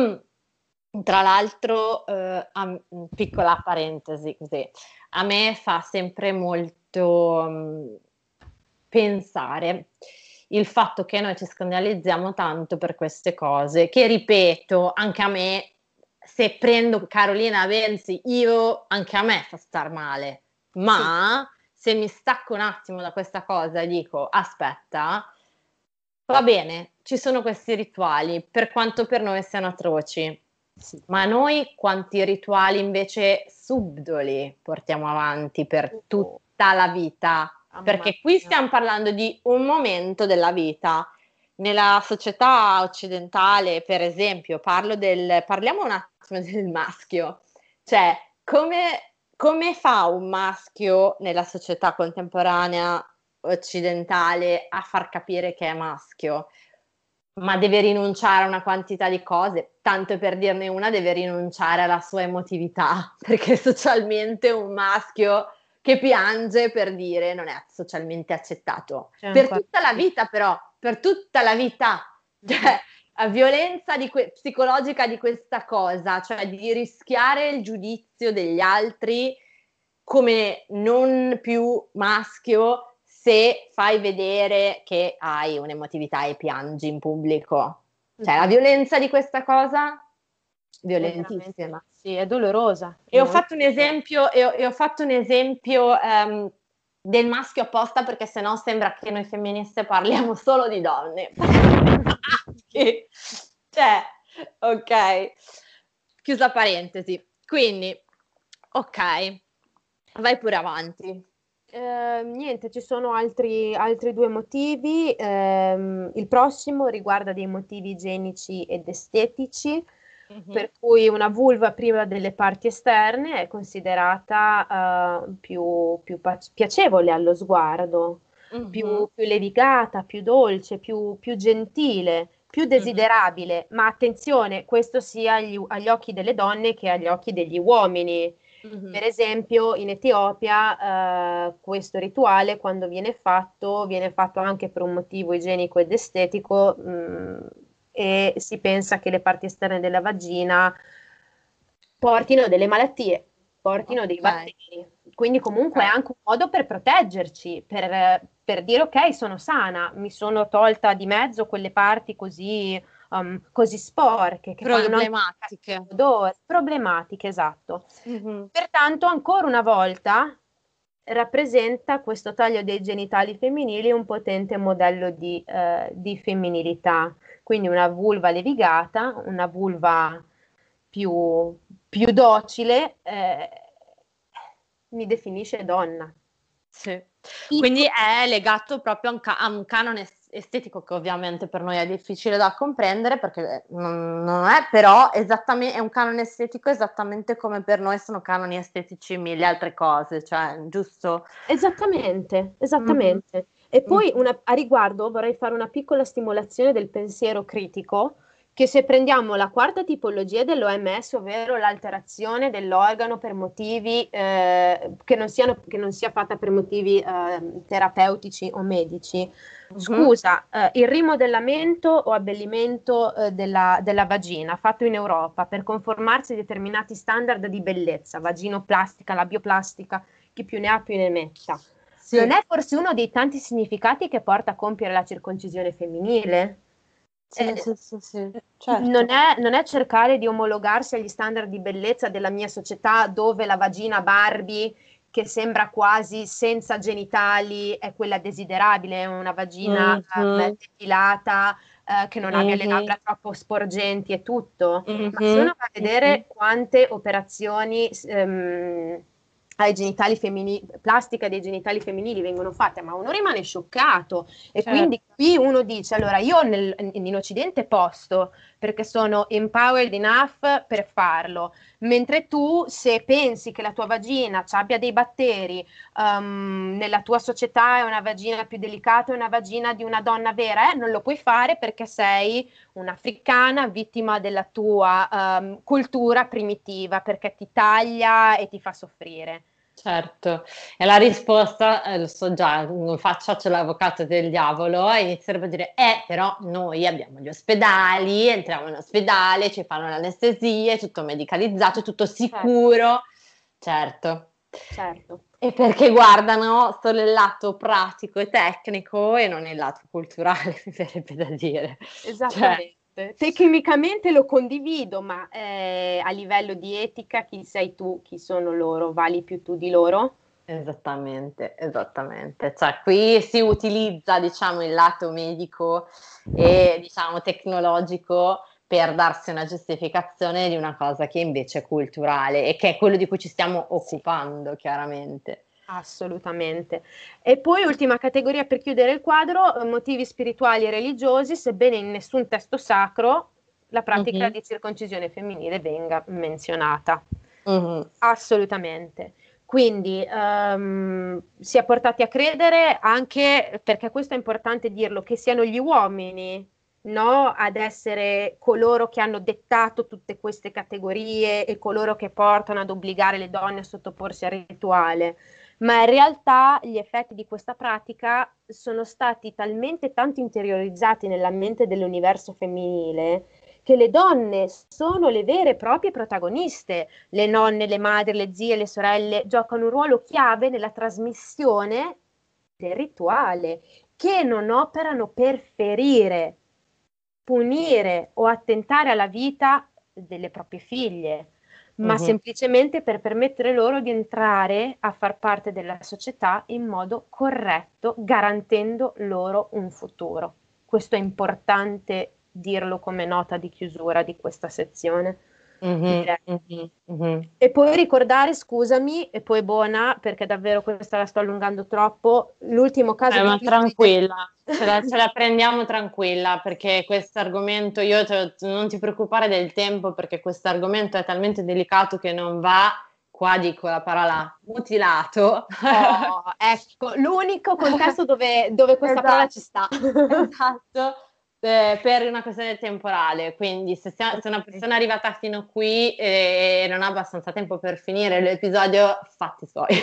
tra l'altro, eh, a- piccola parentesi così, a me fa sempre molto mh, pensare il fatto che noi ci scandalizziamo tanto per queste cose, che ripeto, anche a me, se prendo Carolina Benzi, io anche a me fa star male, Sì. ma se mi stacco un attimo da questa cosa e dico, aspetta, va bene, ci sono questi rituali, per quanto per noi siano atroci, Sì. ma noi quanti rituali invece subdoli portiamo avanti per Oh, tutta la vita? mamma Perché qui mia. stiamo parlando di un momento della vita. Nella società occidentale, per esempio, parlo del, parliamo un attimo del maschio, cioè come, come fa un maschio nella società contemporanea occidentale a far capire che è maschio? Ma deve rinunciare a una quantità di cose, tanto per dirne una, deve rinunciare alla sua emotività, perché socialmente un maschio che piange, per dire, non è socialmente accettato. C'è Per ancora tutta la sì. vita però, per tutta la vita, Mhm. cioè la violenza di que- psicologica di questa cosa, cioè di rischiare il giudizio degli altri come non più maschio se fai vedere che hai un'emotività e piangi in pubblico. Cioè la Mhm. violenza di questa cosa, È veramente, violentissima. sì, è dolorosa, E ho molto fatto un dolorosa. esempio, e ho, e ho fatto un esempio ehm, del maschio apposta perché sennò sembra che noi femministe parliamo solo di donne. Maschi. Cioè, ok. Chiusa parentesi. Quindi, ok, vai pure avanti. Eh, niente, ci sono altri, altri due motivi. Ehm, il prossimo riguarda dei motivi igienici ed estetici, Mhm, per cui una vulva priva delle parti esterne è considerata eh, più, più pa- piacevole allo sguardo, mhm, più, più levigata, più dolce, più, più gentile, più mhm, desiderabile. Ma attenzione, questo sia agli agli occhi delle donne che agli occhi degli uomini. mhm, Per esempio, in Etiopia, eh, questo rituale, quando viene fatto, viene fatto anche per un motivo igienico ed estetico, mh, e si pensa che le parti esterne della vagina portino delle malattie, portino dei ok, batteri. Quindi comunque è ok. anche un modo per proteggerci, per, per dire ok, sono sana, mi sono tolta di mezzo quelle parti così, um, così sporche, che fanno anche un Problematiche. cattivo odore, problematiche, esatto. Mhm, Pertanto, ancora una volta, rappresenta questo taglio dei genitali femminili un potente modello di, eh, di femminilità. Quindi una vulva levigata, una vulva più, più docile, eh, mi definisce donna. sì. Quindi è legato proprio a un, ca- a un canone estetico che ovviamente per noi è difficile da comprendere perché non, non è, però esattamente, è un canone estetico esattamente come per noi sono canoni estetici mille altre cose, cioè giusto? Esattamente, Mhm. esattamente. E poi Mhm. una- a riguardo vorrei fare una piccola stimolazione del pensiero critico, che se prendiamo la quarta tipologia dell'O M S, ovvero l'alterazione dell'organo per motivi eh, che non siano, che non sia fatta per motivi eh, terapeutici o medici, Mhm. scusa, eh, il rimodellamento o abbellimento eh, della, della vagina fatto in Europa per conformarsi a determinati standard di bellezza, vaginoplastica, labioplastica, chi più ne ha più ne metta. Non Sì, è forse uno dei tanti significati che porta a compiere la circoncisione femminile? sì, Eh, sì, sì, sì, non certo. è, non è cercare di omologarsi agli standard di bellezza della mia società dove la vagina Barbie, che sembra quasi senza genitali, è quella desiderabile, è una vagina eh, Mhm. depilata, eh, che non abbia le Mhm. labbra troppo sporgenti e tutto. Ma se Mhm. uno va a Mhm. vedere quante operazioni ehm, ai genitali femminili, plastica dei genitali femminili vengono fatte, ma uno rimane scioccato. E quindi Certo. qui uno dice: allora, io nel- in Occidente posso perché sono empowered enough per farlo, mentre tu, se pensi che la tua vagina abbia dei batteri, um, nella tua società è una vagina più delicata, è una vagina di una donna vera, eh, non lo puoi fare perché sei un'africana vittima della tua um, cultura primitiva, perché ti taglia e ti fa soffrire. Certo, e la risposta, eh, lo so già, facciaci l'avvocato del diavolo e inizierebbe a dire, eh, però noi abbiamo gli ospedali, entriamo in ospedale, ci fanno l'anestesia, è tutto medicalizzato, è tutto Certo, sicuro. Certo. certo. E perché guardano solo il lato pratico e tecnico e non il lato culturale, mi verrebbe da dire. Cioè, Esattamente. Tecnicamente lo condivido, ma eh, a livello di etica, chi sei tu, chi sono loro, vali più tu di loro? esattamente, esattamente. Cioè, qui si utilizza, diciamo, il lato medico e, diciamo, tecnologico per darsi una giustificazione di una cosa che invece è culturale e che è quello di cui ci stiamo Sì. occupando, chiaramente. Assolutamente. E poi ultima categoria per chiudere il quadro, eh, motivi spirituali e religiosi, sebbene in nessun testo sacro la pratica Mhm, di circoncisione femminile venga menzionata. mhm. Assolutamente. Quindi ehm, si è portati a credere anche, perché questo è importante dirlo, che siano gli uomini, no, ad essere coloro che hanno dettato tutte queste categorie e coloro che portano ad obbligare le donne a sottoporsi al rituale, ma in realtà gli effetti di questa pratica sono stati talmente tanto interiorizzati nella mente dell'universo femminile che le donne sono le vere e proprie protagoniste. Le nonne, le madri, le zie, le sorelle giocano un ruolo chiave nella trasmissione del rituale, che non operano per ferire, punire o attentare alla vita delle proprie figlie, ma Mhm. semplicemente per permettere loro di entrare a far parte della società in modo corretto, garantendo loro un futuro. Questo è importante dirlo come nota di chiusura di questa sezione. Mhm, Direi. mhm, mhm. E poi ricordare, scusami, e poi buona, perché davvero questa la sto allungando troppo, l'ultimo caso Eh, di ma clitoride. tranquilla, ce la, ce la prendiamo tranquilla perché questo argomento, io te- non ti preoccupare del tempo perché questo argomento è talmente delicato che non va, qua dico la parola mutilato. Oh, ecco, l'unico contesto dove, dove questa parola ci Esatto, sta. esatto, eh, per una questione temporale. Quindi se, sia- se una Ok. persona è arrivata fino a qui e non ha abbastanza tempo per finire l'episodio, fatti suoi.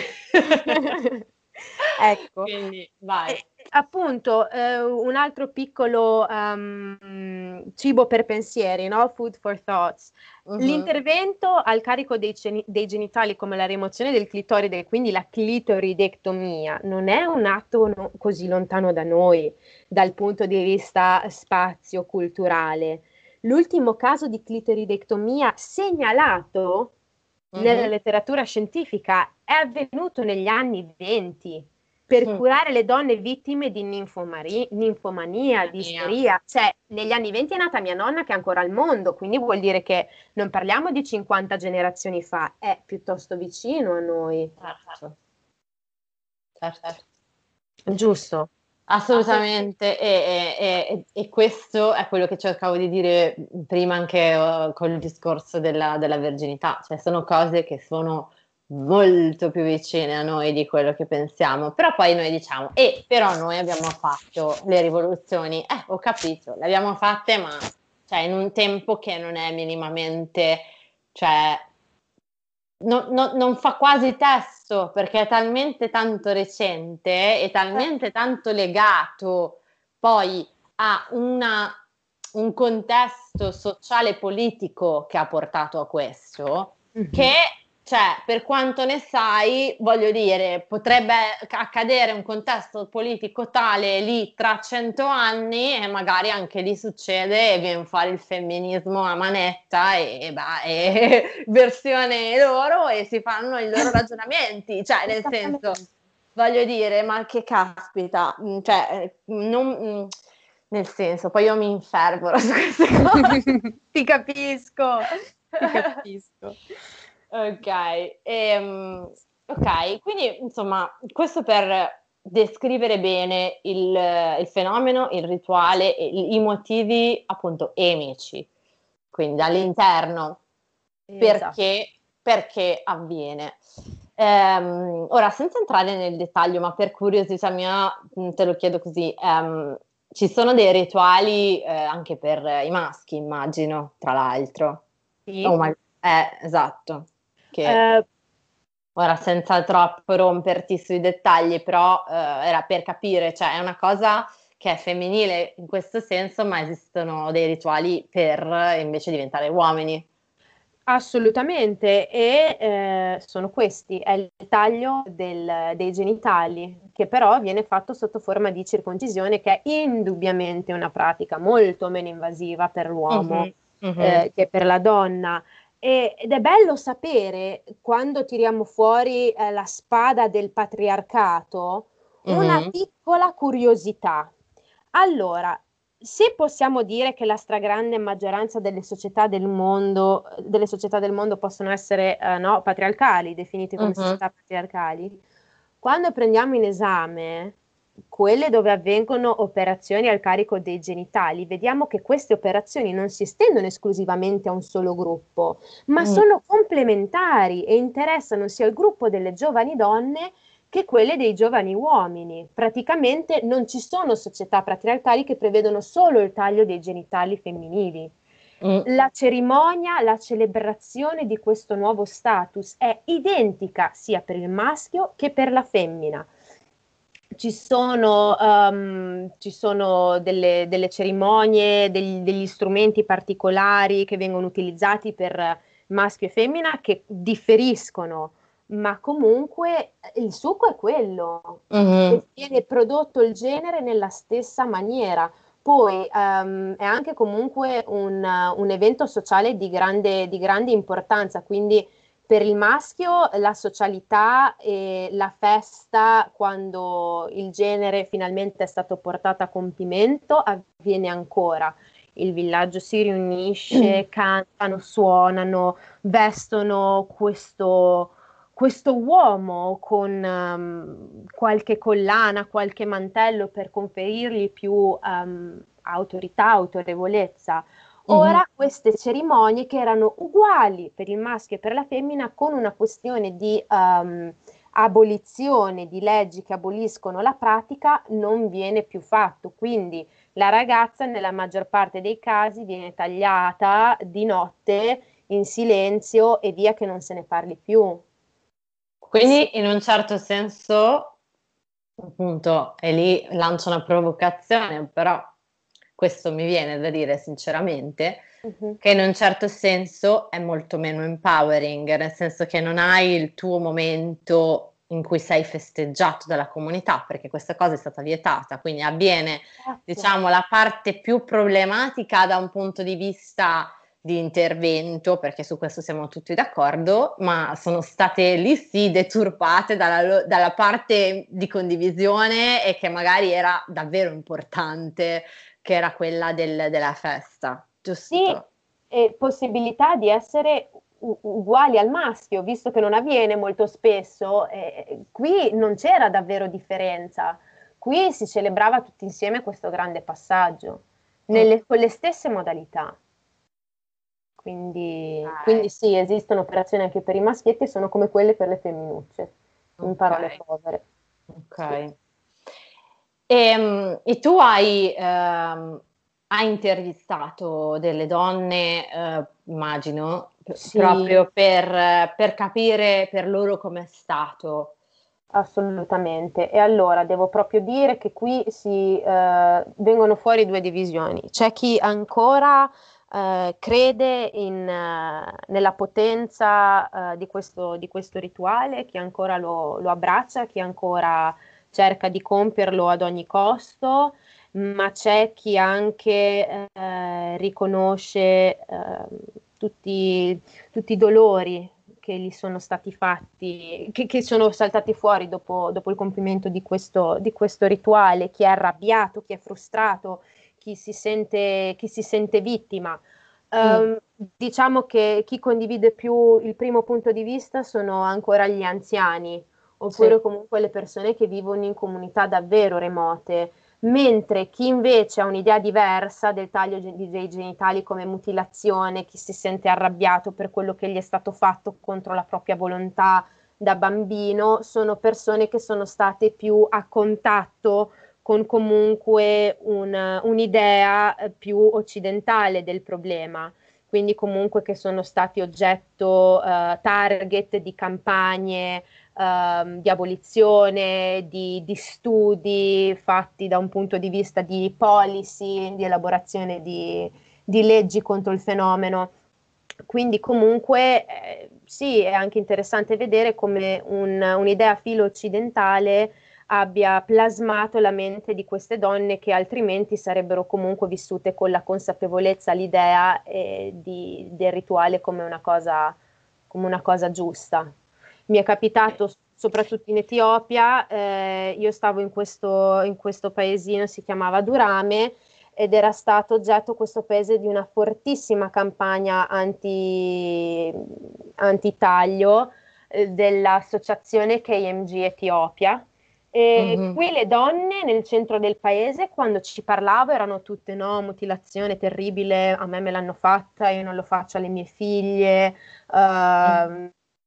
Ecco, Quindi vai. e, appunto, eh, un altro piccolo ehm, cibo per pensieri, no? Food for thoughts. Mhm. L'intervento al carico dei, ceni- dei genitali come la rimozione del clitoride, quindi la clitoridectomia, non è un atto no- così lontano da noi dal punto di vista spazio-culturale. L'ultimo caso di clitoridectomia segnalato nella Mhm. letteratura scientifica è avvenuto negli anni venti per curare le donne vittime di ninfomari- ninfomania, Mamma di mia. isteria. Cioè, negli anni venti è nata mia nonna che è ancora al mondo, quindi vuol dire che non parliamo di cinquanta generazioni fa, è piuttosto vicino a noi. Certo, certo. Giusto. Assolutamente, e, e- e- e questo è quello che cercavo di dire prima anche uh, col discorso della, della verginità, cioè sono cose che sono molto più vicine a noi di quello che pensiamo, però poi noi diciamo, e però noi abbiamo fatto le rivoluzioni, eh, ho capito, le abbiamo fatte, ma cioè, in un tempo che non è minimamente, cioè no- no- non fa quasi testo perché è talmente tanto recente e talmente tanto legato poi a una- un contesto sociale e politico che ha portato a questo, che, Mhm. cioè, per quanto ne sai, voglio dire, potrebbe accadere un contesto politico tale lì tra cento anni e magari anche lì succede e viene fuori il femminismo a manetta e, e, bah, e versione loro e si fanno i loro ragionamenti, cioè nel senso, Esattamente. voglio dire, ma che caspita, mm, cioè, eh, non, mm, nel senso, poi io mi infervoro su queste cose. Ti capisco, ti capisco. Ok, ehm, ok, quindi insomma, questo per descrivere bene il, il fenomeno, il rituale e i motivi appunto emici, quindi dall'interno, Esatto. perché, perché avviene. Ehm, ora, senza entrare nel dettaglio, ma per curiosità mia, mh, te lo chiedo così, ehm, ci sono dei rituali eh, anche per i maschi, immagino, tra l'altro. Oh, Sì. ma eh, esatto, che Eh, ora senza troppo romperti sui dettagli, però eh, era per capire, cioè è una cosa che è femminile in questo senso, ma esistono dei rituali per eh, invece diventare uomini. Assolutamente, e eh, sono questi, è il taglio del- dei genitali, che però viene fatto sotto forma di circoncisione, che è indubbiamente una pratica molto meno invasiva per l'uomo Mhm, mhm, eh, che per la donna. E- ed è bello sapere, quando tiriamo fuori eh, la spada del patriarcato, una mhm, piccola curiosità. Allora, se possiamo dire che la stragrande maggioranza delle società del mondo, delle società del mondo possono essere, eh, no, patriarcali, definite come mhm, società patriarcali, quando prendiamo in esame quelle dove avvengono operazioni al carico dei genitali, vediamo che queste operazioni non si estendono esclusivamente a un solo gruppo, ma mhm. sono complementari e interessano sia il gruppo delle giovani donne che quelle dei giovani uomini. Praticamente non ci sono società patriarcali che prevedono solo il taglio dei genitali femminili. Mm. La cerimonia, la celebrazione di questo nuovo status è identica sia per il maschio che per la femmina. Ci sono, um, ci sono delle, delle cerimonie, degli, degli strumenti particolari che vengono utilizzati per maschio e femmina che differiscono, ma comunque il succo è quello Mhm, e viene prodotto il genere nella stessa maniera. Poi ehm, è anche comunque un, un evento sociale di grande, di grande importanza, quindi per il maschio la socialità e la festa quando il genere finalmente è stato portato a compimento avviene ancora. Il villaggio si riunisce, cantano, suonano, vestono questo, questo uomo con um, qualche collana, qualche mantello per conferirgli più um, autorità, autorevolezza. mhm, Ora queste cerimonie che erano uguali per il maschio e per la femmina con una questione di um, abolizione di leggi che aboliscono la pratica non viene più fatto. Quindi la ragazza nella maggior parte dei casi viene tagliata di notte in silenzio e via che non se ne parli più. Sì, Quindi in un certo senso, appunto, e lì lancio una provocazione, però questo mi viene da dire sinceramente, mhm, che in un certo senso è molto meno empowering, nel senso che non hai il tuo momento in cui sei festeggiato dalla comunità, perché questa cosa è stata vietata, quindi avviene, esatto. diciamo, la parte più problematica da un punto di vista di intervento, perché su questo siamo tutti d'accordo, ma sono state lì sì deturpate dalla, dalla parte di condivisione e che magari era davvero importante, che era quella del- della festa, Sì, giusto? e possibilità di essere u- uguali al maschio, visto che non avviene molto spesso, eh, qui non c'era davvero differenza. qui si celebrava tutti insieme questo grande passaggio, nelle, con le stesse modalità. Quindi, Ok. quindi sì, esistono operazioni anche per i maschietti, sono come quelle per le femminucce, in Ok. parole povere. Ok. E, e tu hai, ehm, hai intervistato delle donne, eh, immagino, p- Sì, proprio per, per capire per loro com'è stato. assolutamente. E allora devo proprio dire che qui si eh, vengono fuori due divisioni. C'è chi ancora eh, crede in, eh, nella potenza eh, di questo, di questo rituale, chi ancora lo, lo abbraccia, chi ancora cerca di compierlo ad ogni costo, ma c'è chi anche eh, riconosce eh, tutti, tutti i dolori che gli sono stati fatti, che, che sono saltati fuori dopo, dopo il compimento di questo, di questo rituale, chi è arrabbiato, chi è frustrato, chi si sente, chi si sente vittima. Mm, Um, diciamo che chi condivide più il primo punto di vista sono ancora gli anziani, sì. oppure comunque le persone che vivono in comunità davvero remote, mentre chi invece ha un'idea diversa del taglio ge- dei genitali come mutilazione, chi si sente arrabbiato per quello che gli è stato fatto contro la propria volontà da bambino, sono persone che sono state più a contatto con comunque un- un'idea eh, più occidentale del problema, quindi comunque che sono stati oggetto eh, target di campagne ehm, di abolizione, di, di studi fatti da un punto di vista di policy, di elaborazione di, di leggi contro il fenomeno. Quindi comunque eh, sì, è anche interessante vedere come un- un'idea filo-occidentale abbia plasmato la mente di queste donne che altrimenti sarebbero comunque vissute con la consapevolezza, l'idea eh, di- del rituale come una cosa, come una cosa giusta. Mi è capitato soprattutto in Etiopia, eh, io stavo in questo, in questo paesino, si chiamava Durame, ed era stato oggetto questo paese di una fortissima campagna anti, anti-taglio eh, dell'associazione K M G Etiopia. E Mhm. qui le donne nel centro del paese, quando ci parlavo, erano tutte no, mutilazione terribile, a me me l'hanno fatta, io non lo faccio alle mie figlie. Mm. Ehm,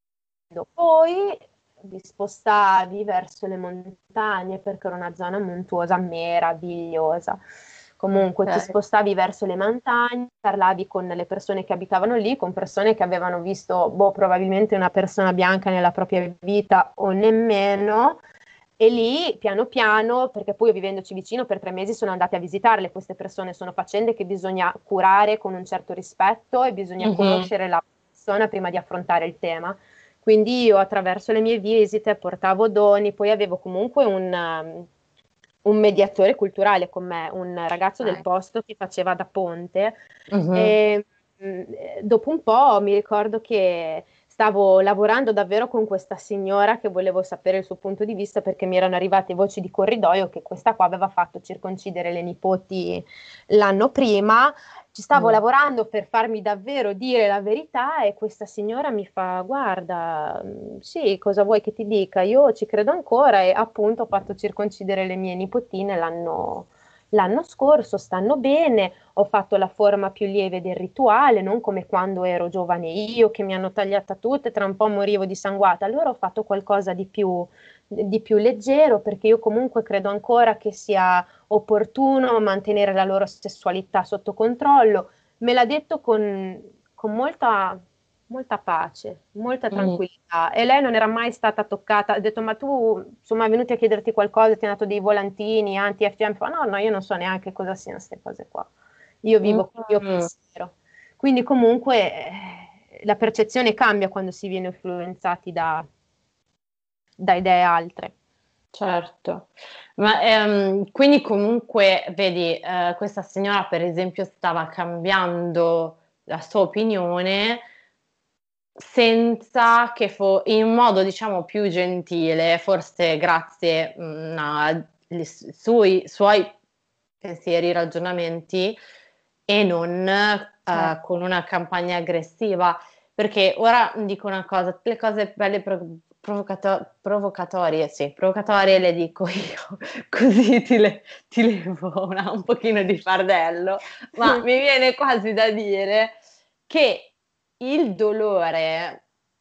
poi vi spostavi verso le montagne perché era una zona montuosa meravigliosa. Comunque ti Ok. spostavi verso le montagne, parlavi con le persone che abitavano lì, con persone che avevano visto, boh, probabilmente una persona bianca nella propria vita o nemmeno, e lì piano piano, perché poi io vivendoci vicino per tre mesi sono andata a visitarle queste persone, sono faccende che bisogna curare con un certo rispetto e bisogna Mhm. conoscere la persona prima di affrontare il tema. Quindi io attraverso le mie visite portavo doni, poi avevo comunque un, um, un mediatore culturale con me, un ragazzo del Ok. posto che faceva da ponte Mhm. e mh, dopo un po' mi ricordo che stavo lavorando davvero con questa signora che volevo sapere il suo punto di vista perché mi erano arrivate voci di corridoio che questa qua aveva fatto circoncidere le nipoti l'anno prima. Ci stavo Mm. lavorando per farmi davvero dire la verità e questa signora mi fa: Guarda, mh, sì, cosa vuoi che ti dica? Io ci credo ancora e appunto ho fatto circoncidere le mie nipotine l'anno l'anno scorso, stanno bene, ho fatto la forma più lieve del rituale, non come quando ero giovane io che mi hanno tagliata tutte, tra un po' morivo dissanguata. Allora ho fatto qualcosa di più, di più leggero perché io comunque credo ancora che sia opportuno mantenere la loro sessualità sotto controllo. Me l'ha detto con, con molta, molta pace, molta Mm. tranquillità e lei non era mai stata toccata. Ha detto: Ma tu, insomma, venuti a chiederti qualcosa, ti hanno dato dei volantini anti-F G M? Fa, no, no, io non so neanche cosa siano queste cose qua. Io vivo col mio Mm. pensiero. Quindi, comunque, eh, la percezione cambia quando si viene influenzati da, da idee altre. Certo, ma ehm, quindi comunque vedi, eh, questa signora per esempio stava cambiando la sua opinione senza che fo- in modo diciamo più gentile, forse grazie mh, ai suoi, suoi pensieri, ragionamenti e non eh, Certo. con una campagna aggressiva. Perché ora dico una cosa, tutte le cose belle, pro- provocato- provocatorie, sì, provocatorie le dico io, così ti, le- ti levo una- un pochino di fardello, ma mi viene quasi da dire che il dolore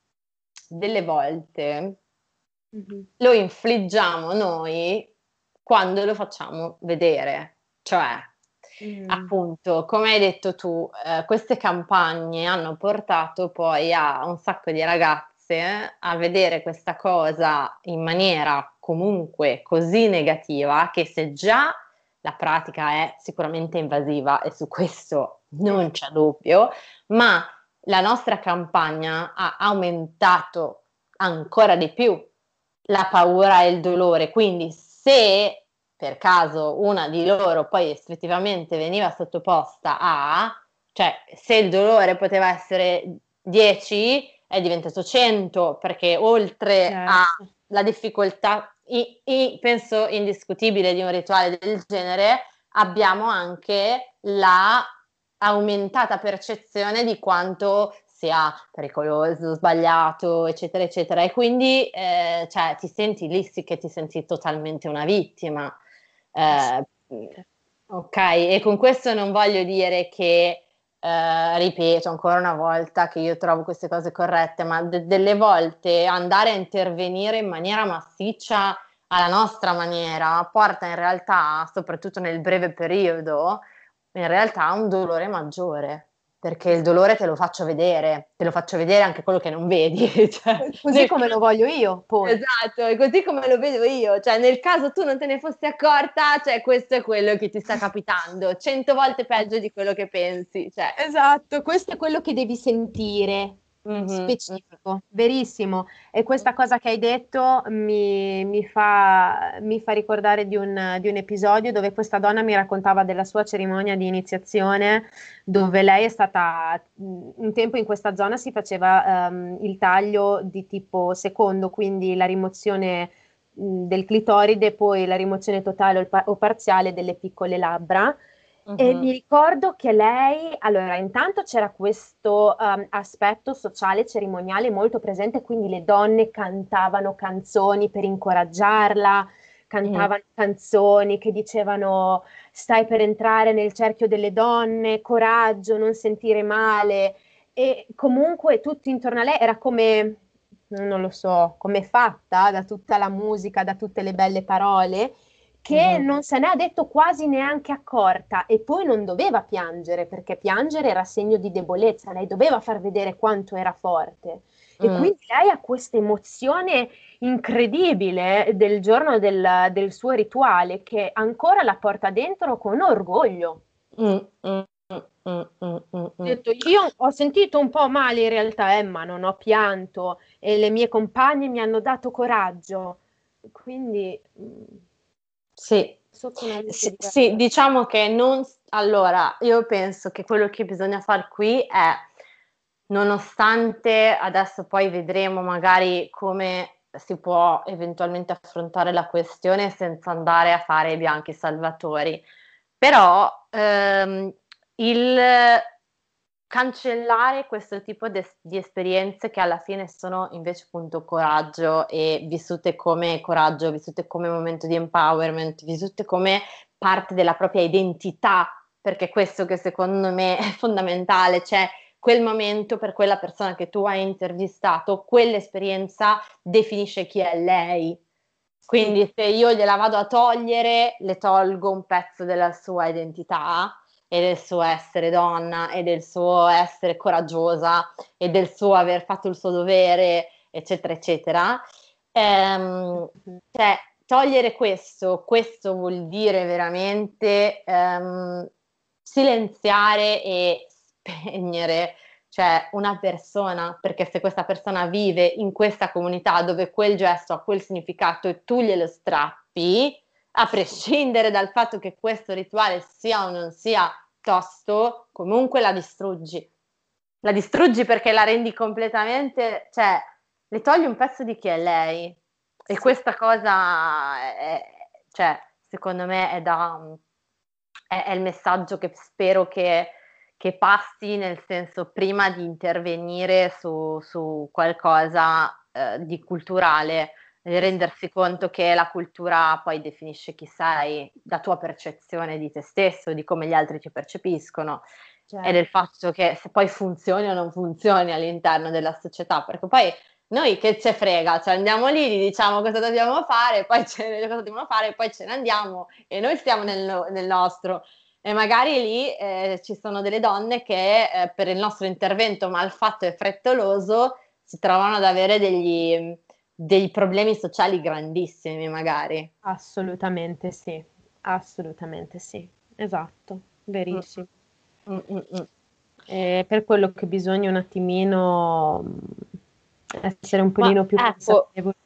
delle volte Mhm. lo infliggiamo noi quando lo facciamo vedere, cioè Mm. appunto, come hai detto tu, eh, queste campagne hanno portato poi a un sacco di ragazze a vedere questa cosa in maniera comunque così negativa che se già la pratica è sicuramente invasiva e su questo non c'è dubbio, ma la nostra campagna ha aumentato ancora di più la paura e il dolore. Quindi se per caso una di loro poi effettivamente veniva sottoposta a, cioè se il dolore poteva essere dieci, è diventato cento, perché oltre Certo. alla difficoltà, i, i, penso indiscutibile di un rituale del genere, abbiamo anche la aumentata percezione di quanto sia pericoloso, sbagliato, eccetera, eccetera. E quindi eh, cioè, ti senti lì, sì che ti senti totalmente una vittima. Eh, ok, e con questo non voglio dire che, eh, ripeto ancora una volta, che io trovo queste cose corrette, ma de- delle volte andare a intervenire in maniera massiccia alla nostra maniera porta in realtà, soprattutto nel breve periodo, in realtà a un dolore maggiore, perché il dolore te lo faccio vedere, te lo faccio vedere anche quello che non vedi, cioè, Così nel come lo voglio io, poi. esatto, è così come lo vedo io, cioè nel caso tu non te ne fossi accorta, cioè questo è quello che ti sta capitando, cento volte peggio di quello che pensi, cioè. Esatto, questo è quello che devi sentire, Mhm, specifico, verissimo. E questa cosa che hai detto mi, mi fa, mi fa ricordare di un, di un episodio dove questa donna mi raccontava della sua cerimonia di iniziazione, dove lei è stata, un tempo in questa zona si faceva ehm, il taglio di tipo secondo, quindi la rimozione mh, del clitoride, poi la rimozione totale o, pa- o parziale delle piccole labbra. E mi mhm, ricordo che lei, allora, intanto c'era questo um, aspetto sociale, cerimoniale molto presente, quindi le donne cantavano canzoni per incoraggiarla, mhm, cantavano canzoni che dicevano stai per entrare nel cerchio delle donne, coraggio, non sentire male. E comunque tutto intorno a lei era come, non lo so, come fatta da tutta la musica, da tutte le belle parole che mhm, non se ne ha detto quasi neanche accorta e poi non doveva piangere perché piangere era segno di debolezza, lei doveva far vedere quanto era forte. E mm, quindi lei ha questa emozione incredibile del giorno del, del suo rituale che ancora la porta dentro con orgoglio. mm, mm, mm, mm, mm, mm, Ho mm. detto, io ho sentito un po' male in realtà, Emma, non ho pianto e le mie compagne mi hanno dato coraggio. Quindi mm, Sì. sottototalmente Sì, diverso. sì, diciamo che non... Allora, io penso che quello che bisogna fare qui è, nonostante adesso poi vedremo magari come si può eventualmente affrontare la questione senza andare a fare i bianchi salvatori, però ehm, il cancellare questo tipo de- di esperienze che alla fine sono invece appunto coraggio e vissute come coraggio, vissute come momento di empowerment, vissute come parte della propria identità, perché questo che secondo me è fondamentale, cioè quel momento per quella persona che tu hai intervistato, quell'esperienza definisce chi è lei. Sì. Quindi se io gliela vado a togliere, le tolgo un pezzo della sua identità e del suo essere donna e del suo essere coraggiosa e del suo aver fatto il suo dovere, eccetera, eccetera. Ehm, cioè, togliere questo, questo vuol dire veramente ehm, silenziare e spegnere, cioè una persona, perché se questa persona vive in questa comunità dove quel gesto ha quel significato e tu glielo strappi, a prescindere dal fatto che questo rituale sia o non sia tosto, comunque la distruggi. La distruggi perché la rendi completamente, cioè, le togli un pezzo di chi è lei. E Sì. questa cosa, è, cioè, secondo me, è, da, è, è il messaggio che spero che, che passi, nel senso, prima di intervenire su, su qualcosa, eh, di culturale, di rendersi conto che la cultura poi definisce chi sei, la tua percezione di te stesso, di come gli altri ti percepiscono, Certo. e del fatto che se poi funzioni o non funzioni all'interno della società, perché poi noi che ce frega, cioè andiamo lì, gli diciamo cosa dobbiamo fare, poi ce, cosa dobbiamo fare, poi ce ne andiamo e noi stiamo nel, nel nostro. E magari lì eh, ci sono delle donne che eh, per il nostro intervento malfatto e frettoloso si trovano ad avere degli, dei problemi sociali grandissimi, magari. Assolutamente sì, assolutamente sì, esatto, Mm, verissimo. mm, mm, mm. È per quello che bisogna un attimino mh, essere un Ma pelino più ecco, consapevoli.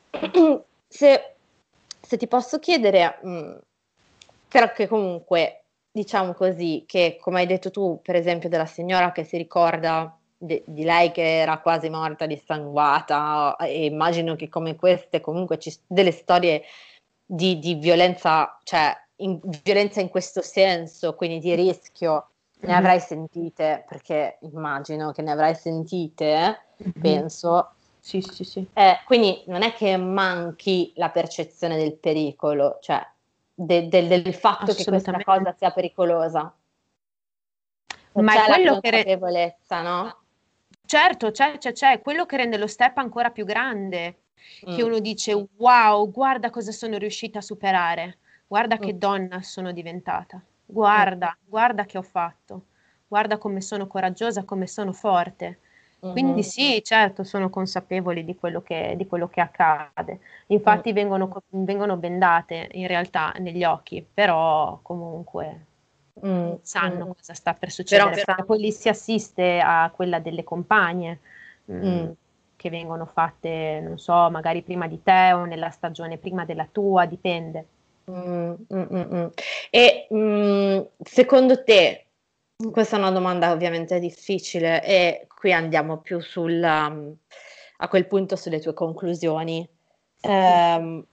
se, se ti posso chiedere, mh, però che comunque, diciamo così, che come hai detto tu, per esempio, della signora che si ricorda de- di lei che era quasi morta dissanguata, e immagino che come queste comunque ci delle storie di, di violenza, cioè in, violenza in questo senso, quindi di rischio, ne Mhm, avrai sentite, perché immagino che ne avrai sentite, eh, mhm. penso. Sì, sì, sì, Eh, quindi non è che manchi la percezione del pericolo, cioè de- del del fatto che questa assolutamente. cosa sia pericolosa. Cioè, Ma è c'è la quello che, re- consapevolezza, no? certo, c'è, c'è, c'è, è quello che rende lo step ancora più grande, che Mm, uno dice, wow, guarda cosa sono riuscita a superare, guarda mm, che donna sono diventata, mm, guarda, guarda che ho fatto, guarda come sono coraggiosa, come sono forte. Quindi mhm, sì, certo, sono consapevoli di quello che, di quello che accade. mm, Infatti vengono, co- vengono bendate in realtà negli occhi, però comunque mm, sanno mm. cosa sta per Però succedere, sa- perché poi lì si assiste a quella delle compagne, mh, mm, che vengono fatte, non so, magari prima di te o nella stagione prima della tua, dipende. mm, mm, mm, mm. E mm, secondo te, questa è una domanda ovviamente difficile e qui andiamo più sul, um, a quel punto sulle tue conclusioni. Sì. Ehm,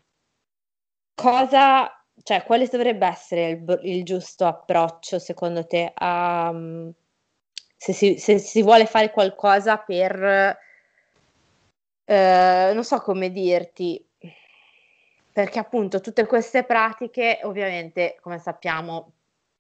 Cosa, cioè, quale dovrebbe essere il, b- il giusto approccio secondo te a, mm, se si, se si vuole fare qualcosa per, eh, non so come dirti, perché appunto tutte queste pratiche ovviamente, come sappiamo,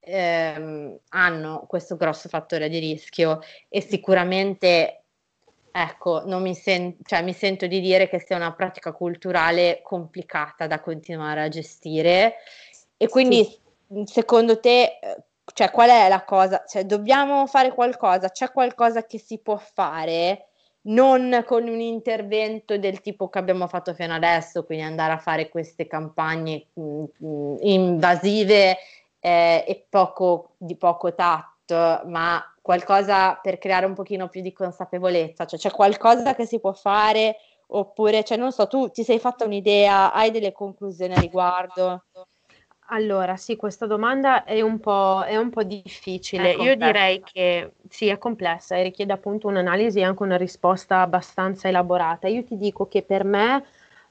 ehm, hanno questo grosso fattore di rischio e sicuramente, ecco, non mi, sen- cioè, mi sento di dire che sia una pratica culturale complicata da continuare a gestire e Sì. quindi secondo te, eh, cioè, qual è la cosa? Cioè, dobbiamo fare qualcosa? C'è qualcosa che si può fare? Non con un intervento del tipo che abbiamo fatto fino adesso, quindi andare a fare queste campagne mh, mh, invasive eh, e poco, di poco tatto, ma qualcosa per creare un pochino più di consapevolezza, cioè c'è qualcosa che si può fare oppure, cioè non so, tu ti sei fatta un'idea, hai delle conclusioni a riguardo? Allora, sì, questa domanda è un po', è un po' È difficile. Io direi complessa. che sì, è complessa e richiede appunto un'analisi e anche una risposta abbastanza elaborata. Io ti dico che per me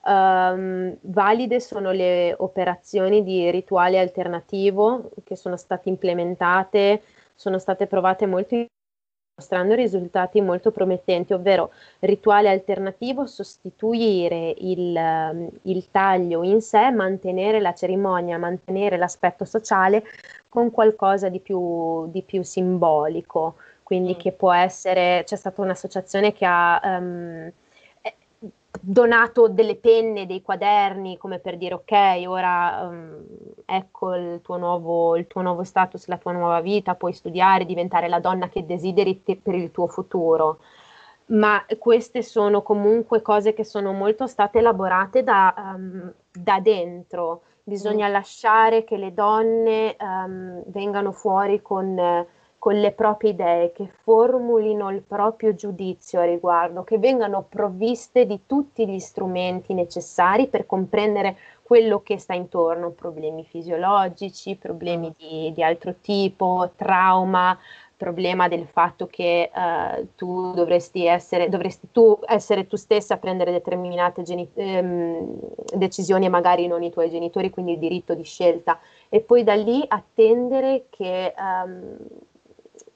ehm, valide sono le operazioni di rituale alternativo che sono state implementate, sono state provate molto in mostrando risultati molto promettenti, ovvero rituale alternativo, sostituire il, ehm, il taglio in sé, mantenere la cerimonia, mantenere l'aspetto sociale con qualcosa di più, di più simbolico, quindi Mm, che può essere, c'è stata un'associazione che ha ehm, eh, donato delle penne, dei quaderni, come per dire ok, ora ehm, ecco il tuo nuovo, il tuo nuovo status, la tua nuova vita, puoi studiare, diventare la donna che desideri te- per il tuo futuro. Ma queste sono comunque cose che sono molto state elaborate da, ehm, da dentro. mm, Bisogna lasciare che le donne ehm, vengano fuori con, eh, con le proprie idee, che formulino il proprio giudizio a riguardo, che vengano provviste di tutti gli strumenti necessari per comprendere quello che sta intorno, problemi fisiologici, mm, problemi di, di altro tipo, trauma, problema del fatto che eh, tu dovresti essere, dovresti tu essere tu stessa a prendere determinate geni- ehm, decisioni e magari non i tuoi genitori, quindi il diritto di scelta. E poi da lì attendere che, ehm,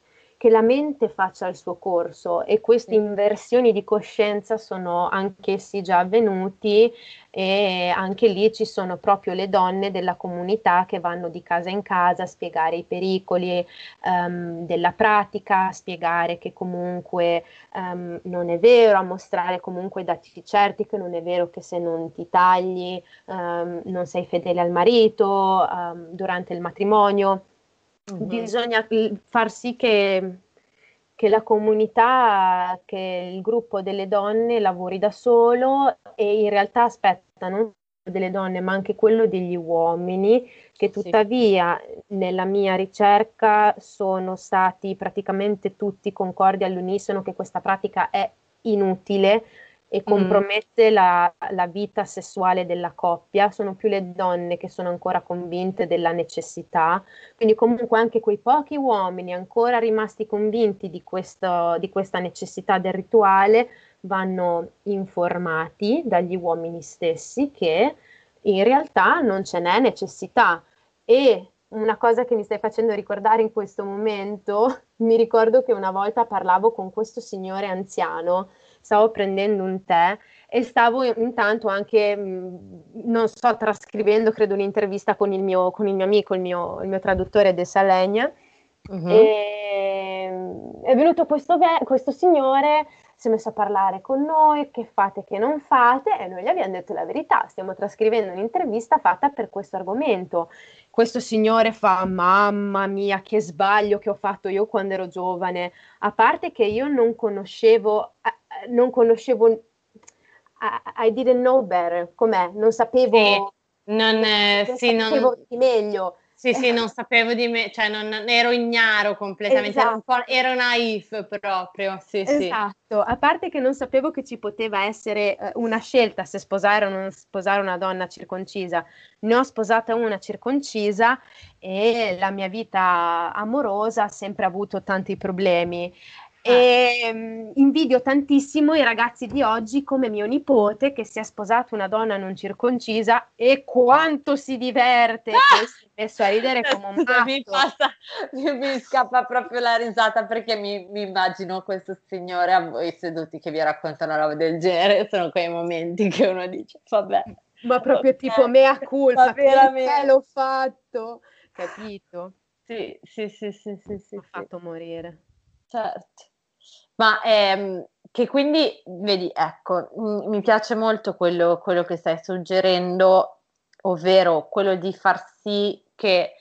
che la mente faccia il suo corso, e queste inversioni di coscienza sono anch'essi già avvenuti, e anche lì ci sono proprio le donne della comunità che vanno di casa in casa a spiegare i pericoli um, della pratica, a spiegare che comunque um, non è vero, a mostrare comunque dati certi, che non è vero che se non ti tagli um, non sei fedele al marito um, durante il matrimonio. Mm-hmm. Bisogna far sì che, che la comunità, che il gruppo delle donne lavori da solo, e in realtà aspetta non delle donne ma anche quello degli uomini, che tuttavia sì. Nella mia ricerca sono stati praticamente tutti concordi all'unisono che questa pratica è inutile e compromette mm. la, la vita sessuale della coppia. Sono più le donne che sono ancora convinte della necessità, quindi comunque anche quei pochi uomini ancora rimasti convinti di, questo, di questa necessità del rituale vanno informati dagli uomini stessi che in realtà non ce n'è necessità. E una cosa che mi stai facendo ricordare in questo momento, mi ricordo che una volta parlavo con questo signore anziano, stavo prendendo un tè e stavo intanto anche, non so, trascrivendo, credo, un'intervista con il mio, con il mio amico, il mio, il mio traduttore de Salegna, uh-huh. E è venuto questo, questo signore, si è messo a parlare con noi, che fate, che non fate, e noi gli abbiamo detto la verità, stiamo trascrivendo un'intervista fatta per questo argomento. Questo signore fa, mamma mia, che sbaglio che ho fatto io quando ero giovane, a parte che io non conoscevo, non conoscevo, I didn't know better, com'è? Non sapevo, sì, non, eh, non sì, sapevo non, di meglio. Sì, sì, non sapevo di me, cioè non, ero ignaro completamente, esatto. ero, un po', ero naif proprio, sì, esatto, sì. A parte che non sapevo che ci poteva essere uh, una scelta se sposare o non sposare una donna circoncisa. Ne ho sposata una circoncisa e la mia vita amorosa ha sempre avuto tanti problemi. E um, invidio tantissimo i ragazzi di oggi come mio nipote che si è sposato una donna non circoncisa e quanto si diverte, ah! Poi si è messo a ridere come un matto. Mi passa, mi, mi scappa proprio la risata perché mi, mi immagino questo signore a voi seduti che vi racconta una roba del genere, sono quei momenti che uno dice vabbè. Ma proprio okay. Tipo mea culpa, perché l'ho fatto, capito? Sì, sì, sì, sì, sì, sì. Mi ha fatto morire. Certo. Ma ehm, che quindi, vedi, ecco, m- mi piace molto quello, quello che stai suggerendo, ovvero quello di far sì che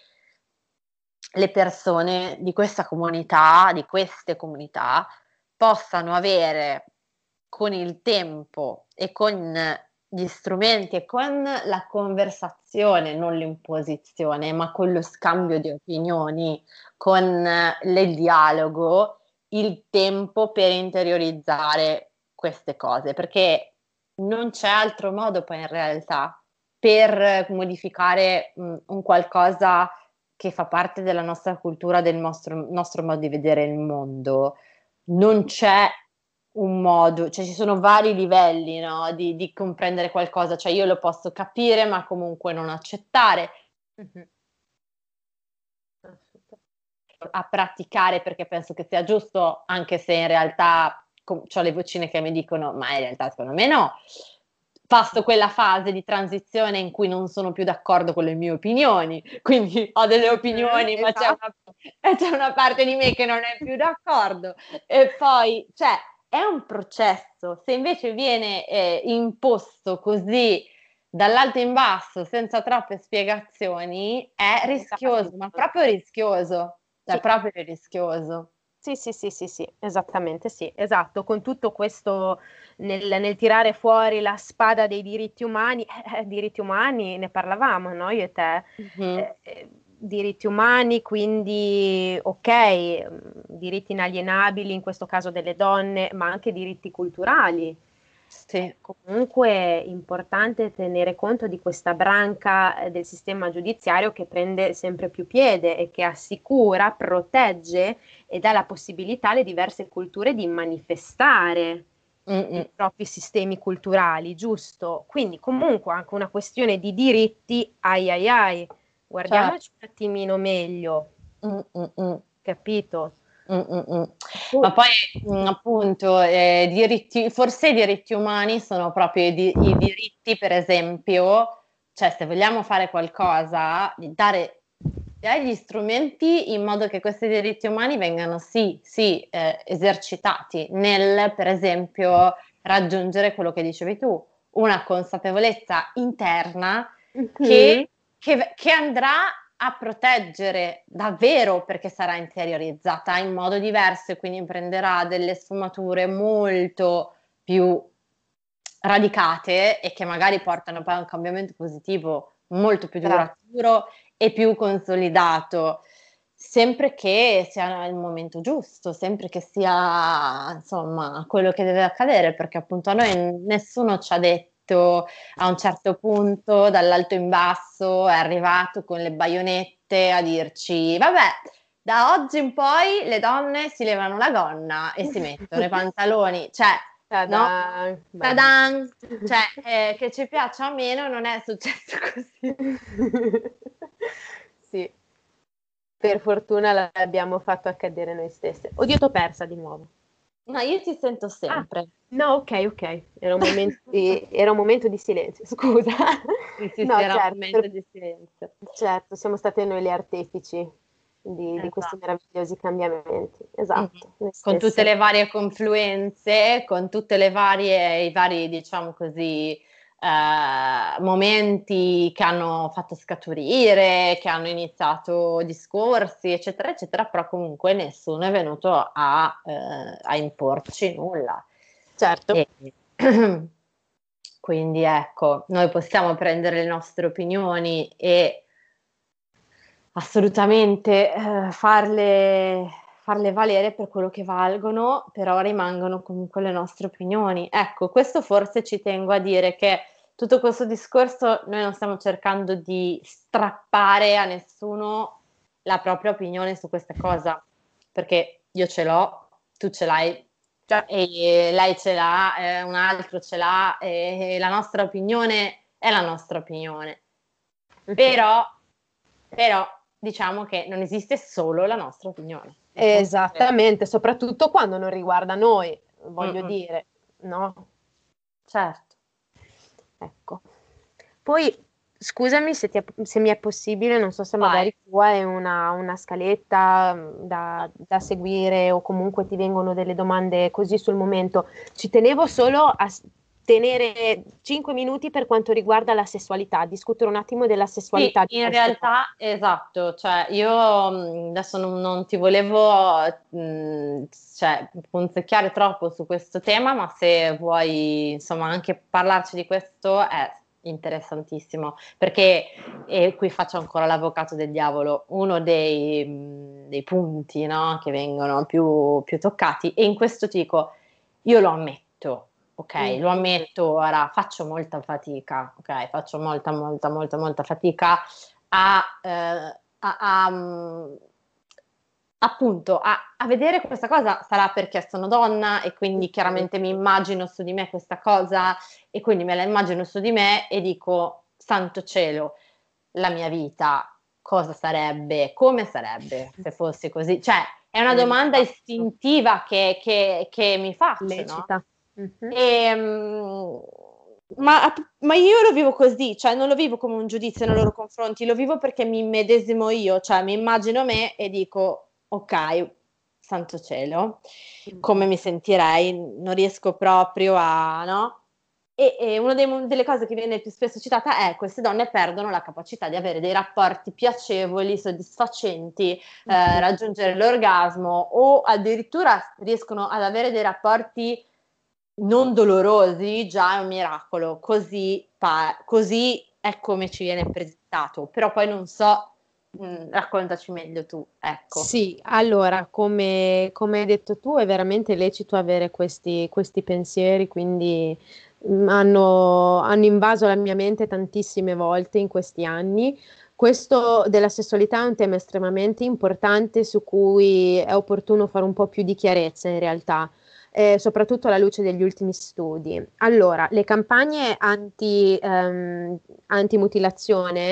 le persone di questa comunità, di queste comunità, possano avere con il tempo e con gli strumenti e con la conversazione, non l'imposizione, ma con lo scambio di opinioni, con il dialogo, il tempo per interiorizzare queste cose, perché non c'è altro modo poi in realtà per modificare mh, un qualcosa che fa parte della nostra cultura, del nostro, nostro modo di vedere il mondo. Non c'è un modo, cioè ci sono vari livelli, no, di, di comprendere qualcosa, cioè io lo posso capire ma comunque non accettare. Mm-hmm. A praticare perché penso che sia giusto, anche se in realtà ho le vocine che mi dicono ma in realtà secondo me no. Passo quella fase di transizione in cui non sono più d'accordo con le mie opinioni, quindi ho delle opinioni, mm, ma esatto. c'è, una, c'è una parte di me che non è più d'accordo. E poi, cioè, è un processo. Se invece viene eh, imposto così dall'alto in basso, senza troppe spiegazioni, è rischioso, ma proprio rischioso. È sì. proprio rischioso. Sì, sì, sì, sì, sì, esattamente, sì, esatto, con tutto questo nel, nel tirare fuori la spada dei diritti umani, eh, diritti umani ne parlavamo, no? Io e te, mm-hmm. eh, eh, diritti umani, quindi ok, diritti inalienabili, in questo caso delle donne, ma anche diritti culturali. Sì. Comunque è importante tenere conto di questa branca del sistema giudiziario che prende sempre più piede e che assicura, protegge e dà la possibilità alle diverse culture di manifestare Mm-mm. i propri sistemi culturali, giusto? Quindi comunque anche una questione di diritti, ai ai ai, guardiamoci certo. un attimino meglio, Mm-mm. capito? Mm, mm, mm. Ma poi mm, appunto eh, diritti, forse i diritti umani sono proprio i, di- i diritti, per esempio, cioè se vogliamo fare qualcosa, di dare, dare gli strumenti in modo che questi diritti umani vengano sì, sì, eh, esercitati nel, per esempio, raggiungere quello che dicevi tu, una consapevolezza interna Mhm. che, che che andrà a proteggere davvero perché sarà interiorizzata in modo diverso e quindi prenderà delle sfumature molto più radicate e che magari portano poi a un cambiamento positivo molto più Esatto. duraturo e più consolidato, sempre che sia il momento giusto, sempre che sia insomma quello che deve accadere, perché appunto a noi nessuno ci ha detto a un certo punto, dall'alto in basso, è arrivato con le baionette a dirci: vabbè, da oggi in poi le donne si levano la gonna e si mettono i pantaloni, cioè, no? Ta-da! Beh. Ta-dan! Cioè, eh, che ci piaccia o meno, non è successo così. Sì, per fortuna l'abbiamo fatto accadere noi stesse. Oddio, t'ho persa di nuovo. Ma io ti sento Ah, sempre. no, ok, ok. Era un momento di, era un momento di silenzio, scusa. Sì, sì, sì, No, era un certo, momento per- di silenzio. certo, siamo state noi le artefici di, di questi Esatto. meravigliosi cambiamenti. Mhm. Esatto, noi Con tutte stesse. le varie confluenze, con tutte le varie, i vari, diciamo così, eh, momenti che hanno fatto scaturire, che hanno iniziato discorsi, eccetera, eccetera, però comunque nessuno è venuto a, eh, a imporci nulla. Certo. E quindi ecco, noi possiamo prendere le nostre opinioni e assolutamente eh, farle, farle valere per quello che valgono, però rimangono comunque le nostre opinioni. Ecco, questo forse ci tengo a dire che tutto questo discorso noi non stiamo cercando di strappare a nessuno la propria opinione su questa cosa, perché io ce l'ho, tu ce l'hai, Cioè, e lei ce l'ha, eh, un altro ce l'ha, e la nostra opinione è la nostra opinione. Però, però diciamo che non esiste solo la nostra opinione. Il punto è questo. esattamente, soprattutto quando non riguarda noi, voglio Mm-mm. dire, no? Certo. Ecco. Poi, scusami se, ti è- se mi è possibile, non so se Vai. magari tu hai una, una scaletta mh, da, da seguire o comunque ti vengono delle domande così sul momento. Ci tenevo solo a s- tenere cinque minuti per quanto riguarda la sessualità, discutere un attimo della Sì, sessualità di in questo mondo. realtà esatto, cioè io mh, adesso non, non ti volevo mh, cioè, punzecchiare troppo su questo tema, ma se vuoi insomma anche parlarci di questo è interessantissimo, perché e qui faccio ancora l'avvocato del diavolo, uno dei, mh, dei punti, no, che vengono più, più toccati, e in questo ti dico, io lo ammetto. Ok, Mm. lo ammetto, ora faccio molta fatica, ok, faccio molta, molta, molta, molta fatica a, eh, a- a, mm, appunto, a, a vedere questa cosa. Sarà perché sono donna e quindi chiaramente mi immagino su di me questa cosa e quindi me la immagino su di me e dico, santo cielo, la mia vita cosa sarebbe, come sarebbe se fosse così? Cioè, è una domanda Esatto. istintiva che, che- che mi faccio, no? Lecita. Mhm. E, mm, ma, ma io lo vivo così, cioè non lo vivo come un giudizio nei loro confronti, lo vivo perché mi medesimo io, cioè mi immagino me e dico, ok, santo cielo, come mi sentirei? Non riesco proprio a, no? E, e una dei- delle cose che viene più spesso citata è: queste donne perdono la capacità di avere dei rapporti piacevoli, soddisfacenti, eh, Mhm. raggiungere l'orgasmo o addirittura riescono ad avere dei rapporti non dolorosi, già è un miracolo. Così, pa- così è come ci viene presentato, però poi non so, mh, raccontaci meglio tu, ecco. Sì, allora, come, come hai detto tu, è veramente lecito avere questi, questi pensieri, quindi mm, hanno, hanno invaso la mia mente tantissime volte in questi anni. Questo della sessualità è un tema estremamente importante su cui è opportuno fare un po' più di chiarezza in realtà, eh, soprattutto alla luce degli ultimi studi. Allora, le campagne anti, ehm, antimutilazione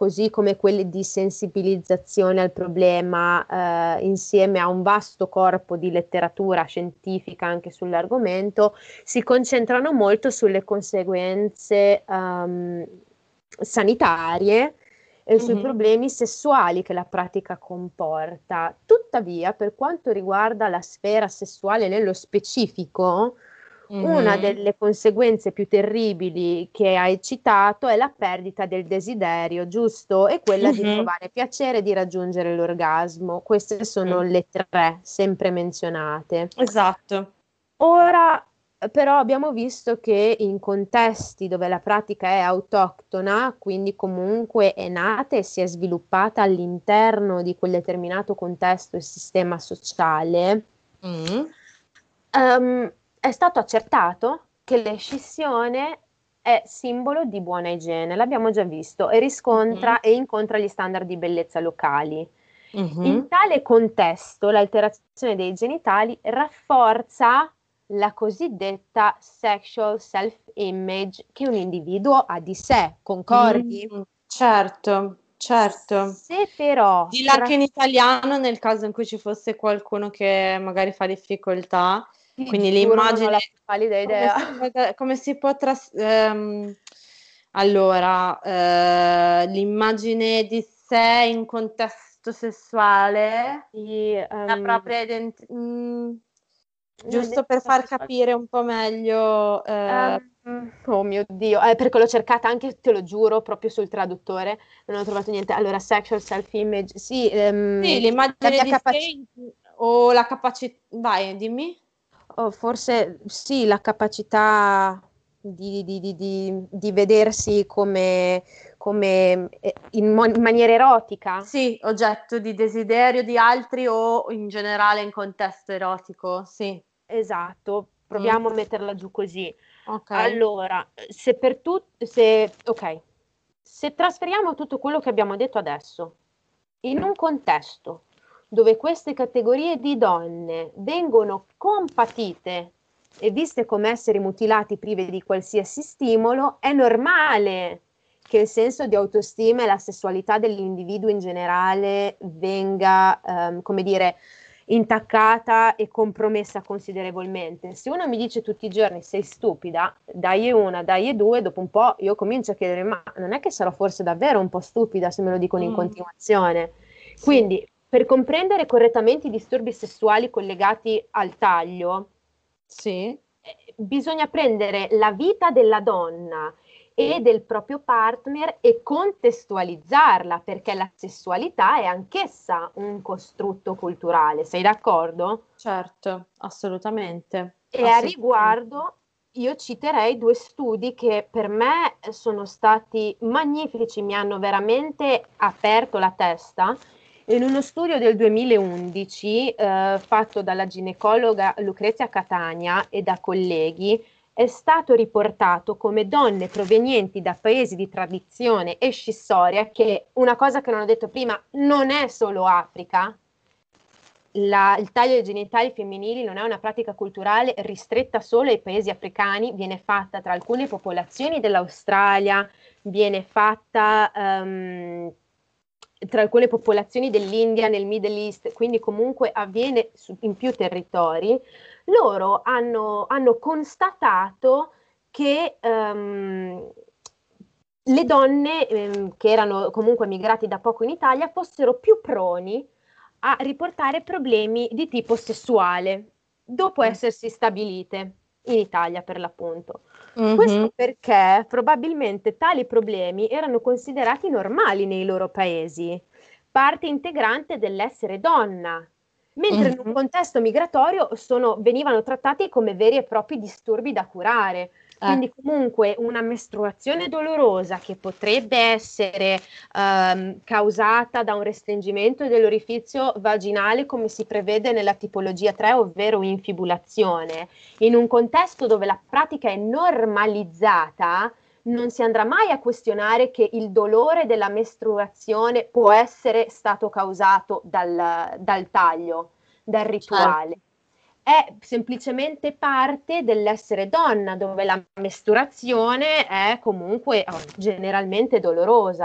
così come quelle di sensibilizzazione al problema, eh, insieme a un vasto corpo di letteratura scientifica anche sull'argomento, si concentrano molto sulle conseguenze um, sanitarie e sui Mhm. problemi sessuali che la pratica comporta. Tuttavia, per quanto riguarda la sfera sessuale nello specifico, una Mhm. delle conseguenze più terribili che hai citato è la perdita del desiderio, giusto? E quella di Mhm. provare piacere e di raggiungere l'orgasmo. Queste sono Mm. le tre sempre menzionate. Esatto. Ora, però, abbiamo visto che in contesti dove la pratica è autoctona, quindi comunque è nata e si è sviluppata all'interno di quel determinato contesto e sistema sociale, Mm. ehm, è stato accertato che l'escissione è simbolo di buona igiene, l'abbiamo già visto, e Mhm. riscontra e incontra gli standard di bellezza locali. In Mhm. tale contesto, l'alterazione dei genitali rafforza la cosiddetta sexual self-image che un individuo ha di sé, concordi? Mm. Certo, certo. Se però Di là che tras- in italiano, nel caso in cui ci fosse qualcuno che magari fa difficoltà, Ti quindi giuro, non ho l'immagine, la più pallida come idea. si può, come si può tras- ehm, allora, eh, l'immagine di sé in contesto sessuale, Sì, la ehm, propria identità, no, giusto per identità far sessuale. capire un po' meglio, eh, Ehm, oh mio Dio, eh, perché l'ho cercata anche, te lo giuro, proprio sul traduttore, non ho trovato niente. Allora, sexual self-image, sì, sì, ehm, la l'immagine mia di sé capacità. in- o la capacità, vai, dimmi. O forse sì, la capacità di, di- di- di- di vedersi come, come, eh, in, mo- in maniera erotica. Sì, oggetto di desiderio di altri o in generale in contesto erotico, sì. Esatto, Mm, proviamo a metterla giù così. ok. Allora, se per tutti, se, ok, se trasferiamo tutto quello che abbiamo detto adesso in un contesto dove queste categorie di donne vengono compatite e viste come esseri mutilati prive di qualsiasi stimolo, è normale che il senso di autostima e la sessualità dell'individuo in generale venga, ehm, come dire, intaccata e compromessa considerevolmente. Se uno mi dice tutti i giorni sei stupida, dai una, dai due, dopo un po' io comincio a chiedere ma non è che sarò forse davvero un po' stupida se me lo dicono in Mm, continuazione? sì, Quindi per comprendere correttamente i disturbi sessuali collegati al taglio, sì, eh, bisogna prendere la vita della donna e del proprio partner e contestualizzarla, perché la sessualità è anch'essa un costrutto culturale, sei d'accordo? certo, assolutamente, E a assolutamente. riguardo io citerei due studi che per me sono stati magnifici, mi hanno veramente aperto la testa. In uno studio del duemilaundici, eh, fatto dalla ginecologa Lucrezia Catania e da colleghi, è stato riportato come donne provenienti da paesi di tradizione e scissoria, che una cosa che non ho detto prima, non è solo Africa. La- il taglio dei genitali femminili non è una pratica culturale ristretta solo ai paesi africani, viene fatta tra alcune popolazioni dell'Australia, viene fatta ehm, tra alcune popolazioni dell'India, nel Middle East, quindi comunque avviene su- in più territori. Loro hanno, hanno constatato che ehm, le donne ehm, che erano comunque migrati da poco in Italia fossero più proni a riportare problemi di tipo sessuale dopo Mm. essersi stabilite in Italia per l'appunto. Mhm, Questo perché probabilmente tali problemi erano considerati normali nei loro paesi, parte integrante dell'essere donna, mentre in un mhm. contesto migratorio sono- venivano trattati come veri e propri disturbi da curare. Eh, Quindi comunque una mestruazione dolorosa che potrebbe essere ehm, causata da un restringimento dell'orifizio vaginale come si prevede nella tipologia tre, ovvero infibulazione, in un contesto dove la pratica è normalizzata, non si andrà mai a questionare che il dolore della mestruazione può essere stato causato dal, dal taglio, dal certo. rituale. È semplicemente parte dell'essere donna, dove la mestruazione è comunque oh, generalmente dolorosa.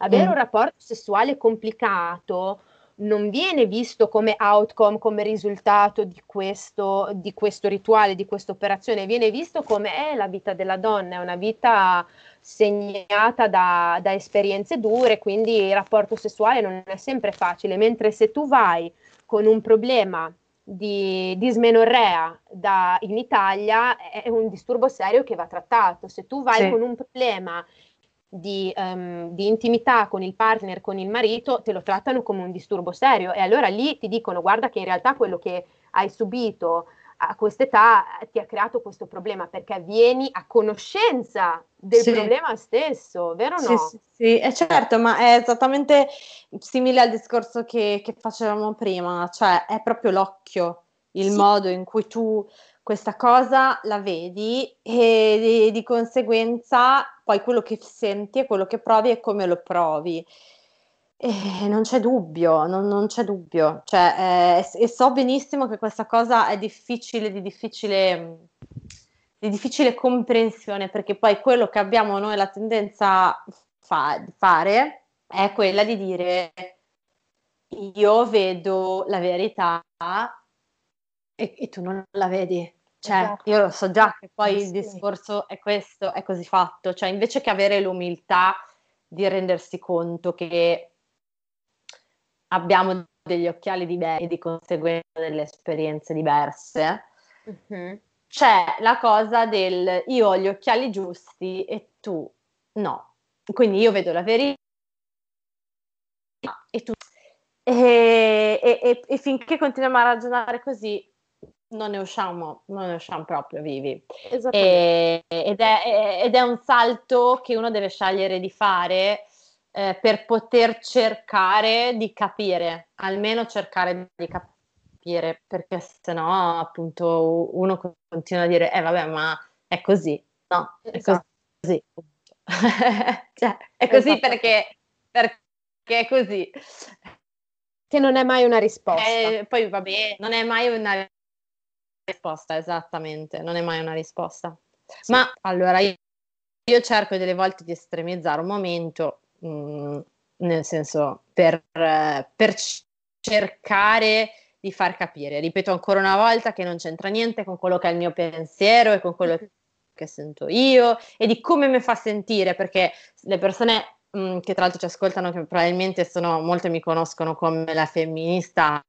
avere Mm. un rapporto sessuale complicato non viene visto come outcome, come risultato di questo, di questo rituale, di questa operazione, viene visto come è la vita della donna, è una vita segnata da, da esperienze dure, quindi il rapporto sessuale non è sempre facile, mentre se tu vai con un problema di dismenorrea da, in Italia è un disturbo serio che va trattato. Se tu vai Sì. con un problema di, um, di intimità con il partner, con il marito, te lo trattano come un disturbo serio e allora lì ti dicono guarda che in realtà quello che hai subito a quest'età ti ha creato questo problema perché vieni a conoscenza del Sì. problema stesso, vero o Sì, no? sì, sì, è certo, ma è esattamente simile al discorso che, che facevamo prima, cioè è proprio l'occhio, il Sì. modo in cui tu questa cosa la vedi e di, di conseguenza poi quello che senti e quello che provi e come lo provi. E non c'è dubbio, non, non c'è dubbio, cioè, eh, e so benissimo che questa cosa è difficile, di difficile, di difficile comprensione, perché poi quello che abbiamo noi la tendenza a fa- fare è quella di dire io vedo la verità e, e tu non la vedi. Cioè, Esatto. io lo so già che poi il Sì. discorso è questo, è così fatto, cioè invece che avere l'umiltà di rendersi conto che abbiamo degli occhiali diversi e di conseguenza delle esperienze diverse, Mhm. c'è la cosa del io ho gli occhiali giusti e tu no. Quindi io vedo la verità e tu... E, e- e- e finché continuiamo a ragionare così non ne usciamo, non ne usciamo proprio vivi. Esattamente. E- ed è, ed è un salto che uno deve scegliere di fare eh, per poter cercare di capire, almeno cercare di capire, perché sennò appunto uno continua a dire, eh vabbè, ma è così, no, è Esatto. così. Cioè, è così Esattamente. perché, perché è così. Che non è mai una risposta. Eh, poi vabbè, non è mai una risposta, esattamente, non è mai una risposta. Sì. Ma allora io, io cerco delle volte di estremizzare un momento, mh, nel senso per, eh, per c- cercare di far capire. Ripeto ancora una volta che non c'entra niente con quello che è il mio pensiero e con quello che sento io e di come mi fa sentire, perché le persone mh, che tra l'altro ci ascoltano, che probabilmente sono, molte mi conoscono come la femminista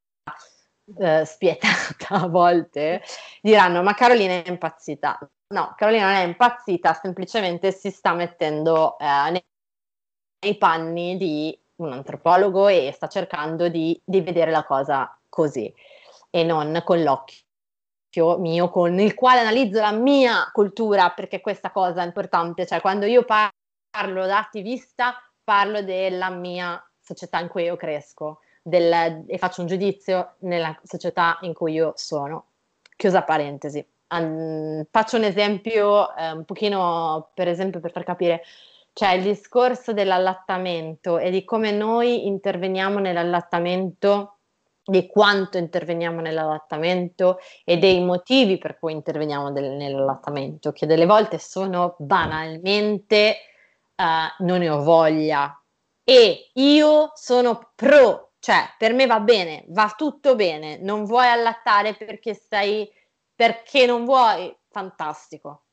eh, spietata a volte, diranno ma Carolina è impazzita. No, Carolina non è impazzita, semplicemente si sta mettendo eh, nei, nei panni di un antropologo e sta cercando di, di vedere la cosa così e non con l'occhio mio, con il quale analizzo la mia cultura, perché questa cosa è importante, cioè quando io parlo da attivista parlo della mia società in cui io cresco del, e faccio un giudizio nella società in cui io sono. Chiusa parentesi. Um, faccio un esempio eh, un pochino, per esempio, per far capire, cioè il discorso dell'allattamento e di come noi interveniamo nell'allattamento, di quanto interveniamo nell'allattamento e dei motivi per cui interveniamo del, nell'allattamento, che delle volte sono banalmente uh, non ne ho voglia e io sono pro, cioè per me va bene, va tutto bene, non vuoi allattare perché sei, perché non vuoi, fantastico,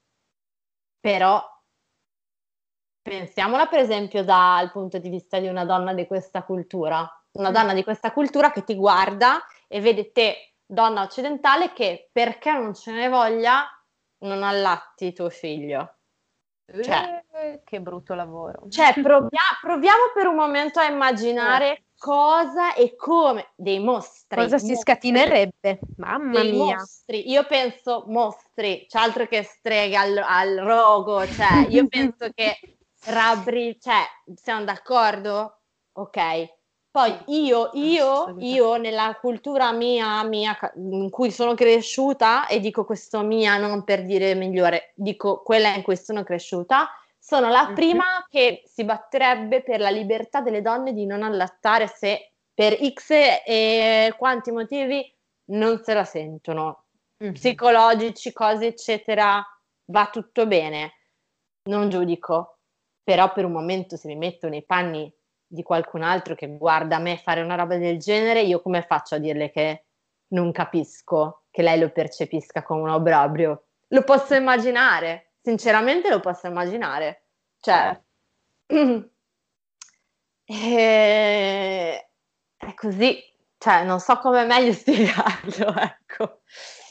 però pensiamola per esempio dal punto di vista di una donna di questa cultura, una donna di questa cultura che ti guarda e vede te, donna occidentale, che perché non ce ne voglia non allatti tuo figlio. Cioè, Eh, che brutto lavoro. cioè provia- proviamo per un momento a immaginare Certo. cosa e come dei mostri, Cosa si mostri, scatenerebbe? Mamma dei mia. mostri. Io penso mostri, c'è altro che streghe al, al rogo, cioè io penso che rabbri, cioè siamo d'accordo? Ok. Poi Sì, io, io, assolutamente. io nella cultura mia, mia, ca- in cui sono cresciuta, e dico questo mia non per dire migliore, dico quella in cui sono cresciuta, sono la Mhm. prima che si batterebbe per la libertà delle donne di non allattare se per X e quanti motivi non se la sentono, Mhm. psicologici, cose eccetera, va tutto bene, non giudico, però per un momento se mi metto nei panni di qualcun altro che guarda me fare una roba del genere, io come faccio a dirle che non capisco che lei lo percepisca come un obbrobrio? Lo posso immaginare, sinceramente lo posso immaginare. Cioè, e... è così, cioè non so come meglio spiegarlo, ecco.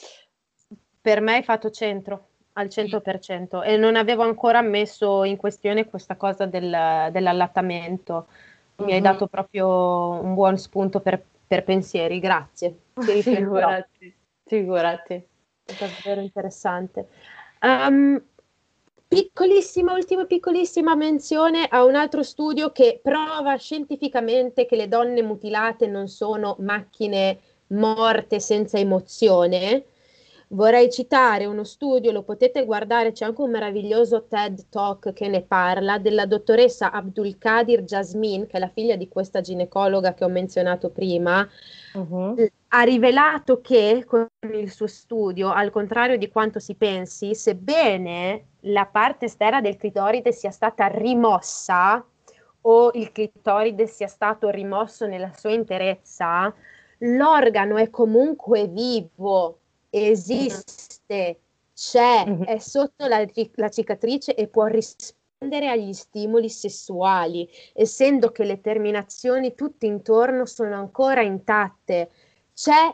Per me hai fatto centro, al cento per cento, e non avevo ancora messo in questione questa cosa del, dell'allattamento. Mi hai Mhm. dato proprio un buon spunto per, per pensieri, grazie. Ci rifletterò. Figurati, figurati. È davvero interessante. Um, piccolissima, ultima piccolissima menzione a un altro studio che prova scientificamente che le donne mutilate non sono macchine morte senza emozione. Vorrei citare uno studio, lo potete guardare, c'è anche un meraviglioso TED Talk che ne parla, della dottoressa Abdulkadir Jasmine, che è la figlia di questa ginecologa che ho menzionato prima. Mhm. Ha rivelato che con il suo studio, al contrario di quanto si pensi, sebbene la parte esterna del clitoride sia stata rimossa o il clitoride sia stato rimosso nella sua interezza, l'organo è comunque vivo, esiste, c'è, Mhm. è sotto la, la cicatrice e può rispondere agli stimoli sessuali, essendo che le terminazioni tutte intorno sono ancora intatte. C'è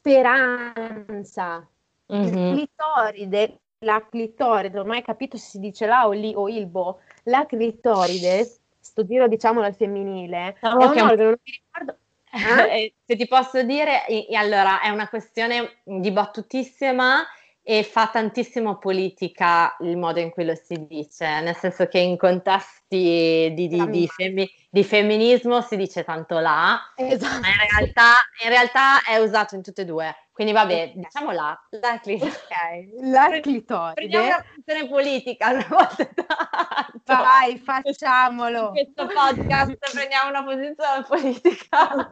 speranza. Il Mhm. clitoride, la clitoride, ormai capito se si dice la o lì o il bo, la clitoride, sto giro diciamolo al femminile, Diciamo è un che è un- organo, non mi ricordo. Eh? Eh, se ti posso dire, i- allora è una questione dibattutissima e fa tantissimo politica il modo in cui lo si dice, nel senso che in contesti di, La di- di mia. femmi- di femminismo si dice tanto là, ma in Esatto. realtà, in realtà è usato in tutte e due. Quindi vabbè, Ok. diciamo là, la cli- Ok, la Pre- Prendiamo clitoride. una posizione politica una volta tanto. Vai, In facciamolo. questo podcast prendiamo una posizione politica.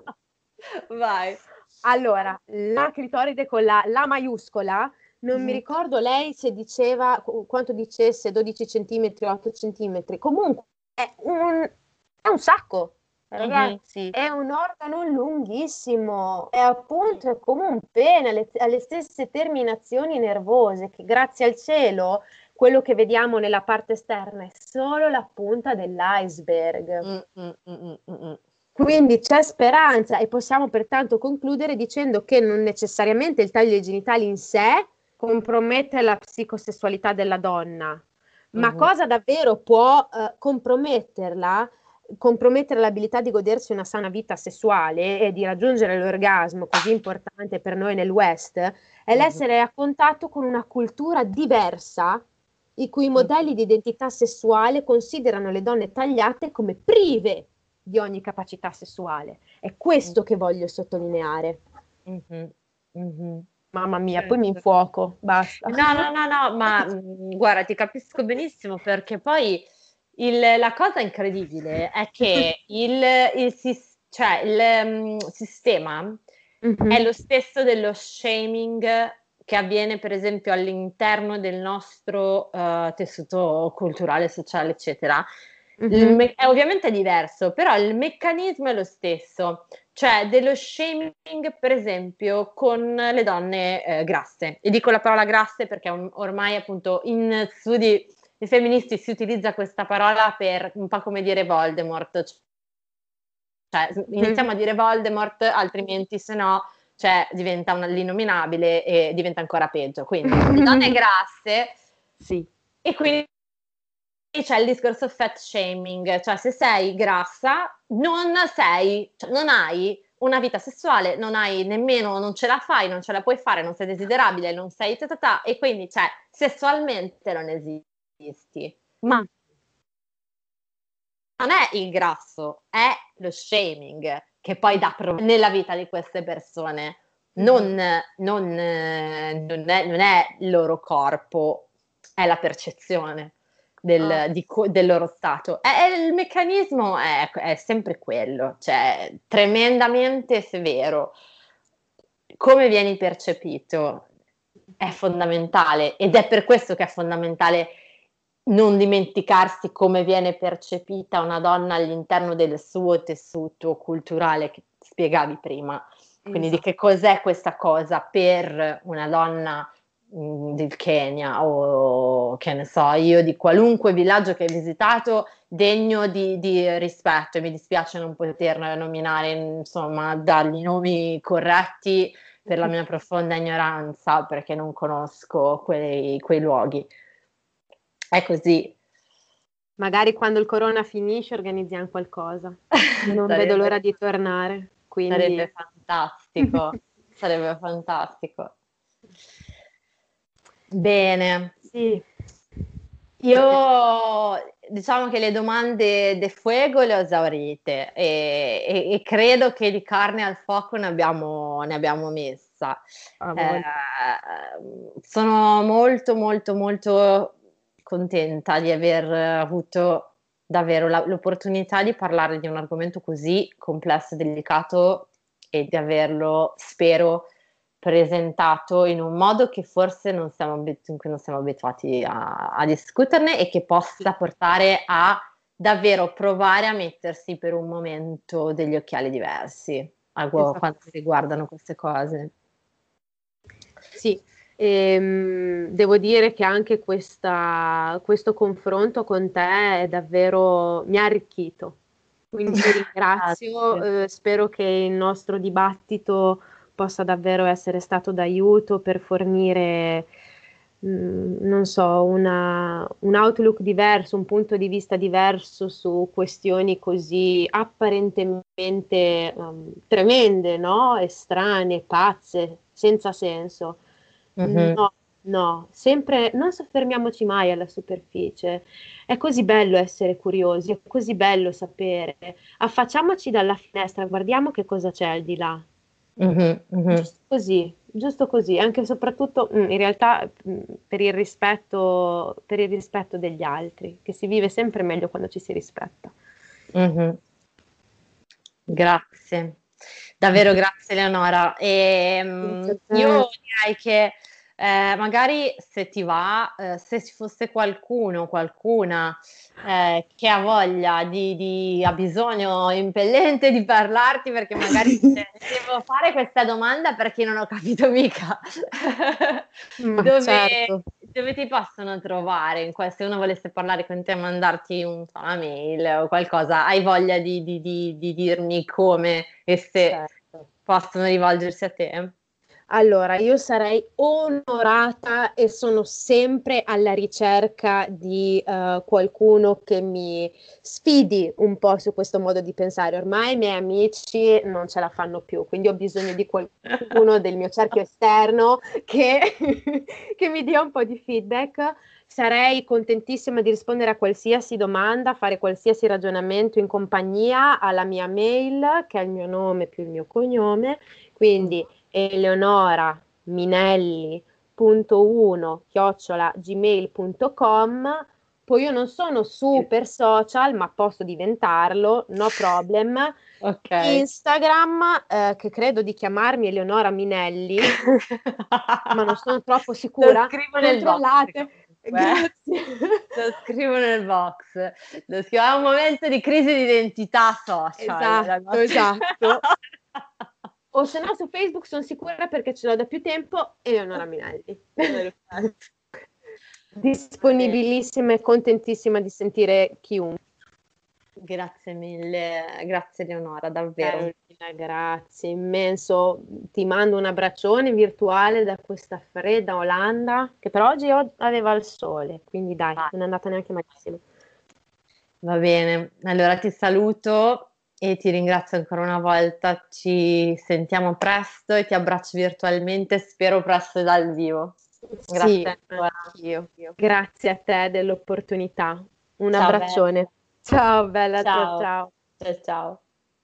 Vai. Allora, la clitoride con la, la maiuscola, non mi Mhm. ricordo lei se diceva qu- quanto dicesse dodici centimetri, otto centimetri. Comunque è un, è un sacco, Mhm. ragazzi, è un organo lunghissimo e appunto è come un pene, alle, alle stesse terminazioni nervose che grazie al cielo quello che vediamo nella parte esterna è solo la punta dell'iceberg. Mm, mm, mm, mm, mm. Quindi c'è speranza e possiamo pertanto concludere dicendo che non necessariamente il taglio dei genitali in sé compromette la psicosessualità della donna, ma Mhm. cosa davvero può eh, comprometterla, compromettere l'abilità di godersi una sana vita sessuale e di raggiungere l'orgasmo così importante per noi nel West, è Mhm. l'essere a contatto con una cultura diversa i cui Mhm. modelli di identità sessuale considerano le donne tagliate come prive di ogni capacità sessuale. È questo che voglio sottolineare. Mhm. Mhm. Mamma mia, poi mi Certo. infuoco, basta. No, no, no, no, ma mh, guarda, ti capisco benissimo perché poi il- la cosa incredibile è che il, il sis- cioè, il, mh, sistema è Mhm, lo stesso dello shaming che avviene, per esempio, all'interno del nostro eh, tessuto culturale, sociale, eccetera. Il mhm. me- è ovviamente diverso, però il meccanismo è lo stesso. Cioè dello shaming, per esempio, con le donne eh, grasse. E dico la parola grasse perché un- ormai appunto in studi di femministi si utilizza questa parola per un po' come dire Voldemort. Cioè iniziamo a dire Voldemort, altrimenti se no cioè, diventa una- l'innominabile e diventa ancora peggio. Quindi le donne grasse Sì. e quindi c'è il discorso fat shaming, cioè se sei grassa non sei, cioè non hai una vita sessuale, non hai nemmeno, non ce la fai, non ce la puoi fare, non sei desiderabile, non sei ta ta ta, e quindi cioè sessualmente non esisti. Ma non è il grasso, è lo shaming che poi dà problemi nella vita di queste persone. Non, non, eh, non è, non è il loro corpo, è la percezione del, Ah, di co- del loro stato. E, e il meccanismo è, è sempre quello, cioè tremendamente severo. Come vieni percepito è fondamentale ed è per questo che è fondamentale non dimenticarsi come viene percepita una donna all'interno del suo tessuto culturale che spiegavi prima. Quindi esatto. Di che cos'è questa cosa per una donna mh, del Kenya o che ne so io, di qualunque villaggio che hai visitato degno di, di rispetto, e mi dispiace non poter nominare, insomma, dargli nomi corretti per la mia profonda ignoranza, perché non conosco quei, quei luoghi. È così. Magari quando il corona finisce organizziamo qualcosa. Non sarebbe, vedo l'ora di tornare. Quindi... Sarebbe fantastico. Sarebbe fantastico. Bene. Sì. Io diciamo che le domande de fuego le ho esaurite e, e, e credo che di carne al fuoco ne abbiamo, ne abbiamo messa. Ah, eh, sono molto molto molto contenta di aver avuto davvero la, l'opportunità di parlare di un argomento così complesso e delicato e di averlo, spero, presentato in un modo che forse non siamo, in cui non siamo abituati a, a discuterne e che possa portare a davvero provare a mettersi per un momento degli occhiali diversi a esatto. Quando riguardano queste cose. Sì, ehm, devo dire che anche questa, questo confronto con te è davvero, mi ha arricchito, quindi ti ringrazio, eh, spero che il nostro dibattito possa davvero essere stato d'aiuto per fornire, mh, non so, una, un outlook diverso, un punto di vista diverso su questioni così apparentemente um, tremende, no? Estranee, pazze, senza senso. Mm-hmm. No, no, sempre non soffermiamoci mai alla superficie. È così bello essere curiosi, è così bello sapere. Affacciamoci dalla finestra, guardiamo che cosa c'è al di là. Mm-hmm, mm-hmm. Giusto così, giusto così, anche e soprattutto mh, in realtà mh, per il rispetto, per il rispetto degli altri, che si vive sempre meglio quando ci si rispetta. Mm-hmm. Grazie, davvero grazie Eleonora. E, mh, io direi che eh, magari se ti va, eh, se ci fosse qualcuno, qualcuna eh, che ha voglia di, di, ha bisogno impellente di parlarti, perché magari devo fare questa domanda perché non ho capito mica. dove, certo. dove ti possono trovare? In quel, se uno volesse parlare con te, mandarti un, una mail o qualcosa, hai voglia di, di, di, di dirmi come e se certo. Possono rivolgersi a te? Allora, io sarei onorata e sono sempre alla ricerca di uh, qualcuno che mi sfidi un po' su questo modo di pensare. Ormai i miei amici non ce la fanno più, quindi ho bisogno di qualcuno del mio cerchio esterno che, che mi dia un po' di feedback. Sarei contentissima di rispondere a qualsiasi domanda, fare qualsiasi ragionamento in compagnia alla mia mail, che è il mio nome più il mio cognome, quindi eleonora minelli punto uno chiocciola gmail punto com. Poi io non sono super social, ma posso diventarlo, no problem. Okay. Instagram, eh, che credo di chiamarmi Eleonora Minelli, ma non sono troppo sicura. Lo scrivo nel Controllate. box. Grazie. Lo scrivo nel box. Lo scrivo. È un momento di crisi di identità social. Esatto, esatto. O se no su Facebook sono sicura perché ce l'ho da più tempo, Eleonora Minelli. Disponibilissima e contentissima di sentire chiunque. Grazie mille, grazie Eleonora, davvero. Carolina, grazie, immenso. Ti mando un abbraccione virtuale da questa fredda Olanda, che per oggi aveva il sole, quindi dai, non è andata neanche malissimo. Va bene, allora ti saluto e ti ringrazio ancora una volta, ci sentiamo presto e ti abbraccio virtualmente, spero presto dal vivo. Grazie sì, io. Grazie a te dell'opportunità. Un ciao, abbraccione. Bella. Ciao bella, ciao. ciao. Ciao ciao.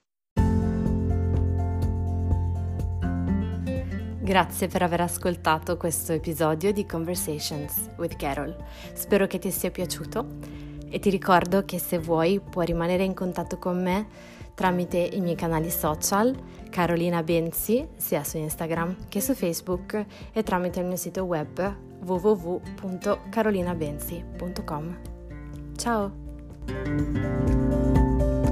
Grazie per aver ascoltato questo episodio di Conversations with Carol. Spero che ti sia piaciuto e ti ricordo che se vuoi puoi rimanere in contatto con me tramite i miei canali social, Carolina Benzi, sia su Instagram che su Facebook, e tramite il mio sito web w w w punto carolina benzi punto com. Ciao!